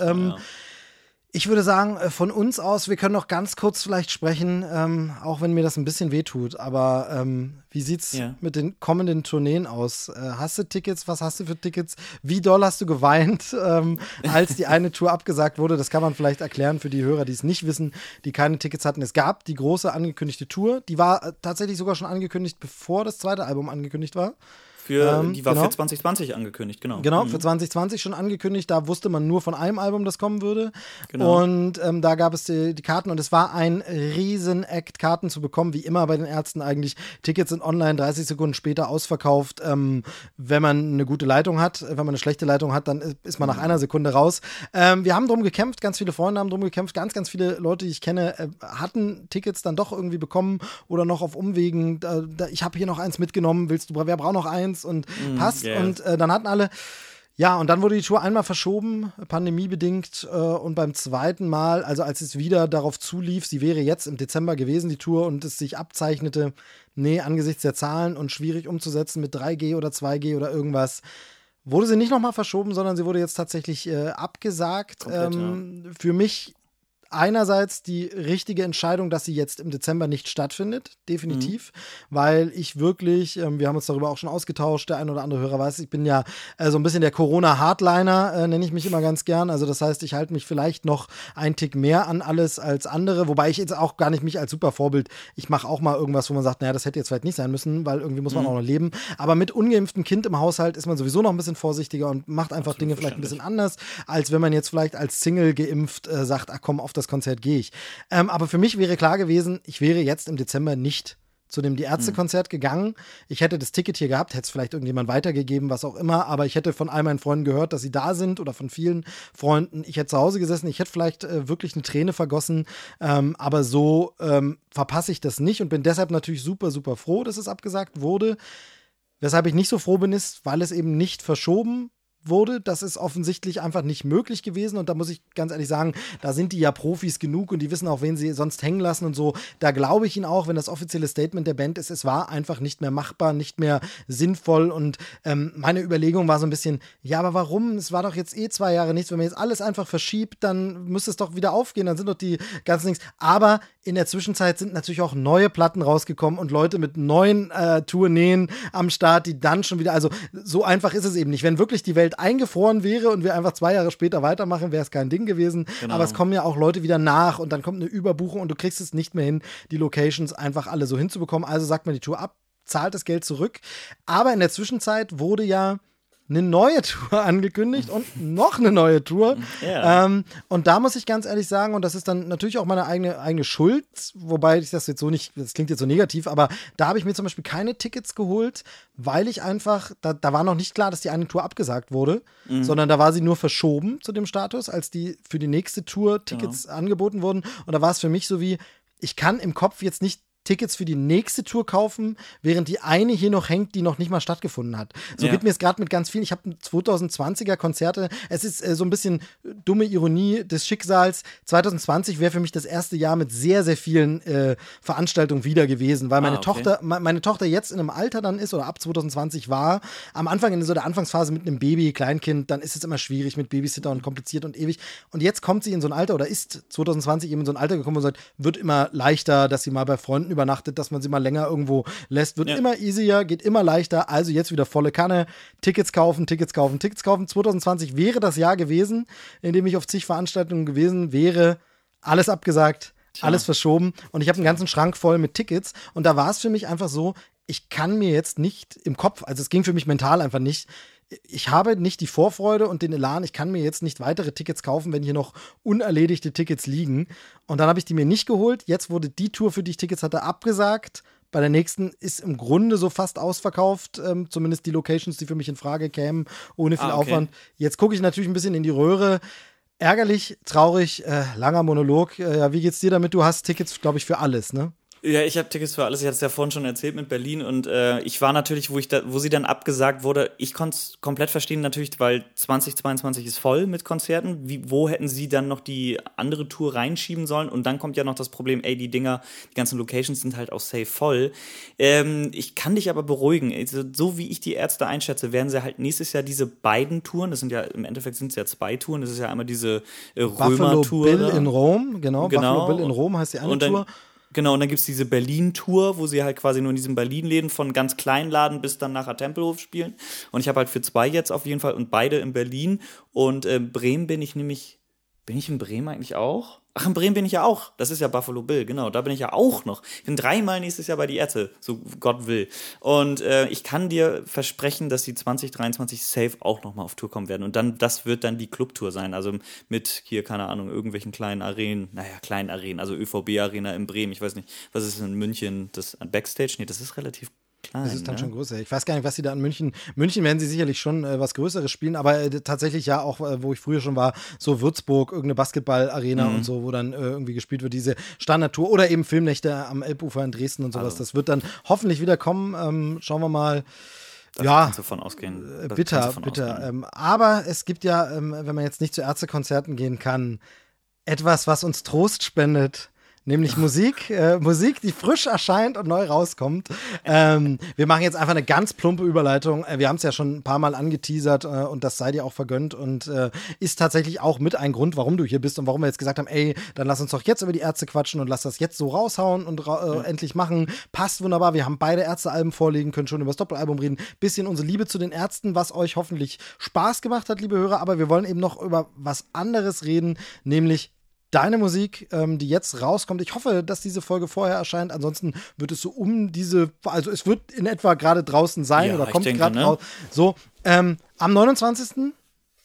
Ich würde sagen, von uns aus, wir können noch ganz kurz vielleicht sprechen, auch wenn mir das ein bisschen wehtut, aber wie sieht's mit den kommenden Tourneen aus? Hast du Tickets? Was hast du für Tickets? Wie doll hast du geweint, als die eine Tour abgesagt wurde? Das kann man vielleicht erklären für die Hörer, die es nicht wissen, die keine Tickets hatten. Es gab die große angekündigte Tour, die war tatsächlich sogar schon angekündigt, bevor das zweite Album angekündigt war. Die war für 2020 angekündigt, genau. Genau, für 2020 schon angekündigt. Da wusste man nur von einem Album, das kommen würde. Genau. Und da gab es die Karten und es war ein Riesen-Act, Karten zu bekommen, wie immer bei den Ärzten eigentlich. Tickets sind online 30 Sekunden später ausverkauft. Wenn man eine gute Leitung hat, wenn man eine schlechte Leitung hat, dann ist man nach einer Sekunde raus. Wir haben drum gekämpft, ganz viele Freunde haben drum gekämpft, ganz, ganz viele Leute, die ich kenne, hatten Tickets dann doch irgendwie bekommen oder noch auf Umwegen. Ich habe hier noch eins mitgenommen, wer braucht noch eins? Und passt. Yeah. Und dann hatten alle, und dann wurde die Tour einmal verschoben, pandemiebedingt, und beim zweiten Mal, also als es wieder darauf zulief, sie wäre jetzt im Dezember gewesen, die Tour, und es sich abzeichnete, angesichts der Zahlen und schwierig umzusetzen mit 3G oder 2G oder irgendwas, wurde sie nicht nochmal verschoben, sondern sie wurde jetzt tatsächlich abgesagt. Für mich einerseits die richtige Entscheidung, dass sie jetzt im Dezember nicht stattfindet, definitiv, weil ich wirklich, wir haben uns darüber auch schon ausgetauscht, der ein oder andere Hörer weiß, ich bin ja so ein bisschen der Corona-Hardliner, nenne ich mich immer ganz gern, also das heißt, ich halte mich vielleicht noch einen Tick mehr an alles als andere, wobei ich jetzt auch gar nicht mich als super Vorbild, ich mache auch mal irgendwas, wo man sagt, naja, das hätte jetzt vielleicht nicht sein müssen, weil irgendwie muss man auch noch leben, aber mit ungeimpftem Kind im Haushalt ist man sowieso noch ein bisschen vorsichtiger und macht einfach Dinge vielleicht ein bisschen anders, als wenn man jetzt vielleicht als Single geimpft sagt, ach komm, auf das das Konzert gehe ich. Aber für mich wäre klar gewesen, ich wäre jetzt im Dezember nicht zu dem Die Ärzte-Konzert gegangen. Ich hätte das Ticket hier gehabt, hätte es vielleicht irgendjemand weitergegeben, was auch immer, aber ich hätte von all meinen Freunden gehört, dass sie da sind oder von vielen Freunden. Ich hätte zu Hause gesessen, ich hätte vielleicht wirklich eine Träne vergossen, aber so verpasse ich das nicht und bin deshalb natürlich super, super froh, dass es abgesagt wurde. Weshalb ich nicht so froh bin, ist, weil es eben nicht verschoben wurde. Das ist offensichtlich einfach nicht möglich gewesen und da muss ich ganz ehrlich sagen, da sind die ja Profis genug und die wissen auch, wen sie sonst hängen lassen und so. Da glaube ich ihnen auch, wenn das offizielle Statement der Band ist, es war einfach nicht mehr machbar, nicht mehr sinnvoll und meine Überlegung war so ein bisschen, ja, aber warum? Es war doch jetzt 2 Jahre nichts. Wenn man jetzt alles einfach verschiebt, dann müsste es doch wieder aufgehen, dann sind doch die ganzen Dings. Aber in der Zwischenzeit sind natürlich auch neue Platten rausgekommen und Leute mit neuen Tourneen am Start, die dann schon wieder, also so einfach ist es eben nicht. Wenn wirklich die Welt eingefroren wäre und wir einfach 2 Jahre später weitermachen, wäre es kein Ding gewesen. Genau. Aber es kommen ja auch Leute wieder nach und dann kommt eine Überbuchung und du kriegst es nicht mehr hin, die Locations einfach alle so hinzubekommen. Also sagt man die Tour ab, zahlt das Geld zurück. Aber in der Zwischenzeit wurde ja eine neue Tour angekündigt und noch eine neue Tour. Yeah. Und da muss ich ganz ehrlich sagen, und das ist dann natürlich auch meine eigene Schuld, wobei ich das jetzt so nicht, das klingt jetzt so negativ, aber da habe ich mir zum Beispiel keine Tickets geholt, weil ich einfach, da war noch nicht klar, dass die eine Tour abgesagt wurde, sondern da war sie nur verschoben zu dem Status, als die für die nächste Tour Tickets angeboten wurden. Und da war es für mich so wie, ich kann im Kopf jetzt nicht Tickets für die nächste Tour kaufen, während die eine hier noch hängt, die noch nicht mal stattgefunden hat. So geht mir es gerade mit ganz vielen. Ich habe 2020er Konzerte. Es ist so ein bisschen dumme Ironie des Schicksals. 2020 wäre für mich das erste Jahr mit sehr, sehr vielen Veranstaltungen wieder gewesen, weil meine Tochter jetzt in einem Alter dann ist oder ab 2020 war. Am Anfang in so der Anfangsphase mit einem Baby, Kleinkind, dann ist es immer schwierig mit Babysitter und kompliziert und ewig. Und jetzt kommt sie in so ein Alter oder ist 2020 eben in so ein Alter gekommen und sagt, wird immer leichter, dass sie mal bei Freunden übernachtet, dass man sie mal länger irgendwo lässt, wird immer easier, geht immer leichter, also jetzt wieder volle Kanne, Tickets kaufen. 2020 wäre das Jahr gewesen, in dem ich auf zig Veranstaltungen gewesen wäre, alles abgesagt, alles verschoben und ich habe einen ganzen Schrank voll mit Tickets und da war es für mich einfach so, ich kann mir jetzt nicht im Kopf, also es ging für mich mental einfach nicht, ich habe nicht die Vorfreude und den Elan, ich kann mir jetzt nicht weitere Tickets kaufen, wenn hier noch unerledigte Tickets liegen. Und dann habe ich die mir nicht geholt. Jetzt wurde die Tour, für die ich Tickets hatte, abgesagt. Bei der nächsten ist im Grunde so fast ausverkauft, zumindest die Locations, die für mich in Frage kämen, ohne viel Aufwand. Jetzt gucke ich natürlich ein bisschen in die Röhre. Ärgerlich, traurig, langer Monolog. Wie geht's dir damit? Du hast Tickets, glaube ich, für alles, ne? Ja, ich habe Tickets für alles. Ich hatte es ja vorhin schon erzählt mit Berlin und ich war natürlich, wo sie dann abgesagt wurde, ich konnte es komplett verstehen natürlich, weil 2022 ist voll mit Konzerten. Wo hätten sie dann noch die andere Tour reinschieben sollen? Und dann kommt ja noch das Problem, die ganzen Locations sind halt auch safe voll. Ich kann dich aber beruhigen. Also, so wie ich die Ärzte einschätze, werden sie halt nächstes Jahr diese beiden Touren, das sind ja, im Endeffekt sind es ja 2 Touren, das ist ja einmal diese Römer-Tour. Buffalo Bill in Rom, genau. Buffalo Bill in Rom heißt die eine Tour. Genau, und dann gibt's diese Berlin-Tour, wo sie halt quasi nur in diesem Berlin-Läden von ganz kleinen Laden bis dann nachher Tempelhof spielen. Und ich habe halt für 2 jetzt auf jeden Fall und beide in Berlin. Und Bremen bin ich in Bremen eigentlich auch? Ach, in Bremen bin ich ja auch. Das ist ja Buffalo Bill, genau. Da bin ich ja auch noch. Ich bin 3-mal nächstes Jahr bei die Ärzte, so Gott will. Und ich kann dir versprechen, dass die 2023 safe auch nochmal auf Tour kommen werden. Und dann, das wird dann die Clubtour sein. Also mit hier, keine Ahnung, irgendwelchen kleinen Arenen. Also ÖVB-Arena in Bremen. Ich weiß nicht, was ist in München? Das Backstage? Nee, das ist relativ klein. Das ist dann schon größer. Ich weiß gar nicht, was sie da in München werden sie sicherlich schon was Größeres spielen, aber tatsächlich ja auch, wo ich früher schon war, so Würzburg, irgendeine Basketball-Arena und so, wo dann irgendwie gespielt wird, diese Standardtour oder eben Filmnächte am Elbufer in Dresden und sowas. Also. Das wird dann hoffentlich wieder kommen. Schauen wir mal. Da kannst du von ausgehen. Bitter. Aber es gibt ja, wenn man jetzt nicht zu Ärztekonzerten gehen kann, etwas, was uns Trost spendet. Nämlich Musik, die frisch erscheint und neu rauskommt. Wir machen jetzt einfach eine ganz plumpe Überleitung. Wir haben es ja schon ein paar Mal angeteasert und das sei dir auch vergönnt und ist tatsächlich auch mit ein Grund, warum du hier bist und warum wir jetzt gesagt haben, dann lass uns doch jetzt über die Ärzte quatschen und lass das jetzt so raushauen und endlich machen. Passt wunderbar. Wir haben beide Ärztealben vorliegen, können schon über das Doppelalbum reden. Bisschen unsere Liebe zu den Ärzten, was euch hoffentlich Spaß gemacht hat, liebe Hörer. Aber wir wollen eben noch über was anderes reden, nämlich deine Musik, die jetzt rauskommt. Ich hoffe, dass diese Folge vorher erscheint. Ansonsten wird es so also es wird in etwa gerade draußen sein oder kommt gerade raus. So, am 29.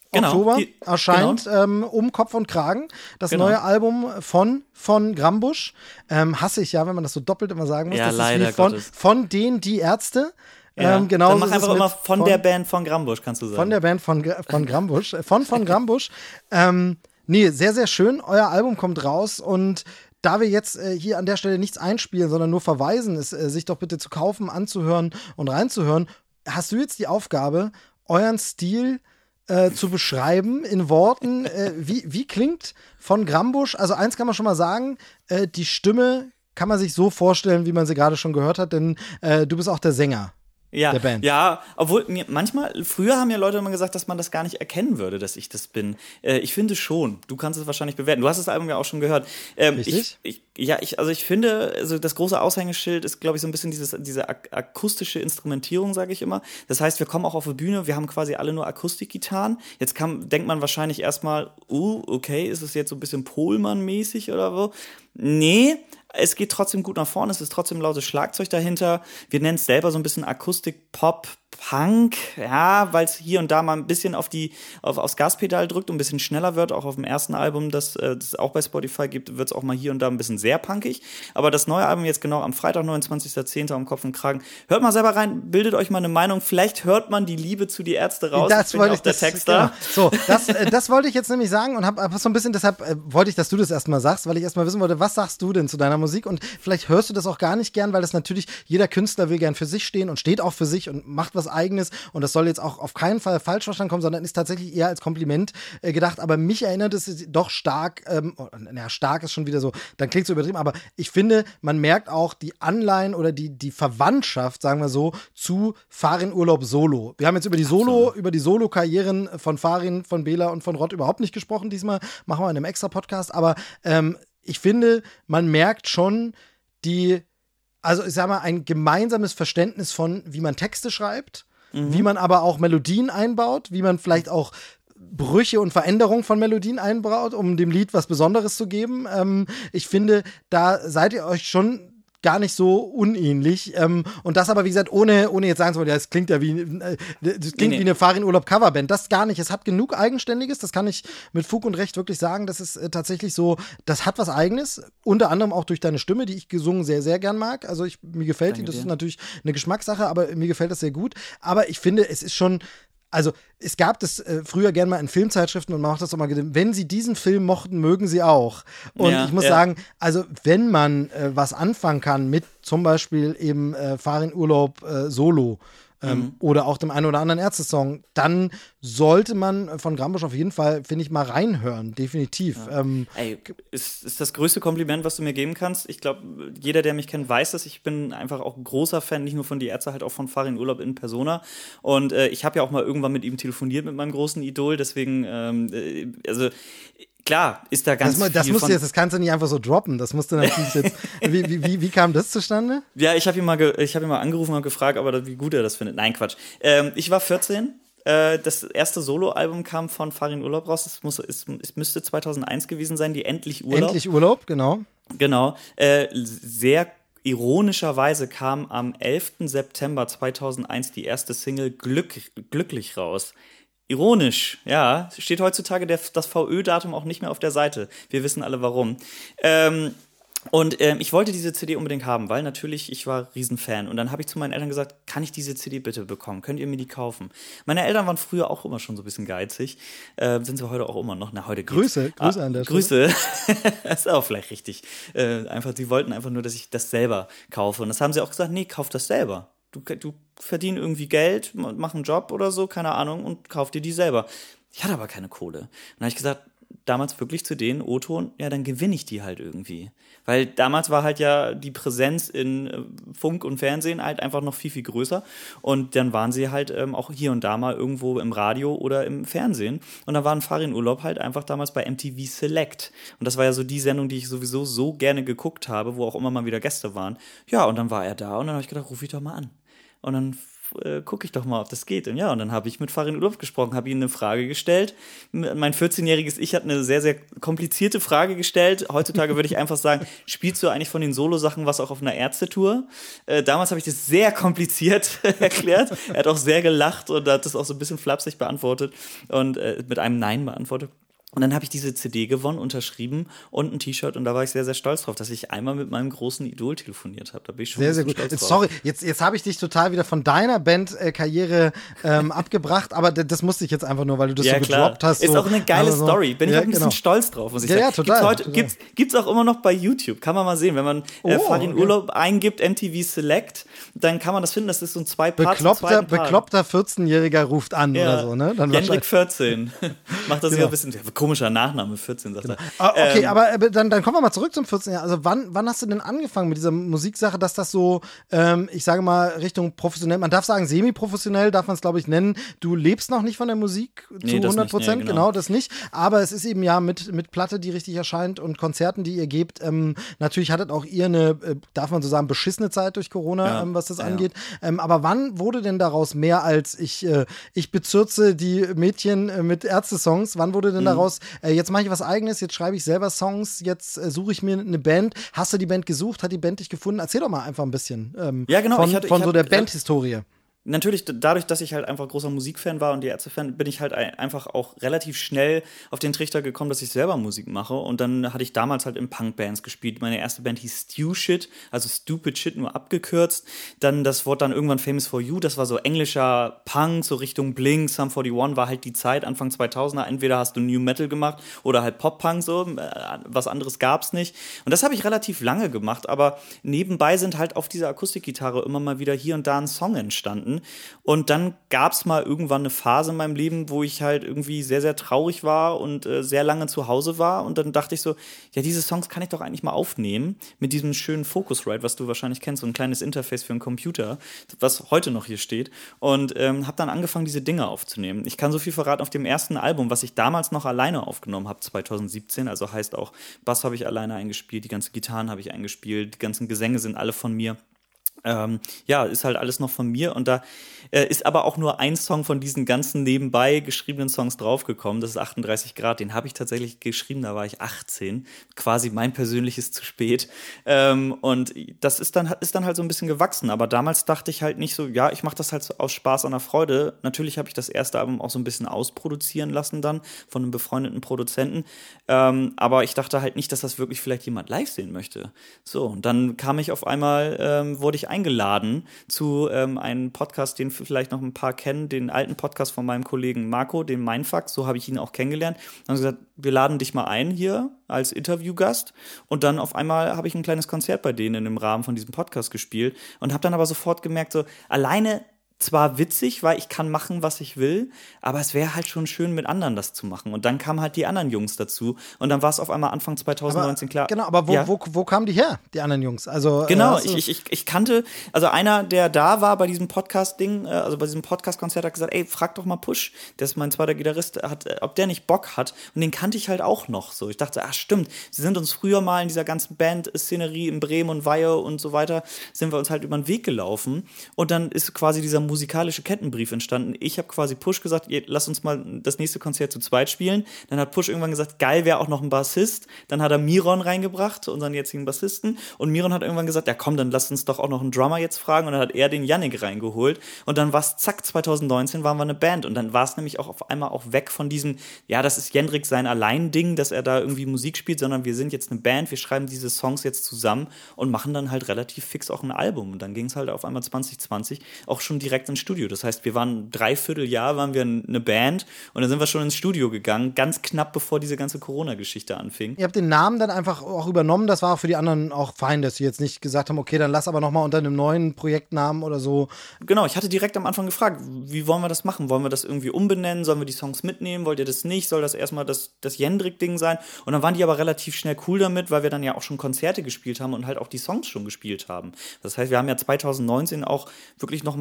Oktober erscheint um Kopf und Kragen das neue Album von Grambusch. Hasse ich ja, wenn man das so doppelt immer sagen muss. Ja, das leider ist wie von denen die Ärzte. Ja. Genau. Dann mach einfach immer von der Band von Grambusch, kannst du sagen. Von der Band von Grambusch. Von Grambusch. Nee, sehr, sehr schön. Euer Album kommt raus und da wir jetzt hier an der Stelle nichts einspielen, sondern nur verweisen, es sich doch bitte zu kaufen, anzuhören und reinzuhören, hast du jetzt die Aufgabe, euren Stil zu beschreiben in Worten. Wie klingt von Grambusch? Also eins kann man schon mal sagen, die Stimme kann man sich so vorstellen, wie man sie gerade schon gehört hat, denn du bist auch der Sänger. Der Band. Ja, obwohl früher haben ja Leute immer gesagt, dass man das gar nicht erkennen würde, dass ich das bin. Ich finde schon. Du kannst es wahrscheinlich bewerten. Du hast das Album ja auch schon gehört. Richtig? Ich finde, also das große Aushängeschild ist, glaube ich, so ein bisschen diese akustische Instrumentierung, sage ich immer. Das heißt, wir kommen auch auf die Bühne, wir haben quasi alle nur Akustikgitarren. Jetzt denkt man wahrscheinlich erstmal, okay, ist es jetzt so ein bisschen Pohlmann-mäßig oder so? Nee, es geht trotzdem gut nach vorne, es ist trotzdem lautes Schlagzeug dahinter. Wir nennen es selber so ein bisschen Akustik-Pop, Punk, ja, weil es hier und da mal ein bisschen aufs Gaspedal drückt und ein bisschen schneller wird. Auch auf dem ersten Album, das es auch bei Spotify gibt, wird es auch mal hier und da ein bisschen sehr punkig. Aber das neue Album jetzt genau am Freitag, 29.10. am Kopf und Kragen. Hört mal selber rein, bildet euch mal eine Meinung. Vielleicht hört man die Liebe zu die Ärzte raus. Das wollte das wollte ich jetzt nämlich sagen und hab so ein bisschen, deshalb wollte ich, dass du das erstmal sagst, weil ich erstmal wissen wollte, was sagst du denn zu deiner Musik? Und vielleicht hörst du das auch gar nicht gern, weil das natürlich, jeder Künstler will gern für sich stehen und steht auch für sich und macht was Eigenes und das soll jetzt auch auf keinen Fall falsch verstanden kommen, sondern ist tatsächlich eher als Kompliment gedacht, aber mich erinnert es doch stark, stark ist schon wieder so, dann klingt es so übertrieben, aber ich finde, man merkt auch die Anleihen oder die Verwandtschaft, sagen wir so, zu Farin Urlaub Solo. Wir haben jetzt über die Solo-Karrieren von Farin, von Bela und von Rott überhaupt nicht gesprochen diesmal, machen wir in einem extra Podcast, aber ich finde, man merkt schon also ich sag mal, ein gemeinsames Verständnis von, wie man Texte schreibt, wie man aber auch Melodien einbaut, wie man vielleicht auch Brüche und Veränderungen von Melodien einbaut, um dem Lied was Besonderes zu geben. Ich finde, da seid ihr euch schon gar nicht so unähnlich. Und das aber, wie gesagt, ohne jetzt sagen zu wollen, ja, es klingt ja wie wie eine Farin-Urlaub-Coverband. Das gar nicht. Es hat genug Eigenständiges, das kann ich mit Fug und Recht wirklich sagen. Das ist tatsächlich so, das hat was Eigenes. Unter anderem auch durch deine Stimme, die ich gesungen sehr, sehr gern mag. Also mir gefällt die, das ist natürlich eine Geschmackssache, aber mir gefällt das sehr gut. Aber ich finde, es ist schon. Also, es gab das früher gerne mal in Filmzeitschriften und man macht das auch mal, wenn sie diesen Film mochten, mögen sie auch. Und ich muss sagen, also, wenn man was anfangen kann mit zum Beispiel eben Farin Urlaub Solo oder auch dem einen oder anderen Ärzte-Song, dann sollte man von Grambusch auf jeden Fall, finde ich, mal reinhören, definitiv. Ja. Ist das größte Kompliment, was du mir geben kannst. Ich glaube, jeder, der mich kennt, weiß das. Ich bin einfach auch ein großer Fan, nicht nur von Die Ärzte, halt auch von Farin Urlaub in Persona. Und ich habe ja auch mal irgendwann mit ihm telefoniert, mit meinem großen Idol. Deswegen, klar, ist da ganz viel das kannst du nicht einfach so droppen. Das musst du natürlich jetzt. Wie kam das zustande? Ja, ich habe ihn mal angerufen und gefragt, wie gut er das findet. Nein, Quatsch. Ich war 14. Das erste Soloalbum kam von Farin Urlaub raus. Es müsste 2001 gewesen sein, die Endlich Urlaub. Endlich Urlaub, genau. Genau. Sehr ironischerweise kam am 11. September 2001 die erste Single Glücklich raus. Ironisch, ja. Steht heutzutage das VÖ-Datum auch nicht mehr auf der Seite. Wir wissen alle warum. Ich wollte diese CD unbedingt haben, weil natürlich, ich war Riesenfan. Und dann habe ich zu meinen Eltern gesagt, kann ich diese CD bitte bekommen? Könnt ihr mir die kaufen? Meine Eltern waren früher auch immer schon so ein bisschen geizig. Sind sie heute auch immer noch. Na, heute geht's. Grüße an der Stelle. Grüße. Das ist auch vielleicht richtig. Sie wollten einfach nur, dass ich das selber kaufe. Und das haben sie auch gesagt, nee, kauf das selber. Du verdienst irgendwie Geld, mach einen Job oder so, keine Ahnung, und kauf dir die selber. Ich hatte aber keine Kohle. Und dann habe ich gesagt, damals wirklich zu denen, O-Ton, ja, dann gewinne ich die halt irgendwie. Weil damals war halt ja die Präsenz in Funk und Fernsehen halt einfach noch viel, viel größer. Und dann waren sie halt auch hier und da mal irgendwo im Radio oder im Fernsehen. Und da waren Farin Urlaub halt einfach damals bei MTV Select. Und das war ja so die Sendung, die ich sowieso so gerne geguckt habe, wo auch immer mal wieder Gäste waren. Ja, und dann war er da und dann habe ich gedacht, ruf ich doch mal an. Und dann gucke ich doch mal, ob das geht. Und ja, und dann habe ich mit Farin Urlaub gesprochen, habe ihm eine Frage gestellt. Mein 14-jähriges Ich hat eine sehr, sehr komplizierte Frage gestellt. Heutzutage würde ich einfach sagen, spielst du eigentlich von den Solo-Sachen was auch auf einer Ärztetour? Damals habe ich das sehr kompliziert erklärt. Er hat auch sehr gelacht und hat das auch so ein bisschen flapsig beantwortet und mit einem Nein beantwortet. Und dann habe ich diese CD gewonnen, unterschrieben und ein T-Shirt und da war ich sehr, sehr stolz drauf, dass ich einmal mit meinem großen Idol telefoniert habe. Da bin ich schon sehr, sehr gut. Sorry, jetzt habe ich dich total wieder von deiner Band-Karriere abgebracht, aber das musste ich jetzt einfach nur, weil du das so gedroppt hast. Ist so, auch eine geile Story. Bin ich auch ein bisschen stolz drauf, muss ich sagen. Ja, total. Gibt's auch immer noch bei YouTube. Kann man mal sehen. Wenn man Farin Urlaub eingibt, MTV Select, dann kann man das finden. Das ist so ein Bekloppter 14-Jähriger ruft an oder so, ne? Dann Jendrik 14. Macht das ja ein bisschen komischer Nachname, 14, sagt er. Okay, aber dann kommen wir mal zurück zum 14 Jahr. Also wann hast du denn angefangen mit dieser Musiksache, dass das so, ich sage mal, Richtung professionell, man darf sagen semi-professionell, darf man es glaube ich nennen. Du lebst noch nicht von der Musik zu 100%, genau das nicht. Aber es ist eben ja mit Platte, die richtig erscheint und Konzerten, die ihr gebt. Natürlich hattet auch ihr eine, darf man so sagen, beschissene Zeit durch Corona, was das angeht. Aber wann wurde denn daraus mehr als ich bezürze die Mädchen mit Ärzte-Songs? Wann wurde denn daraus jetzt mache ich was Eigenes, jetzt schreibe ich selber Songs, jetzt suche ich mir eine Band. Hast du die Band gesucht? Hat die Band dich gefunden? Erzähl doch mal einfach ein bisschen von so der Bandhistorie. Natürlich, dadurch, dass ich halt einfach großer Musikfan war und die Ärzte-Fan, bin ich halt einfach auch relativ schnell auf den Trichter gekommen, dass ich selber Musik mache. Und dann hatte ich damals halt in Punk-Bands gespielt. Meine erste Band hieß Stew Shit, also Stupid Shit nur abgekürzt. Dann das Wort dann irgendwann Famous for You, das war so englischer Punk, so Richtung Blink, Sum 41 war halt die Zeit, Anfang 2000er. Entweder hast du New Metal gemacht oder halt Pop-Punk so, was anderes gab's nicht. Und das habe ich relativ lange gemacht, aber nebenbei sind halt auf dieser Akustikgitarre immer mal wieder hier und da ein Song entstanden. Und dann gab es mal irgendwann eine Phase in meinem Leben, wo ich halt irgendwie sehr, sehr traurig war und sehr lange zu Hause war. Und dann dachte ich so, ja, diese Songs kann ich doch eigentlich mal aufnehmen mit diesem schönen Focusrite, was du wahrscheinlich kennst, so ein kleines Interface für einen Computer, was heute noch hier steht. Und habe dann angefangen, diese Dinge aufzunehmen. Ich kann so viel verraten, auf dem ersten Album, was ich damals noch alleine aufgenommen habe, 2017, also heißt auch, Bass habe ich alleine eingespielt, die ganzen Gitarren habe ich eingespielt, die ganzen Gesänge sind alle von mir. Ist halt alles noch von mir und da ist aber auch nur ein Song von diesen ganzen nebenbei geschriebenen Songs draufgekommen, das ist 38 Grad, den habe ich tatsächlich geschrieben, da war ich 18, quasi mein persönliches zu spät und das ist dann halt so ein bisschen gewachsen, aber damals dachte ich halt nicht so, ja, ich mache das halt so aus Spaß an der Freude, natürlich habe ich das erste Album auch so ein bisschen ausproduzieren lassen dann von einem befreundeten Produzenten, aber ich dachte halt nicht, dass das wirklich vielleicht jemand live sehen möchte, so, und dann kam ich auf einmal, wurde ich eingeladen zu einem Podcast, den vielleicht noch ein paar kennen, den alten Podcast von meinem Kollegen Marco, dem Mindfuck, so habe ich ihn auch kennengelernt. Dann haben sie gesagt, wir laden dich mal ein hier als Interviewgast und dann auf einmal habe ich ein kleines Konzert bei denen im Rahmen von diesem Podcast gespielt und habe dann aber sofort gemerkt, so alleine zwar witzig, weil ich kann machen, was ich will, aber es wäre halt schon schön, mit anderen das zu machen. Und dann kamen halt die anderen Jungs dazu. Und dann war es auf einmal Anfang 2019 klar. Genau, aber wo kamen die her, die anderen Jungs? Also, genau, ich kannte, also einer, der da war bei diesem Podcast-Ding, also bei diesem Podcast-Konzert, hat gesagt, ey, frag doch mal Push, der ist mein zweiter Gitarrist, ob der nicht Bock hat. Und den kannte ich halt auch noch so. Ich dachte, stimmt, sie sind uns früher mal in dieser ganzen Band-Szenerie in Bremen und Weihe und so weiter, sind wir uns halt über den Weg gelaufen. Und dann ist quasi dieser musikalische Kettenbrief entstanden. Ich habe quasi Push gesagt, lass uns mal das nächste Konzert zu zweit spielen. Dann hat Push irgendwann gesagt, geil, wäre auch noch ein Bassist. Dann hat er Miron reingebracht, unseren jetzigen Bassisten. Und Miron hat irgendwann gesagt, ja komm, dann lass uns doch auch noch einen Drummer jetzt fragen. Und dann hat er den Yannick reingeholt. Und dann war es zack, 2019 waren wir eine Band. Und dann war es nämlich auch auf einmal auch weg von diesem, ja, das ist Jendrik sein Allein-Ding, dass er da irgendwie Musik spielt, sondern wir sind jetzt eine Band, wir schreiben diese Songs jetzt zusammen und machen dann halt relativ fix auch ein Album. Und dann ging es halt auf einmal 2020 auch schon direkt ins Studio. Das heißt, wir waren 3/4 Jahr waren wir eine Band und dann sind wir schon ins Studio gegangen, ganz knapp bevor diese ganze Corona-Geschichte anfing. Ihr habt den Namen dann einfach auch übernommen, das war auch für die anderen auch fein, dass sie jetzt nicht gesagt haben, okay, dann lass aber nochmal unter einem neuen Projektnamen oder so. Genau, ich hatte direkt am Anfang gefragt, wie wollen wir das machen? Wollen wir das irgendwie umbenennen? Sollen wir die Songs mitnehmen? Wollt ihr das nicht? Soll das erstmal das Jendrik-Ding sein? Und dann waren die aber relativ schnell cool damit, weil wir dann ja auch schon Konzerte gespielt haben und halt auch die Songs schon gespielt haben. Das heißt, wir haben ja 2019 auch wirklich noch ein paar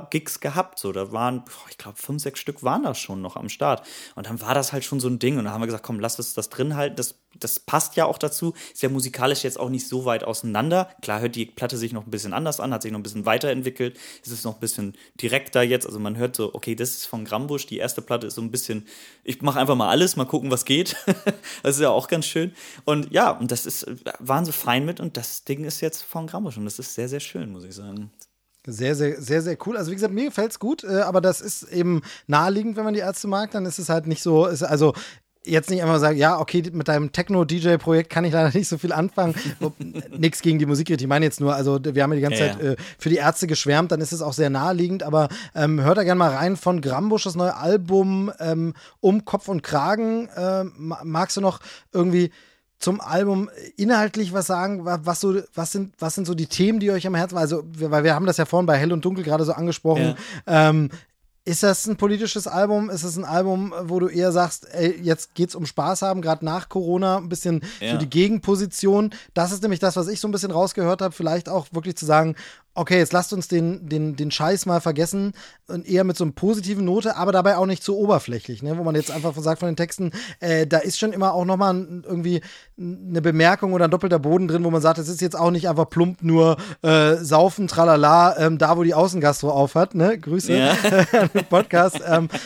paar Gigs gehabt, so, da waren, ich glaube, 5, 6 Stück waren da schon noch am Start. Und dann war das halt schon so ein Ding und dann haben wir gesagt, komm, lass uns das drin halten, das passt ja auch dazu, ist ja musikalisch jetzt auch nicht so weit auseinander. Klar hört die Platte sich noch ein bisschen anders an, hat sich noch ein bisschen weiterentwickelt, es ist noch ein bisschen direkter jetzt, also man hört so, okay, das ist von Grammbusch, die erste Platte ist so ein bisschen, ich mache einfach mal alles, mal gucken, was geht. Das ist ja auch ganz schön. Und ja, und waren sie fein mit und das Ding ist jetzt von Grammbusch und das ist sehr, sehr schön, muss ich sagen. Sehr, sehr, sehr, sehr cool. Also wie gesagt, mir gefällt es gut, aber das ist eben naheliegend, wenn man die Ärzte mag, dann ist es halt nicht so, also jetzt nicht einfach sagen, ja, okay, mit deinem Techno-DJ-Projekt kann ich leider nicht so viel anfangen. Nix gegen die Musikkritik, ich meine jetzt nur, also wir haben ja die ganze Zeit für die Ärzte geschwärmt, dann ist es auch sehr naheliegend, aber hört da gerne mal rein von Grammbusch, das neue Album Um Kopf und Kragen. Magst du noch irgendwie zum Album inhaltlich was sagen? Was sind so die Themen, die euch am Herzen, also weil wir haben das ja vorhin bei Hell und Dunkel gerade so angesprochen, ist das ein politisches Album? Ist es ein Album, wo du eher sagst, ey, jetzt geht's um Spaß haben, gerade nach Corona, ein bisschen so die Gegenposition? Das ist nämlich das, was ich so ein bisschen rausgehört habe, vielleicht auch wirklich zu sagen, okay, jetzt lasst uns den Scheiß mal vergessen und eher mit so einer positiven Note, aber dabei auch nicht zu oberflächlich, ne? Wo man jetzt einfach sagt von den Texten, da ist schon immer auch nochmal irgendwie eine Bemerkung oder ein doppelter Boden drin, wo man sagt, es ist jetzt auch nicht einfach plump nur saufen, tralala, da wo die Außengastro aufhat, ne? Grüße an den Podcast.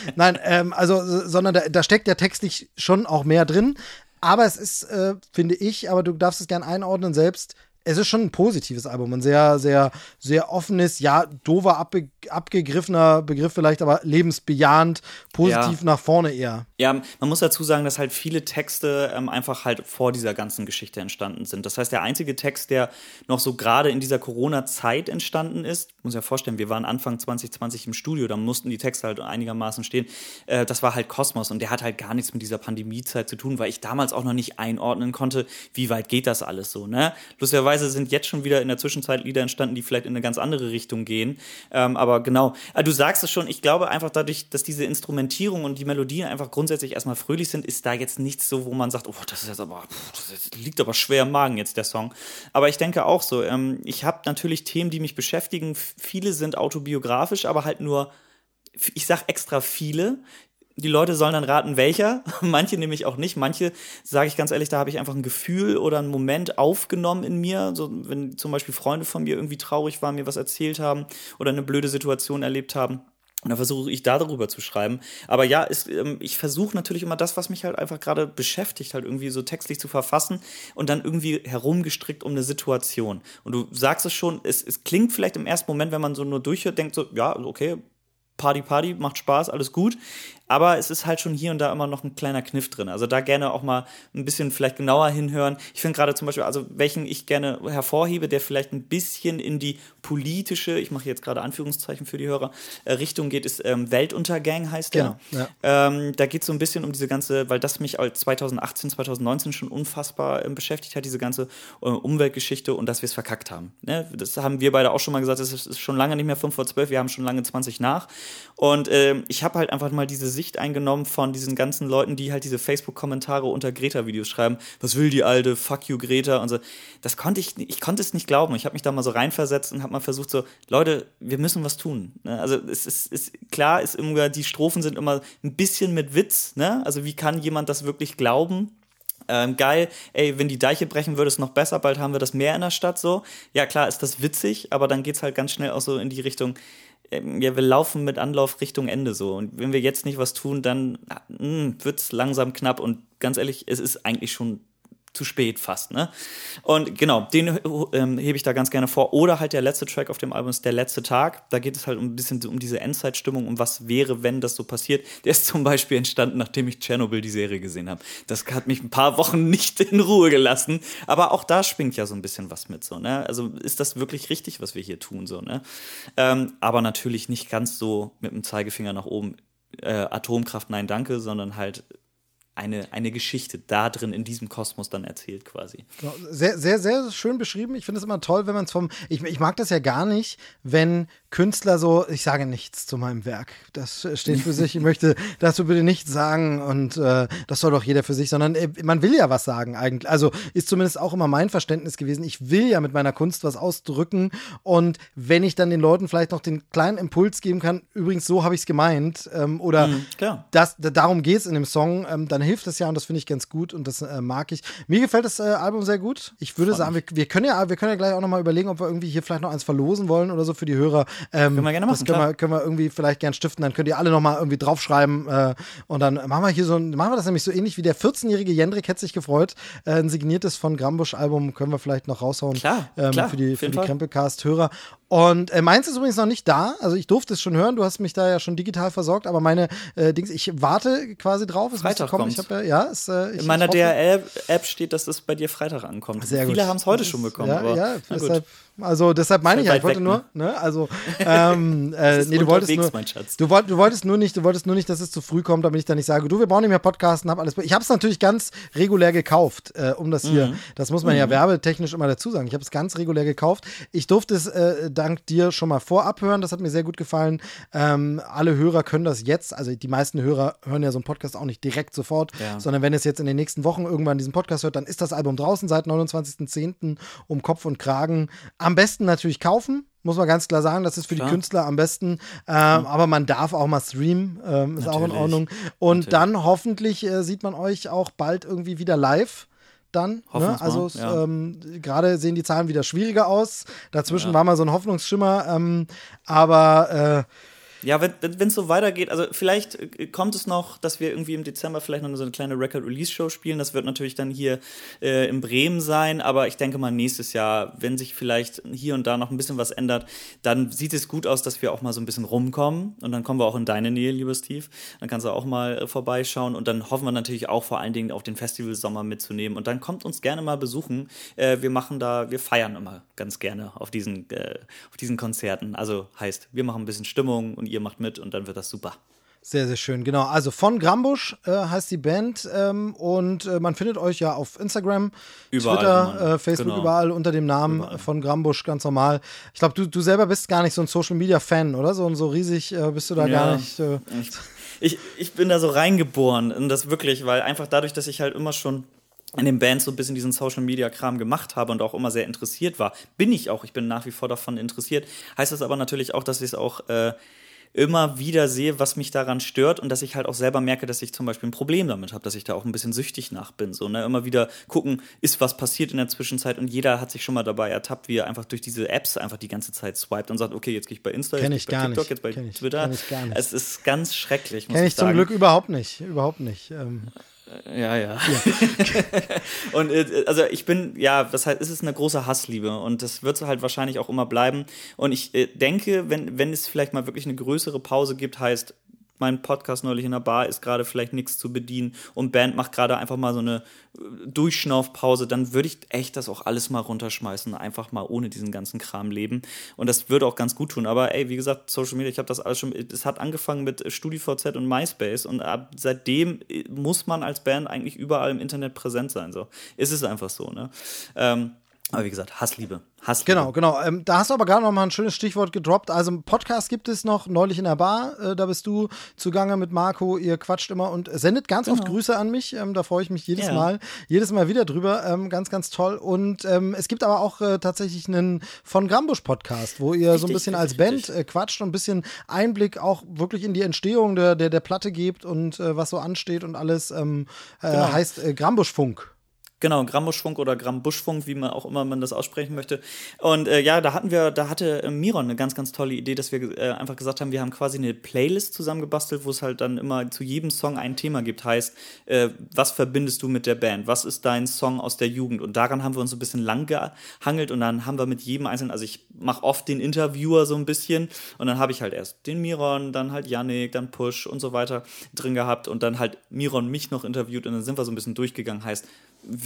Sondern da steckt ja textlich schon auch mehr drin, aber es ist, finde ich, aber du darfst es gern einordnen selbst, es ist schon ein positives Album, ein sehr, sehr, sehr offenes, ja, doofer, abgegriffener Begriff vielleicht, aber lebensbejahend, positiv nach vorne eher. Ja, man muss dazu sagen, dass halt viele Texte einfach halt vor dieser ganzen Geschichte entstanden sind. Das heißt, der einzige Text, der noch so gerade in dieser Corona-Zeit entstanden ist, muss ja vorstellen, wir waren Anfang 2020 im Studio, da mussten die Texte halt einigermaßen stehen, das war halt Kosmos und der hat halt gar nichts mit dieser Pandemiezeit zu tun, weil ich damals auch noch nicht einordnen konnte, wie weit geht das alles so, ne? Lustigerweise sind jetzt schon wieder in der Zwischenzeit Lieder entstanden, die vielleicht in eine ganz andere Richtung gehen. Aber genau, du sagst es schon, ich glaube einfach dadurch, dass diese Instrumentierung und die Melodien einfach grundsätzlich erstmal fröhlich sind, ist da jetzt nichts so, wo man sagt, oh, das ist jetzt aber, das liegt aber schwer im Magen jetzt, der Song. Aber ich denke auch so, ich habe natürlich Themen, die mich beschäftigen. Viele sind autobiografisch, aber halt nur, ich sag extra viele. Die Leute sollen dann raten, welcher. Manche nämlich auch nicht. Manche, sage ich ganz ehrlich, da habe ich einfach ein Gefühl oder einen Moment aufgenommen in mir. So, wenn zum Beispiel Freunde von mir irgendwie traurig waren, mir was erzählt haben oder eine blöde Situation erlebt haben. Und dann versuche ich darüber zu schreiben. Aber ja, ich versuche natürlich immer das, was mich halt einfach gerade beschäftigt, halt irgendwie so textlich zu verfassen und dann irgendwie herumgestrickt um eine Situation. Und du sagst es schon, es klingt vielleicht im ersten Moment, wenn man so nur durchhört, denkt so, ja, okay, Party, macht Spaß, alles gut. Aber es ist halt schon hier und da immer noch ein kleiner Kniff drin. Also da gerne auch mal ein bisschen vielleicht genauer hinhören. Ich finde gerade zum Beispiel, also welchen ich gerne hervorhebe, der vielleicht ein bisschen in die politische, ich mache jetzt gerade Anführungszeichen für die Hörer, Richtung geht, ist Weltuntergang heißt der. Genau, ja. Da geht es so ein bisschen um diese ganze, weil das mich als 2018, 2019 schon unfassbar beschäftigt hat, diese ganze Umweltgeschichte und dass wir es verkackt haben. Ne? Das haben wir beide auch schon mal gesagt, es ist schon lange nicht mehr 5 vor 12, wir haben schon lange 20 nach. Und ich habe halt einfach mal diese Sicht eingenommen von diesen ganzen Leuten, die halt diese Facebook-Kommentare unter Greta-Videos schreiben. Was will die Alte? Fuck you, Greta. Und so. Ich konnte es nicht glauben. Ich habe mich da mal so reinversetzt und habe mal versucht so, Leute, wir müssen was tun. Ne? Also es ist klar, die Strophen sind immer ein bisschen mit Witz. Ne? Also wie kann jemand das wirklich glauben? Geil, ey, wenn die Deiche brechen würde, ist noch besser, bald haben wir das Meer in der Stadt, so. Ja, klar ist das witzig, aber dann geht's halt ganz schnell auch so in die Richtung, ja, wir laufen mit Anlauf Richtung Ende so. Und wenn wir jetzt nicht was tun, dann wird's langsam knapp. Und ganz ehrlich, es ist eigentlich schon zu spät fast, ne? Und genau, den hebe ich da ganz gerne vor. Oder halt der letzte Track auf dem Album ist Der letzte Tag. Da geht es halt ein bisschen um diese Endzeitstimmung, um was wäre, wenn das so passiert. Der ist zum Beispiel entstanden, nachdem ich Tschernobyl die Serie gesehen habe. Das hat mich ein paar Wochen nicht in Ruhe gelassen. Aber auch da schwingt ja so ein bisschen was mit, so, ne? Also ist das wirklich richtig, was wir hier tun, so, ne? Aber natürlich nicht ganz so mit dem Zeigefinger nach oben. Atomkraft, nein, danke, sondern halt eine Geschichte da drin in diesem Kosmos dann erzählt quasi. Sehr, sehr, sehr schön beschrieben. Ich finde es immer toll, wenn man es ich mag das ja gar nicht, wenn Künstler so, ich sage nichts zu meinem Werk. Das steht für sich. Ich möchte dazu bitte nichts sagen und das soll doch jeder für sich, sondern man will ja was sagen eigentlich. Also ist zumindest auch immer mein Verständnis gewesen. Ich will ja mit meiner Kunst was ausdrücken und wenn ich dann den Leuten vielleicht noch den kleinen Impuls geben kann, übrigens so habe ich es gemeint oder darum geht es in dem Song, dann hilft das ja und das finde ich ganz gut und das mag ich. Mir gefällt das Album sehr gut. Ich würde sagen, wir können ja gleich auch nochmal überlegen, ob wir irgendwie hier vielleicht noch eins verlosen wollen oder so für die Hörer. Können wir gerne machen. Das können wir irgendwie vielleicht gern stiften, dann könnt ihr alle nochmal irgendwie draufschreiben und dann machen wir das nämlich so ähnlich wie der 14-jährige Jendrik hätte sich gefreut. Ein signiertes von Grambusch-Album können wir vielleicht noch raushauen klar, für die Krempelcast-Hörer. Und meins ist übrigens noch nicht da, also ich durfte es schon hören, du hast mich da ja schon digital versorgt, aber meine Dings, ich warte quasi drauf, es Freitag kommen. kommt. In meiner DRL-App steht, dass es bei dir Freitag ankommt. Sehr gut. Viele haben es heute schon bekommen. Deshalb meine ich ja, ich wollte nur, ne, also du wolltest nur nicht, dass es zu früh kommt, damit ich dann nicht sage, du, wir brauchen nicht mehr podcasten, ich habe es natürlich ganz regulär gekauft, um das hier, das muss man ja werbetechnisch immer dazu sagen, ich habe es ganz regulär gekauft, ich durfte es dank dir schon mal vorab hören, das hat mir sehr gut gefallen, alle Hörer können das jetzt, also die meisten Hörer hören ja so einen Podcast auch nicht direkt sofort, sondern wenn es jetzt in den nächsten Wochen irgendwann diesen Podcast hört, dann ist das Album draußen seit 29.10. um Kopf und Kragen. Am besten natürlich kaufen, muss man ganz klar sagen, das ist für die Künstler am besten, aber man darf auch mal streamen, ist natürlich auch in Ordnung. Und dann hoffentlich sieht man euch auch bald irgendwie wieder live. Dann, ne? Also gerade sehen die Zahlen wieder schwieriger aus. Dazwischen war mal so ein Hoffnungsschimmer, aber ja, wenn es so weitergeht, also vielleicht kommt es noch, dass wir irgendwie im Dezember vielleicht noch so eine kleine Record-Release-Show spielen. Das wird natürlich dann hier in Bremen sein, aber ich denke mal nächstes Jahr, wenn sich vielleicht hier und da noch ein bisschen was ändert, dann sieht es gut aus, dass wir auch mal so ein bisschen rumkommen und dann kommen wir auch in deine Nähe, lieber Steve. Dann kannst du auch mal vorbeischauen und dann hoffen wir natürlich auch vor allen Dingen auf den Festivalsommer mitzunehmen und dann kommt uns gerne mal besuchen. Wir feiern immer ganz gerne auf diesen Konzerten. Also heißt, wir machen ein bisschen Stimmung und ihr macht mit und dann wird das super. Sehr, sehr schön, genau. Also von Grambusch heißt die Band und man findet euch ja auf Instagram, überall, Twitter, Facebook, überall unter dem Namen von Grambusch, ganz normal. Ich glaube, du selber bist gar nicht so ein Social-Media-Fan, oder? So riesig bist du da gar nicht. Ich bin da so reingeboren und das wirklich, weil einfach dadurch, dass ich halt immer schon in den Bands so ein bisschen diesen Social-Media-Kram gemacht habe und auch immer sehr interessiert war, ich bin nach wie vor davon interessiert, heißt das aber natürlich auch, dass ich es auch immer wieder sehe, was mich daran stört und dass ich halt auch selber merke, dass ich zum Beispiel ein Problem damit habe, dass ich da auch ein bisschen süchtig nach bin. So, ne? Immer wieder gucken, ist was passiert in der Zwischenzeit und jeder hat sich schon mal dabei ertappt, wie er einfach durch diese Apps einfach die ganze Zeit swiped und sagt, okay, jetzt gehe ich bei Insta, jetzt gehe ich bei TikTok, jetzt bei Twitter. Es ist ganz schrecklich, muss ich sagen. Kenn ich zum Glück überhaupt nicht. Ja. Und also das heißt, es ist eine große Hassliebe und das wird halt wahrscheinlich auch immer bleiben. Und ich denke, wenn es vielleicht mal wirklich eine größere Pause gibt, heißt, mein Podcast neulich in der Bar ist gerade vielleicht nichts zu bedienen und Band macht gerade einfach mal so eine Durchschnaufpause, dann würde ich echt das auch alles mal runterschmeißen, einfach mal ohne diesen ganzen Kram leben und das würde auch ganz gut tun, aber wie gesagt, Social Media, ich habe das alles schon, es hat angefangen mit StudiVZ und MySpace und ab seitdem muss man als Band eigentlich überall im Internet präsent sein, so. Es ist einfach so, ne? Aber wie gesagt, Hassliebe. Genau. Da hast du aber gerade noch mal ein schönes Stichwort gedroppt. Also einen Podcast gibt es noch, neulich in der Bar. Da bist du zugange mit Marco. Ihr quatscht immer und sendet ganz oft Grüße an mich. Da freue ich mich jedes Mal wieder drüber. Ganz, ganz toll. Und es gibt aber auch tatsächlich einen von Grambusch Podcast, wo ihr so ein bisschen als Band quatscht und ein bisschen Einblick auch wirklich in die Entstehung der Platte gebt und was so ansteht und alles. Heißt Grambuschfunk. Genau, Grambuschfunk oder Grambuschfunk, wie man auch immer man das aussprechen möchte. Und da hatte Miron eine ganz, ganz tolle Idee, dass wir einfach gesagt haben, wir haben quasi eine Playlist zusammengebastelt, wo es halt dann immer zu jedem Song ein Thema gibt. Heißt, was verbindest du mit der Band? Was ist dein Song aus der Jugend? Und daran haben wir uns so ein bisschen lang gehangelt und dann haben wir mit jedem einzelnen, also ich mache oft den Interviewer so ein bisschen und dann habe ich halt erst den Miron, dann halt Yannick, dann Push und so weiter drin gehabt und dann halt Miron mich noch interviewt und dann sind wir so ein bisschen durchgegangen. Heißt,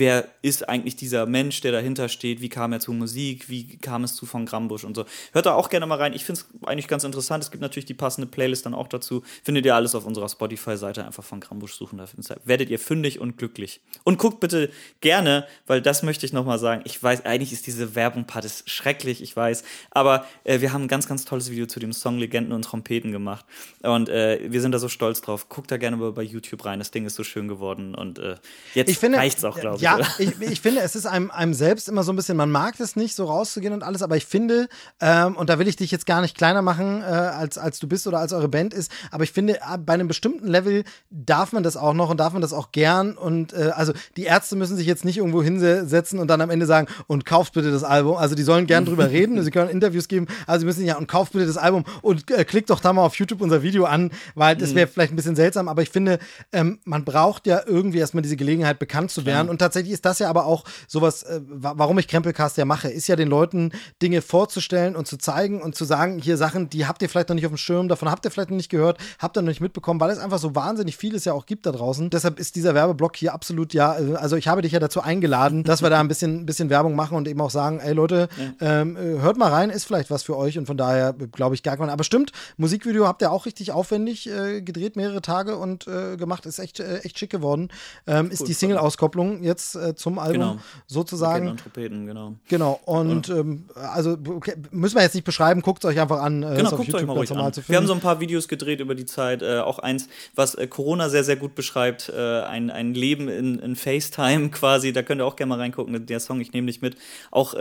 wer ist eigentlich dieser Mensch, der dahinter steht, wie kam er zu Musik, wie kam es zu von Grambusch und so. Hört da auch gerne mal rein, ich finde es eigentlich ganz interessant, es gibt natürlich die passende Playlist dann auch dazu, findet ihr alles auf unserer Spotify-Seite, einfach von Grambusch suchen, da werdet ihr fündig und glücklich. Und guckt bitte gerne, weil das möchte ich nochmal sagen, ich weiß, eigentlich ist diese Werbung-Part schrecklich, ich weiß, aber wir haben ein ganz, ganz tolles Video zu dem Song Legenden und Trompeten gemacht und wir sind da so stolz drauf. Guckt da gerne mal bei YouTube rein, das Ding ist so schön geworden und jetzt reicht's auch, glaube ich. Ja, ich finde, es ist einem selbst immer so ein bisschen, man mag es nicht, so rauszugehen und alles, aber ich finde, und da will ich dich jetzt gar nicht kleiner machen, als du bist oder als eure Band ist, aber ich finde, bei einem bestimmten Level darf man das auch noch und darf man das auch gern und also die Ärzte müssen sich jetzt nicht irgendwo hinsetzen und dann am Ende sagen, und kauft bitte das Album, also die sollen gern drüber reden, sie können Interviews geben, also sie müssen ja, und kauft bitte das Album und klickt doch da mal auf YouTube unser Video an, weil das wäre vielleicht ein bisschen seltsam, aber ich finde, man braucht ja irgendwie erstmal diese Gelegenheit, bekannt zu werden und tatsächlich ist das ja aber auch sowas, warum ich Krempelcast ja mache, ist ja den Leuten Dinge vorzustellen und zu zeigen und zu sagen, hier Sachen, die habt ihr vielleicht noch nicht auf dem Schirm, davon habt ihr vielleicht noch nicht gehört, habt ihr noch nicht mitbekommen, weil es einfach so wahnsinnig vieles ja auch gibt da draußen. Deshalb ist dieser Werbeblock hier absolut, ja, also ich habe dich ja dazu eingeladen, dass wir da ein bisschen Werbung machen und eben auch sagen, ey Leute, hört mal rein, ist vielleicht was für euch und von daher glaube ich gar nicht. Aber stimmt, Musikvideo habt ihr auch richtig aufwendig gedreht, mehrere Tage und gemacht, ist echt schick geworden. Ist die Single-Auskopplung jetzt zum Album sozusagen. Und Trompeten, genau. Genau, und also müssen wir jetzt nicht beschreiben, guckt es euch einfach an. Genau, guckt euch mal ruhig an. Wir haben so ein paar Videos gedreht über die Zeit, auch eins, was Corona sehr, sehr gut beschreibt, ein Leben in FaceTime quasi, da könnt ihr auch gerne mal reingucken, der Song Ich nehme dich mit, auch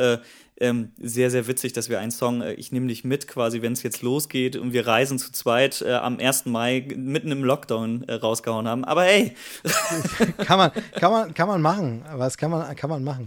sehr, sehr witzig, dass wir einen Song Ich nehme dich mit quasi, wenn es jetzt losgeht und wir reisen zu zweit am 1. Mai mitten im Lockdown rausgehauen haben, aber hey! kann man machen, was kann man machen.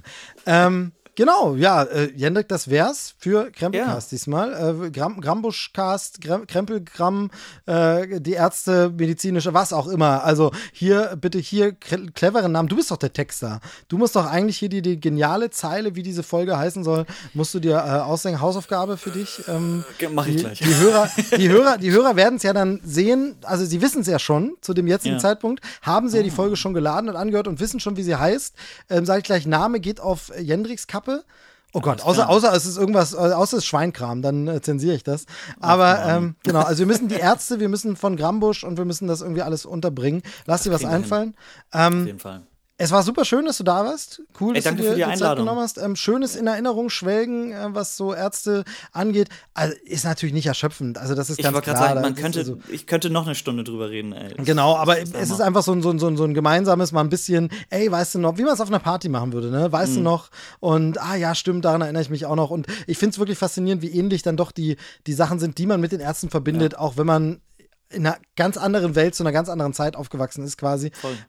Genau, ja, Jendrik, das wär's für Krempelcast diesmal. Grambuschcast, Krempelgramm, die Ärzte, medizinische, was auch immer. Also hier, bitte cleveren Namen. Du bist doch der Texter. Du musst doch eigentlich hier die geniale Zeile, wie diese Folge heißen soll, musst du dir ausdenken. Hausaufgabe für dich. Mach ich gleich. Die Hörer werden es ja dann sehen, also sie wissen es ja schon zu dem jetzigen Zeitpunkt, haben sie ja die Folge schon geladen und angehört und wissen schon, wie sie heißt. Sag ich gleich, Name geht auf Jendriks Kappe. Oh Gott, außer es ist irgendwas, außer es ist Schweinkram, dann zensiere ich das. Aber genau, also wir müssen die Ärzte, wir müssen von Grambusch und wir müssen das irgendwie alles unterbringen. Lass dir was einfallen. Auf jeden Fall. Es war super schön, dass du da warst. Cool, dass danke du dir für die die Zeit Einladung. genommen hast. Schönes in Erinnerung schwelgen, was so Ärzte angeht. Also ist natürlich nicht erschöpfend. Also das ist ganz klar. Sagen, ich könnte noch eine Stunde drüber reden. Ey. Genau, aber es ist einfach so ein gemeinsames, mal ein bisschen, ey, weißt du noch, wie man es auf einer Party machen würde, ne? Weißt du noch? Und, ja, stimmt, daran erinnere ich mich auch noch. Und ich finde es wirklich faszinierend, wie ähnlich dann doch die Sachen sind, die man mit den Ärzten verbindet, auch wenn man in einer ganz anderen Welt, zu einer ganz anderen Zeit aufgewachsen ist quasi.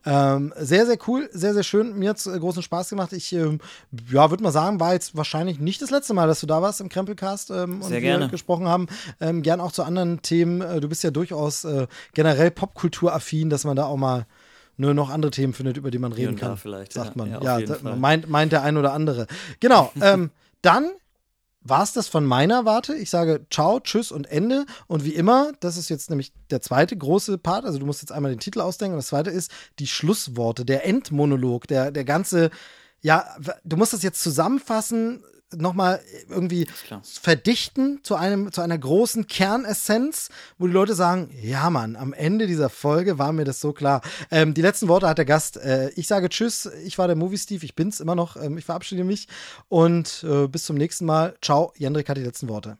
Sehr, sehr cool, sehr, sehr schön. Mir hat es großen Spaß gemacht. Ich würde mal sagen, war jetzt wahrscheinlich nicht das letzte Mal, dass du da warst im Krempelcast und wir gesprochen haben. Gern auch zu anderen Themen. Du bist ja durchaus generell popkulturaffin, dass man da auch mal nur noch andere Themen findet, über die man reden kann. Vielleicht, sagt man. Ja, meint der ein oder andere. Genau, dann war es das von meiner Warte. Ich sage ciao, tschüss und Ende. Und wie immer, das ist jetzt nämlich der zweite große Part, also du musst jetzt einmal den Titel ausdenken. Und das zweite ist die Schlussworte, der Endmonolog, der ganze, ja, du musst das jetzt zusammenfassen, nochmal irgendwie verdichten zu einer großen Kernessenz, wo die Leute sagen, ja Mann, am Ende dieser Folge war mir das so klar. Die letzten Worte hat der Gast. Ich sage tschüss, ich war der Movie Steve, ich bin's immer noch, ich verabschiede mich und bis zum nächsten Mal. Ciao, Jendrik hat die letzten Worte.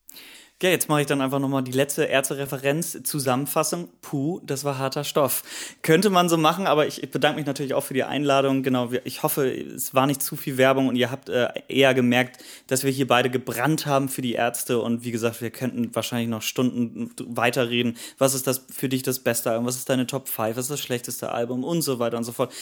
Ja, jetzt mache ich dann einfach nochmal die letzte Ärzte-Referenz, Zusammenfassung. Puh, das war harter Stoff. Könnte man so machen, aber ich bedanke mich natürlich auch für die Einladung. Genau, ich hoffe, es war nicht zu viel Werbung und ihr habt eher gemerkt, dass wir hier beide gebrannt haben für die Ärzte. Und wie gesagt, wir könnten wahrscheinlich noch Stunden weiterreden. Was ist das für dich das beste Album? Was ist deine Top 5? Was ist das schlechteste Album? Und so weiter und so fort.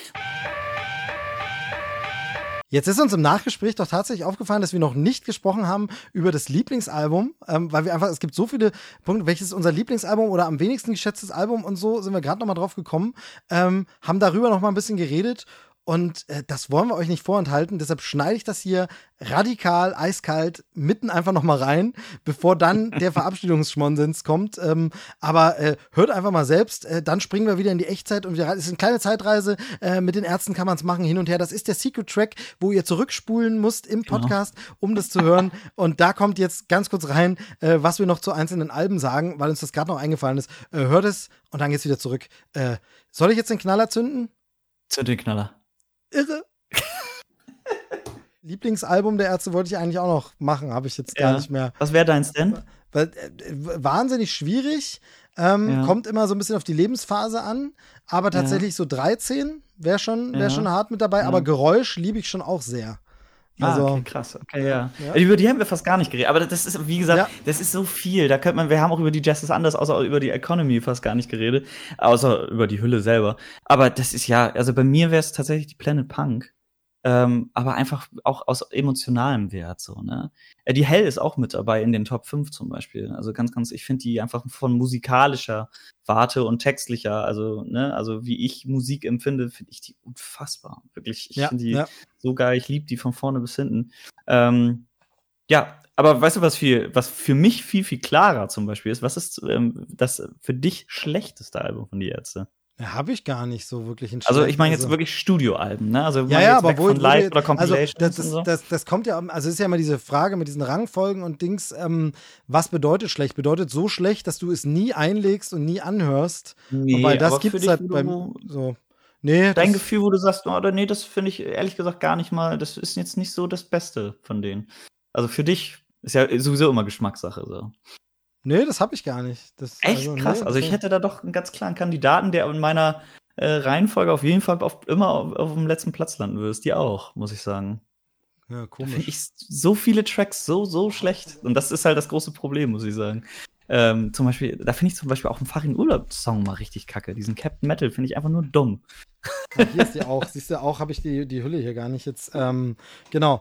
Jetzt ist uns im Nachgespräch doch tatsächlich aufgefallen, dass wir noch nicht gesprochen haben über das Lieblingsalbum, weil wir einfach, es gibt so viele Punkte, welches ist unser Lieblingsalbum oder am wenigsten geschätztes Album und so, sind wir gerade noch mal drauf gekommen, haben darüber noch mal ein bisschen geredet Und das wollen wir euch nicht vorenthalten. Deshalb schneide ich das hier radikal, eiskalt, mitten einfach nochmal rein, bevor dann der Verabschiedungsschmonsens kommt. Aber hört einfach mal selbst. Dann springen wir wieder in die Echtzeit. Und es ist eine kleine Zeitreise. Mit den Ärzten kann man es machen, hin und her. Das ist der Secret Track, wo ihr zurückspulen müsst im Podcast, um das zu hören. Und da kommt jetzt ganz kurz rein, was wir noch zu einzelnen Alben sagen, weil uns das gerade noch eingefallen ist. Hört es und dann geht's wieder zurück. Soll ich jetzt den Knaller zünden? Zünd den Knaller. Irre. Lieblingsalbum der Ärzte wollte ich eigentlich auch noch machen, habe ich jetzt gar nicht mehr. Was wäre deins denn? Wahnsinnig schwierig. Kommt immer so ein bisschen auf die Lebensphase an. Aber tatsächlich so 13 wäre schon hart mit dabei. Aber Geräusch liebe ich schon auch sehr. Also, okay, krass. Okay, ja. Über die haben wir fast gar nicht geredet. Aber das ist, wie gesagt, das ist so viel. Da könnte man, wir haben auch über die Jazz ist anders, außer über die Economy fast gar nicht geredet. Außer über die Hülle selber. Aber das ist also bei mir wäre es tatsächlich die Planet Punk. Aber einfach auch aus emotionalem Wert, so, ne? Die Hell ist auch mit dabei in den Top 5 zum Beispiel. Also ganz, ganz, ich finde die einfach von musikalischer Warte und textlicher, also wie ich Musik empfinde, finde ich die unfassbar. Wirklich, ich finde die so geil, ich liebe die von vorne bis hinten. Aber weißt du, was für mich viel, viel klarer zum Beispiel ist? Was ist das für dich schlechteste Album von die Ärzte? Ja, habe ich gar nicht so wirklich in Also ich meine jetzt wirklich Studioalben, ne? Also aber von Live oder Compilations also das kommt ja, also es ist ja immer diese Frage mit diesen Rangfolgen und Dings, was bedeutet schlecht? Bedeutet so schlecht, dass du es nie einlegst und nie anhörst? Nee, weil das gibt's halt beim so. Nee, dein Gefühl, wo du sagst, oder nee, das finde ich ehrlich gesagt gar nicht mal, das ist jetzt nicht so das Beste von denen. Also für dich ist ja sowieso immer Geschmackssache so. Nee, das habe ich gar nicht. Echt krass. Also ich hätte da doch einen ganz klaren Kandidaten, der in meiner Reihenfolge auf jeden Fall immer auf dem letzten Platz landen würde. Die auch, muss ich sagen. Ja, komisch. Da finde ich so viele Tracks so schlecht. Und das ist halt das große Problem, muss ich sagen. Zum Beispiel, da finde ich zum Beispiel auch einen Farin Urlaub-Song mal richtig kacke. Diesen Captain Metal finde ich einfach nur dumm. Ja, hier ist die auch. Siehst du, auch habe ich die Hülle hier gar nicht jetzt. Genau.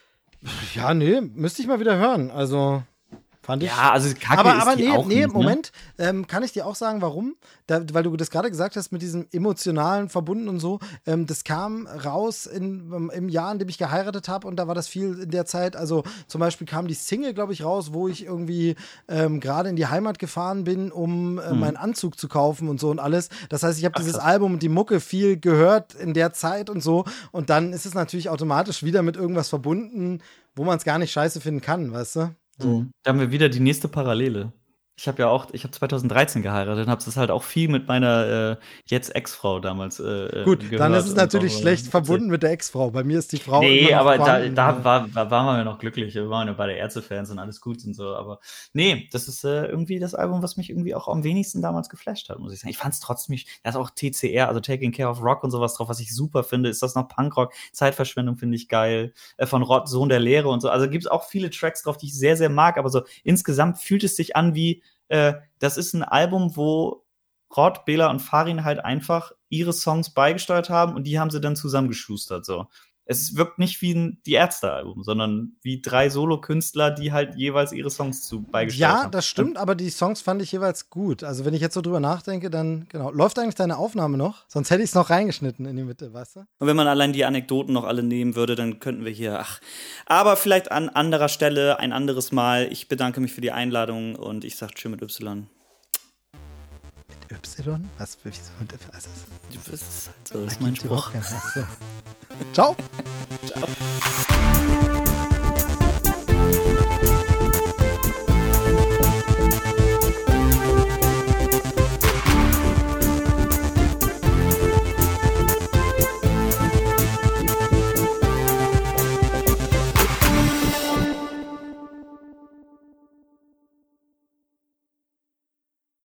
Ja, nee, müsste ich mal wieder hören. Also fand ich. Ja, also Kacke aber ist die auch nicht, Moment, kann ich dir auch sagen, warum? Weil du das gerade gesagt hast mit diesem emotionalen Verbunden und so. Das kam raus im Jahr, in dem ich geheiratet habe und da war das viel in der Zeit. Also zum Beispiel kam die Single, glaube ich, raus, wo ich irgendwie gerade in die Heimat gefahren bin, um meinen Anzug zu kaufen und so und alles. Das heißt, ich habe dieses Album und die Mucke viel gehört in der Zeit und so. Und dann ist es natürlich automatisch wieder mit irgendwas verbunden, wo man es gar nicht scheiße finden kann, weißt du? So. Da haben wir wieder die nächste Parallele. Ich habe 2013 geheiratet und habe das halt auch viel mit meiner jetzt Ex-Frau damals Gut, gehört. Dann ist es natürlich schlecht verbunden mit der Ex-Frau. Bei mir ist die Frau Nee, aber da waren wir ja noch glücklich. Wir waren ja beide Ärzte-Fans und alles gut und so. Aber nee, das ist irgendwie das Album, was mich irgendwie auch am wenigsten damals geflasht hat, muss ich sagen. Ich fand es trotzdem, da ist auch TCR, also Taking Care of Rock und sowas drauf, was ich super finde. Ist das noch Punkrock? Zeitverschwendung finde ich geil. Von Rott, Sohn der Lehre und so. Also gibt es auch viele Tracks drauf, die ich sehr, sehr mag. Aber so insgesamt fühlt es sich an wie das ist ein Album, wo Rod, Bela und Farin halt einfach ihre Songs beigesteuert haben und die haben sie dann zusammengeschustert, so. Es wirkt nicht wie die Ärzte-Album, sondern wie 3 Solo-Künstler, die halt jeweils ihre Songs beigesteuert haben. Ja, das stimmt, aber die Songs fand ich jeweils gut. Also wenn ich jetzt so drüber nachdenke, dann, genau. Läuft eigentlich deine Aufnahme noch? Sonst hätte ich es noch reingeschnitten in die Mitte, weißt du? Und wenn man allein die Anekdoten noch alle nehmen würde, dann könnten wir hier, aber vielleicht an anderer Stelle, ein anderes Mal. Ich bedanke mich für die Einladung und ich sag Tschüss mit Y. Mit Y? Was? Wieso? Das ist halt so, das ist mein Spruch. Ciao. Ciao.